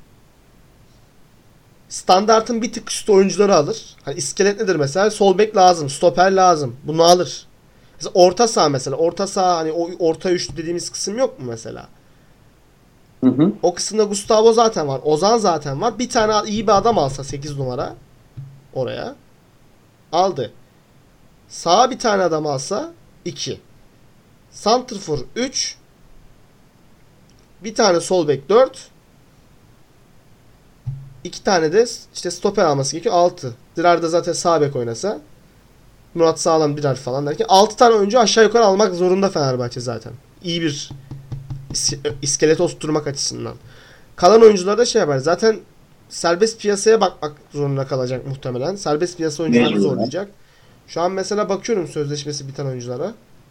Standartın bir tık üstü oyuncuları alır. Hani iskelet nedir mesela? Sol bek lazım, stoper lazım. Bunu alır. Mesela orta saha mesela. Orta saha hani o orta üçlü dediğimiz kısım yok mu mesela? Hı hı. O kısımda Gustavo zaten var. Ozan zaten var. Bir tane iyi bir adam alsa sekiz numara oraya. Aldı. Sağa bir tane adam alsa iki. Santrfor üç. Bir tane sol bek dört. iki tane de işte stoper alması gerekiyor altı. Dirar da zaten sağ bek oynasa. Murat Sağlam Dirar falan derken altı tane oyuncu aşağı yukarı almak zorunda Fenerbahçe zaten. İyi bir is- iskelet oturtmak açısından. Kalan oyuncular da şey yapar. Zaten serbest piyasaya bakmak zorunda kalacak muhtemelen. Serbest piyasa oyuncuları Mecburen. zorlayacak. Şu an mesela bakıyorum sözleşmesi biten oyunculara.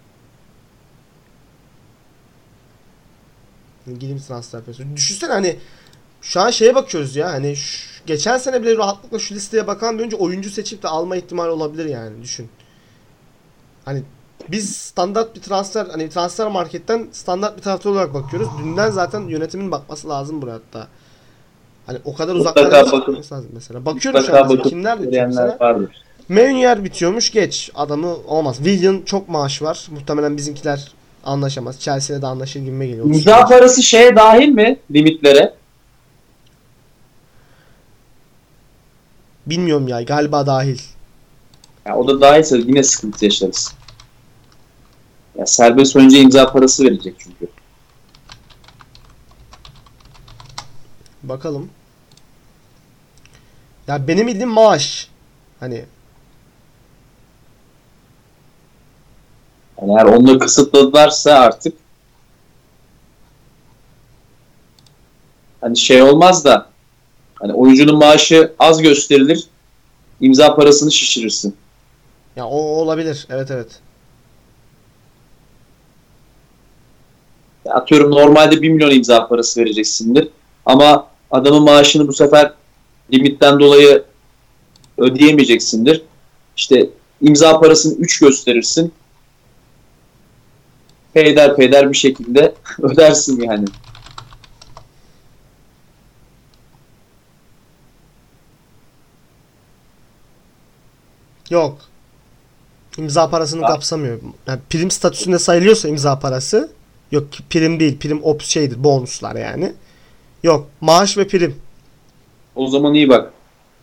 Gideyim transfer piyasası. Düşünsene hani şu an şeye bakıyoruz ya hani şu- geçen sene bile rahatlıkla şu listeye bakan bir oyuncu oyuncu seçip de alma ihtimali olabilir yani düşün. Hani biz standart bir transfer hani transfer marketten standart bir taraftar olarak bakıyoruz. Dünden zaten yönetimin bakması lazım buraya hatta. Hani o kadar Mutlaka uzaktan bakıp bakması lazım mesela. Bakıyorum şu an mutlaka mesela bakıp kimler bitiyor söyleyenler mesela. vardır. Meunier bitiyormuş geç. Adamı olmaz. Willian çok maaş var. Muhtemelen bizimkiler anlaşamaz. Chelsea'yle de anlaşır gibime geliyor. İmza parası şeye dahil mi? Limitlere. Bilmiyorum ya galiba dahil. Ya o da dahilse yine sıkıntı yaşarız. Ya serbest oyuncuya imza parası verecek çünkü. Bakalım. Ya benim bildiğim maaş. Hani Yani eğer onu kısıtladılarsa artık hani şey olmaz da hani oyuncunun maaşı az gösterilir, imza parasını şişirirsin. ya o olabilir. Evet evet. Ya atıyorum normalde bir milyon imza parası vereceksindir ama adamın maaşını bu sefer limitten dolayı ödeyemeyeceksindir. İşte imza parasını üç gösterirsin. Peyder peyder bir şekilde ödersin yani. Yok. İmza parasını kapsamıyor. Yani prim statüsünde sayılıyorsa imza parası. Yok prim değil. Prim ops şeydir. Bonuslar yani. Yok. Maaş ve prim. O zaman iyi bak.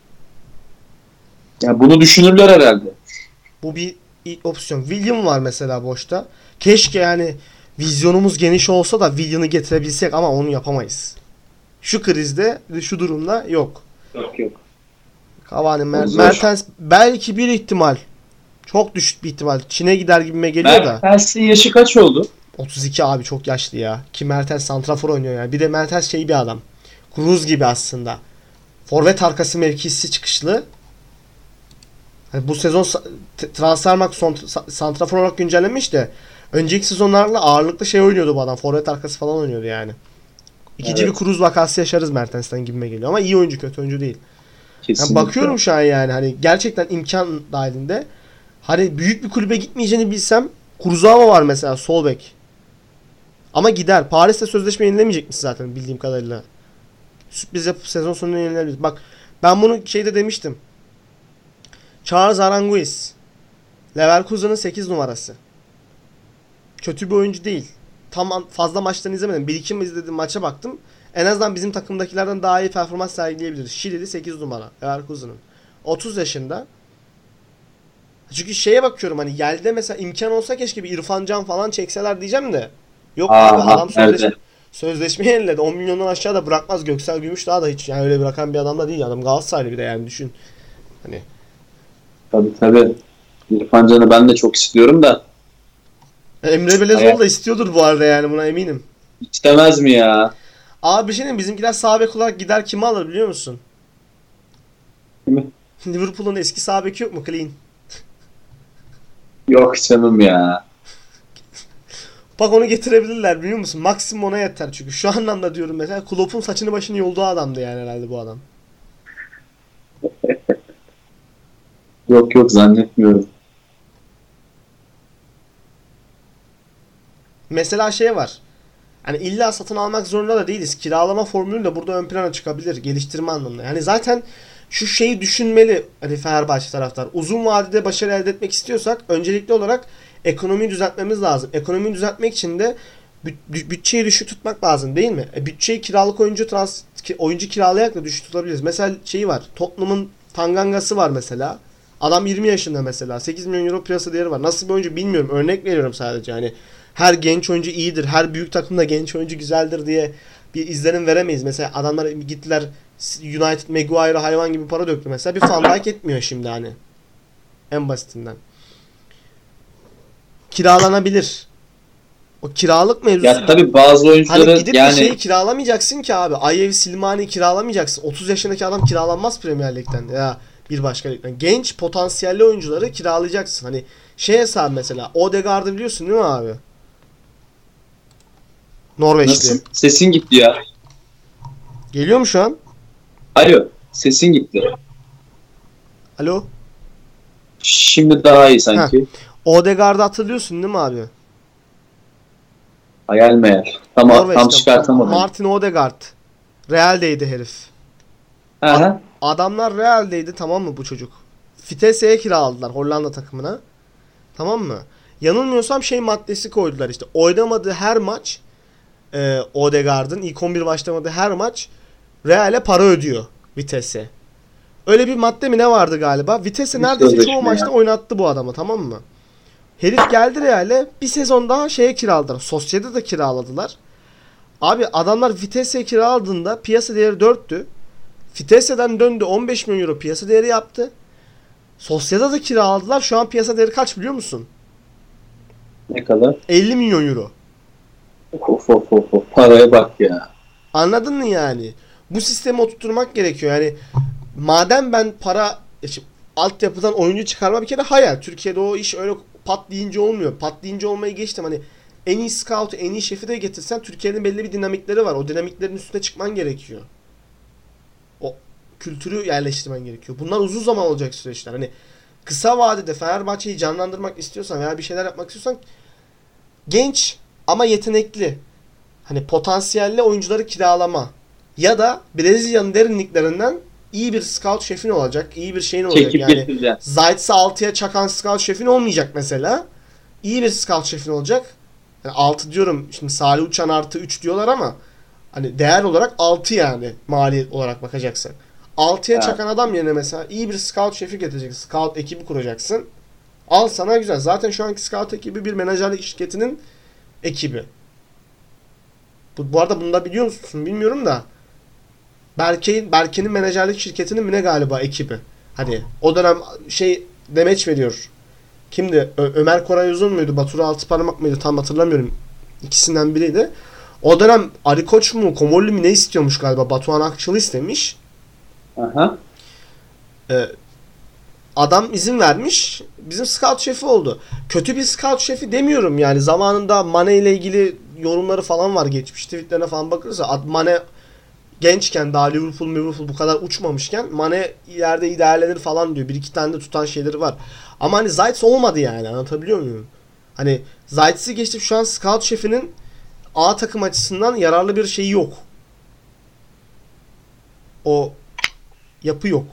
Ya bunu düşünürler herhalde. Bu bir i- opsiyon. William var mesela boşta. Keşke yani vizyonumuz geniş olsa da William'ı getirebilsek ama onu yapamayız. Şu krizde, şu durumda yok. Yok yok. Cavani, O Mer- zor. Mertens belki bir ihtimal. Çok düşük bir ihtimal. Çin'e gider gibime geliyor da. Mertens'in yaşı kaç oldu? otuz iki abi çok yaşlı ya. Ki Mertens santrafor oynuyor yani. Bir de Mertens şey bir adam. Cruz gibi aslında. Forvet arkası mevkisi çıkışlı. Hani bu sezon sa- t- Transfermarkt son sa- santrafor olarak güncellenmiş de önceki sezonlarla ağırlıklı şey oynuyordu bu adam. Forvet arkası falan oynuyordu yani. İkinci Evet. bir Cruz vakası yaşarız Mertens'ten gibime geliyor ama iyi oyuncu kötü oyuncu değil. Yani Kesinlikle. bakıyorum şu an yani hani gerçekten imkan dahilinde. Hani büyük bir kulübe gitmeyeceğini bilsem Kurzawa var mesela sol bek. Ama gider. Paris'te sözleşme yenilemeyecekmiş zaten bildiğim kadarıyla. Sürpriz yapıp sezon sonunda yenilebilir. Bak ben bunu şeyde demiştim. Charles Aranguiz. Leverkusen'ın sekiz numarası. Kötü bir oyuncu değil. Tam an- fazla maçlarını izlemedim. Bir iki mi izlediğim maça baktım. En azından bizim takımdakilerden daha iyi performans sergileyebilir. Şili'li sekiz numara. Leverkusen'ın. otuz yaşında. Çünkü şeye bakıyorum hani yelde mesela imkan olsa keşke bir İrfan Can falan çekseler diyeceğim de. Yok abi Aha, adam sözleşme, nerede? sözleşme yeniledi. on milyondan aşağı da bırakmaz. Göksel Gümüş daha da hiç yani öyle bırakan bir adam da değil. Adam Galatasaraylı bir de yani düşün. Hani Tabii tabii. İrfan Can'ı ben de çok istiyorum da Emre Belezoğlu da istiyordur bu arada yani buna eminim. istemez mi ya? Abi bir şey diyeyim bizimkiler sağ bek olarak gider kimi alır biliyor musun? Değil mi? Liverpool'un eski sağ beki yok mu? Clean. Yok canım ya. Bak onu getirebilirler biliyor musun? Maksimum ona yeter çünkü. Şu anlamda diyorum mesela Klopp'un saçını başını yolduğu adamdı yani herhalde bu adam. Yok yok zannetmiyorum. Mesela şey var. Hani illa satın almak zorunda da değiliz. Kiralama formülü de burada ön plana çıkabilir. Geliştirme anlamında. Yani zaten şu şeyi düşünmeli hani Fenerbahçe taraftar. Uzun vadede başarı elde etmek istiyorsak öncelikli olarak ekonomiyi düzeltmemiz lazım. Ekonomiyi düzeltmek için de bü- bütçeyi düşük tutmak lazım değil mi? E, bütçeyi kiralık oyuncu trans ki- oyuncu kiralayarak da düşük tutabiliriz. Mesela şeyi var. Tottenham'ın Tanganga'sı var mesela. Adam yirmi yaşında mesela. sekiz milyon euro piyasa değeri var. Nasıl bir oyuncu bilmiyorum. Örnek veriyorum sadece. Hani her genç oyuncu iyidir, her büyük takımda genç oyuncu güzeldir diye bir izlenim veremeyiz. Mesela adamlar gittiler United Maguire'a hayvan gibi para döktü mesela. Bir Van Dijk etmiyor şimdi hani. En basitinden. Kiralanabilir. O kiralık mevzusu. Ya tabii bazı oyuncuları Hani gidip yani de şeyi kiralamayacaksın ki abi. Ayev Silmani'yi kiralamayacaksın. otuz yaşındaki adam kiralanmaz Premier Lig'den ya bir başka ligden. Genç potansiyelli oyuncuları kiralayacaksın. Hani şey hesabı mesela. Odegaard'ı biliyorsun değil mi abi? Norveçli. nasıl? Sesin gitti ya. Geliyor mu şu an? Alo, sesin gitti. Alo? Şimdi daha iyi sanki. Odegaard'ı hatırlıyorsun değil mi abi? Hayal meyal. Tamam, tam Norveç'te. çıkartamadım. Martin Odegaard. Real'deydi herif. Aha. Adamlar Real'deydi, tamam mı bu çocuk? Vitesse'ye kiraladılar Hollanda takımına. Tamam mı? Yanılmıyorsam şey maddesi koydular işte. Oynamadığı her maç e, Odegaard'ın ilk on bir başlamadığı her maç Real'e para ödüyor Vitesse. Öyle bir madde mi ne vardı galiba? Vitesse Hiç neredeyse sözleşme çoğu maçta ya. oynattı bu adamı, tamam mı? Herif geldi Real'e, bir sezon daha şeye kiraladılar. Sociedad'da kiraladılar. Abi adamlar Vitesse'ye kiraladığında piyasa değeri dörttü. Vitesse'den döndü, on beş milyon euro piyasa değeri yaptı. Sociedad'da kiraladılar. Şu an piyasa değeri kaç biliyor musun? Ne kadar? elli milyon euro. Of of of of. Paraya bak ya. Anladın mı yani? Bu sistemi oturtturmak gerekiyor. Yani madem ben para işte, altyapıdan oyuncu çıkarma bir kere hayal. Türkiye'de o iş öyle pat deyince olmuyor. Pat deyince olmayı geçtim. Hani en iyi scout'u, en iyi şefi de getirsen Türkiye'nin belli bir dinamikleri var. O dinamiklerin üstüne çıkman gerekiyor. O kültürü yerleştirmen gerekiyor. Bunlar uzun zaman olacak süreçler. Hani kısa vadede Fenerbahçe'yi canlandırmak istiyorsan veya bir şeyler yapmak istiyorsan genç ama yetenekli, hani potansiyelli oyuncuları kiralama ya da Brezilya'nın derinliklerinden iyi bir scout şefin olacak, iyi bir şeyin olacak. Çekip Yani getireceğim. Zayt'sı altıya çakan scout şefin olmayacak mesela. İyi bir scout şefin olacak. Yani altı diyorum, şimdi Salih Uçan artı üç diyorlar ama hani değer olarak altı yani maliyet olarak bakacaksın. altıya Evet. çakan adam yerine mesela iyi bir scout şefi getireceksin. Scout ekibi kuracaksın. Al sana güzel. Zaten şu anki scout ekibi bir menajerlik şirketinin ekibi. Bu, bu arada bunu da biliyor musun bilmiyorum da Berke'nin Berke'nin menajerlik şirketinin mi ne galiba ekibi. Hani o dönem şey demeç veriyor. Kimdi? Ö- Ömer Koray Uzun muydu? Batur Altıparmak mıydı? Tam hatırlamıyorum. İkisinden biriydi. O dönem Ali Koç mu, Komolli mi ne istiyormuş galiba? Batuhan Akçıl'ı istemiş. Aha. Ee, adam izin vermiş. Bizim scout şefi oldu. Kötü bir scout şefi demiyorum yani. Zamanında Mane ile ilgili yorumları falan var. Geçmiş tweetlerine falan bakırsa. Ad- Mane gençken daha Liverpool Liverpool bu kadar uçmamışken Mane ileride iyi değerlenir falan diyor. Bir iki tane de tutan şeyleri var. Ama hani Zayt olmadı yani. Anlatabiliyor muyum? Hani Zayt'si geçtim, şu an scout şefinin A takım açısından yararlı bir şeyi yok. O yapı yok.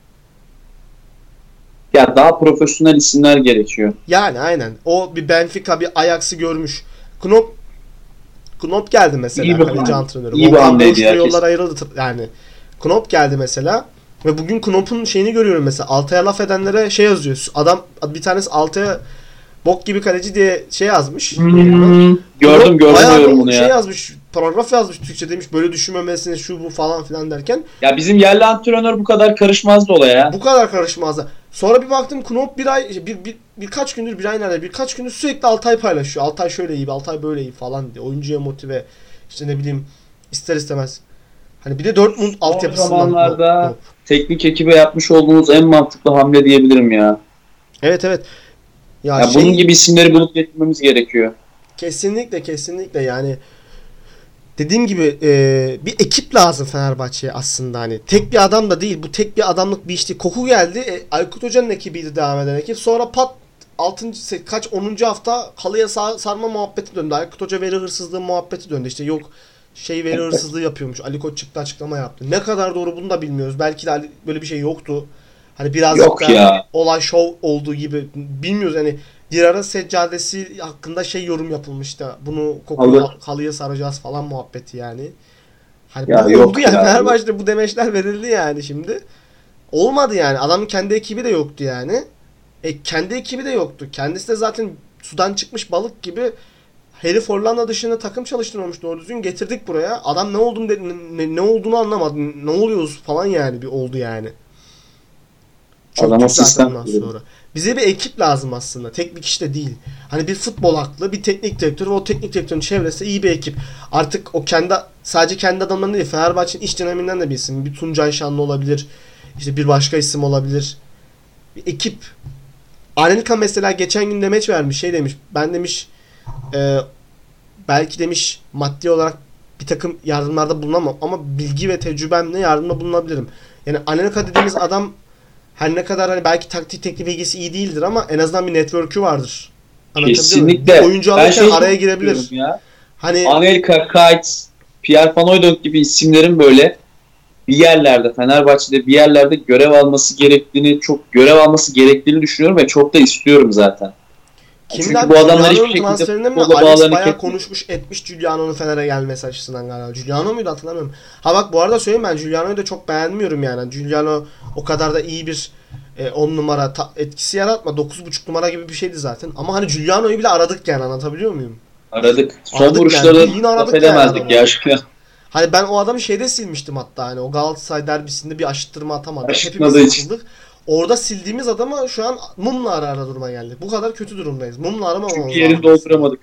Ya daha profesyonel isimler gerekiyor. Yani aynen. O bir Benfica, bir Ajax'ı görmüş. Knop Knop geldi mesela. İyi bir Kaleci hamle. antrenörü. İyi bir Volkan hamleydi Buruş'la ya, yollar kesin. ayrıldı. tır- Yani Knop geldi mesela. Ve bugün Knop'un şeyini görüyorum mesela. Altay'a laf edenlere şey yazıyor. Adam bir tanesi Altay'a bok gibi kaleci diye şey yazmış. Hmm, gördüm Knop gördüm bayağı o bir yorumunu şey ya. yazmış. Paragraf yazmış Türkçe, demiş böyle düşünmemesini şu bu falan filan derken. Ya bizim yerli antrenör bu kadar karışmazdı olaya ya. Bu kadar karışmazdı. Sonra bir baktım Knop bir ay bir, bir birkaç gündür bir ay nerede birkaç gündür sürekli Altay paylaşıyor. Altay şöyle iyi, Altay böyle iyi falan diye. Oyuncuya motive, işte ne bileyim, ister istemez. Hani bir de Dortmund Son altyapısından zamanlarda Knop. teknik ekibe yapmış olduğunuz en mantıklı hamle diyebilirim ya. Evet evet. Ya, Ya şey bunun gibi isimleri bulup getirmemiz gerekiyor. kesinlikle kesinlikle yani dediğim gibi e, bir ekip lazım Fenerbahçe'ye aslında, hani tek bir adam da değil, bu tek bir adamlık bir iş değil. Koku geldi, e, Aykut Hoca'nın ekibiydi devam eden ekip, sonra pat altıncı kaç onuncu hafta halıya sar- sarma muhabbeti döndü. Aykut Hoca veri hırsızlığı muhabbeti döndü, işte yok şey veri hırsızlığı yapıyormuş, Ali Koç çıktı açıklama yaptı. Ne kadar doğru bunu da bilmiyoruz, belki de Ali- böyle bir şey yoktu. Hani birazcık Yok da ya. olay şov olduğu gibi bilmiyoruz. Hani Dirar'a seccadesi hakkında şey yorum yapılmıştı. Bunu kokuyu Halı. halıya saracağız falan muhabbeti yani. Hani Ya bu yok oldu yani. ya, Fenerbahçe'de bu demeçler verildi yani şimdi. Olmadı yani. Adamın kendi ekibi de yoktu yani. E kendi ekibi de yoktu. Kendisi de zaten sudan çıkmış balık gibi herif Hollanda dışında takım çalıştırmamış doğru düzgün. Getirdik buraya. Adam ne olduğunu dedi, ne, ne olduğunu anlamadı. Ne oluyoruz falan yani bir oldu yani. Çöktük zaten ondan sonra. Bize bir ekip lazım aslında. Tek bir kişi de değil. Hani bir futbol aklı, bir teknik direktör ve o teknik direktörün çevresi iyi bir ekip. Artık o kendi sadece kendi adamlarından değil. Fenerbahçe'nin iç dinamiğinden de bir isim. Bir Tuncay Şanlı olabilir. İşte bir başka isim olabilir. Bir ekip. Anelka mesela geçen gün demeç vermiş. Şey demiş. Ben demiş e, belki demiş maddi olarak bir takım yardımlarda bulunamam ama bilgi ve tecrübemle yardımda bulunabilirim. Yani Anelka dediğimiz adam her ne kadar hani belki taktik teknik bilgisi iyi değildir ama en azından bir network'ü vardır. Kesinlikle. Oyuncu alırken araya girebilir. Ya. Hani Anelka, Kayt, Pierre Van Hooijdonk gibi isimlerin böyle bir yerlerde, Fenerbahçe'de bir yerlerde görev alması gerektiğini, çok görev alması gerektiğini düşünüyorum ve çok da istiyorum zaten. Kim Çünkü bu adamlar hiçbir şekilde transferinde mi? Alex bayağı konuşmuş etmiş Giuliano'nun Fener'e gelmesi açısından galiba. Giuliano muydu hatırlamıyorum. Ha bak bu arada söyleyeyim ben Giuliano'yu da çok beğenmiyorum yani. Giuliano o kadar da iyi bir on numara ta- etkisi yaratma. dokuz buçuk numara gibi bir şeydi zaten. Ama hani Giuliano'yu bile aradık yani anlatabiliyor muyum? Aradık. Son aradık vuruşları yani. Yine aradık edemezdik yani ya aşkına. Hani ben o adamı şeyde silmiştim hatta hani o Galatasaray derbisinde bir aşıttırma atamadı. Aşıtmadığı Hepimiz için. sıkıldık. Orada sildiğimiz adamı şu an mumla ara ara duruma geldik. Bu kadar kötü durumdayız. Mumla aramamamız lazım. Çünkü yerini dolduramadık.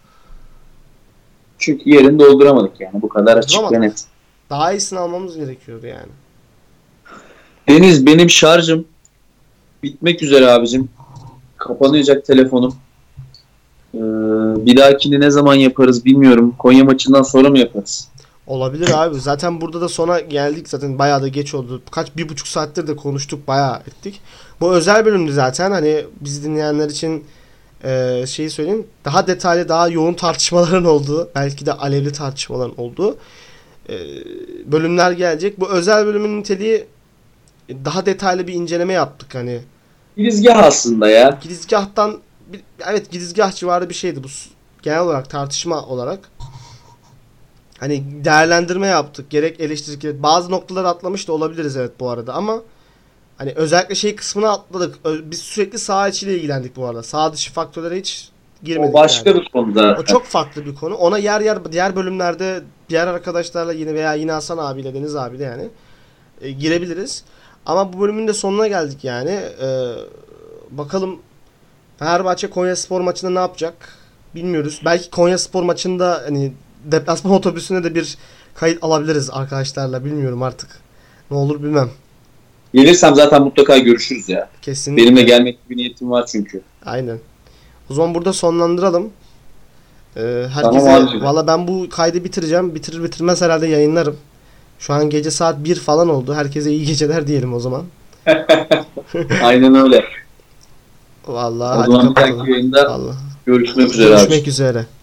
Çünkü yerini dolduramadık yani. Bu kadar açık ve net. Daha iyisini almamız gerekiyordu yani. Deniz benim şarjım bitmek üzere abicim. Kapanacak telefonum. Ee, bir dahakini ne zaman yaparız bilmiyorum. Konya maçından sonra mı yaparız? Olabilir abi. Zaten burada da sona geldik. Zaten bayağı da geç oldu. Kaç bir buçuk saattir de konuştuk. Bayağı ettik. Bu özel bölümdü zaten. Hani bizi dinleyenler için e, şeyi söyleyeyim. Daha detaylı, daha yoğun tartışmaların olduğu, belki de alevli tartışmaların olduğu e, bölümler gelecek. Bu özel bölümün niteliği daha detaylı bir inceleme yaptık hani. Girizgah aslında ya. Girizgahtan bir, evet girizgah civarı bir şeydi bu genel olarak tartışma olarak. Hani değerlendirme yaptık. Gerek eleştirdik. Gerek bazı noktaları atlamış da olabiliriz evet bu arada ama hani özellikle şey kısmını atladık. Biz sürekli saha içiyle ilgilendik bu arada. Saha dışı faktörlere hiç girmedik. O başka yani. bir konu da. O çok farklı bir konu. Ona yer yer diğer bölümlerde diğer arkadaşlarla yine veya yine Hasan abiyle Deniz abiyle yani e, girebiliriz. Ama bu bölümün de sonuna geldik yani. E, bakalım Fenerbahçe Konyaspor maçında ne yapacak? Bilmiyoruz. Belki Konyaspor maçında hani deplasman otobüsüne de bir kayıt alabiliriz arkadaşlarla. Bilmiyorum artık. Ne olur bilmem. Gelirsem zaten mutlaka görüşürüz ya. Kesinlikle. Benimle gelmek gibi niyetim var çünkü. Aynen. O zaman burada sonlandıralım. Ee, herkese Tamam valla ben bu kaydı bitireceğim. Bitirir bitirmez herhalde yayınlarım. Şu an gece saat bir falan oldu. Herkese iyi geceler diyelim o zaman. Aynen öyle. Vallahi o hadi zaman bir kapatalım. dahaki yayında Vallahi. görüşmek üzere. Görüşmek abi. üzere.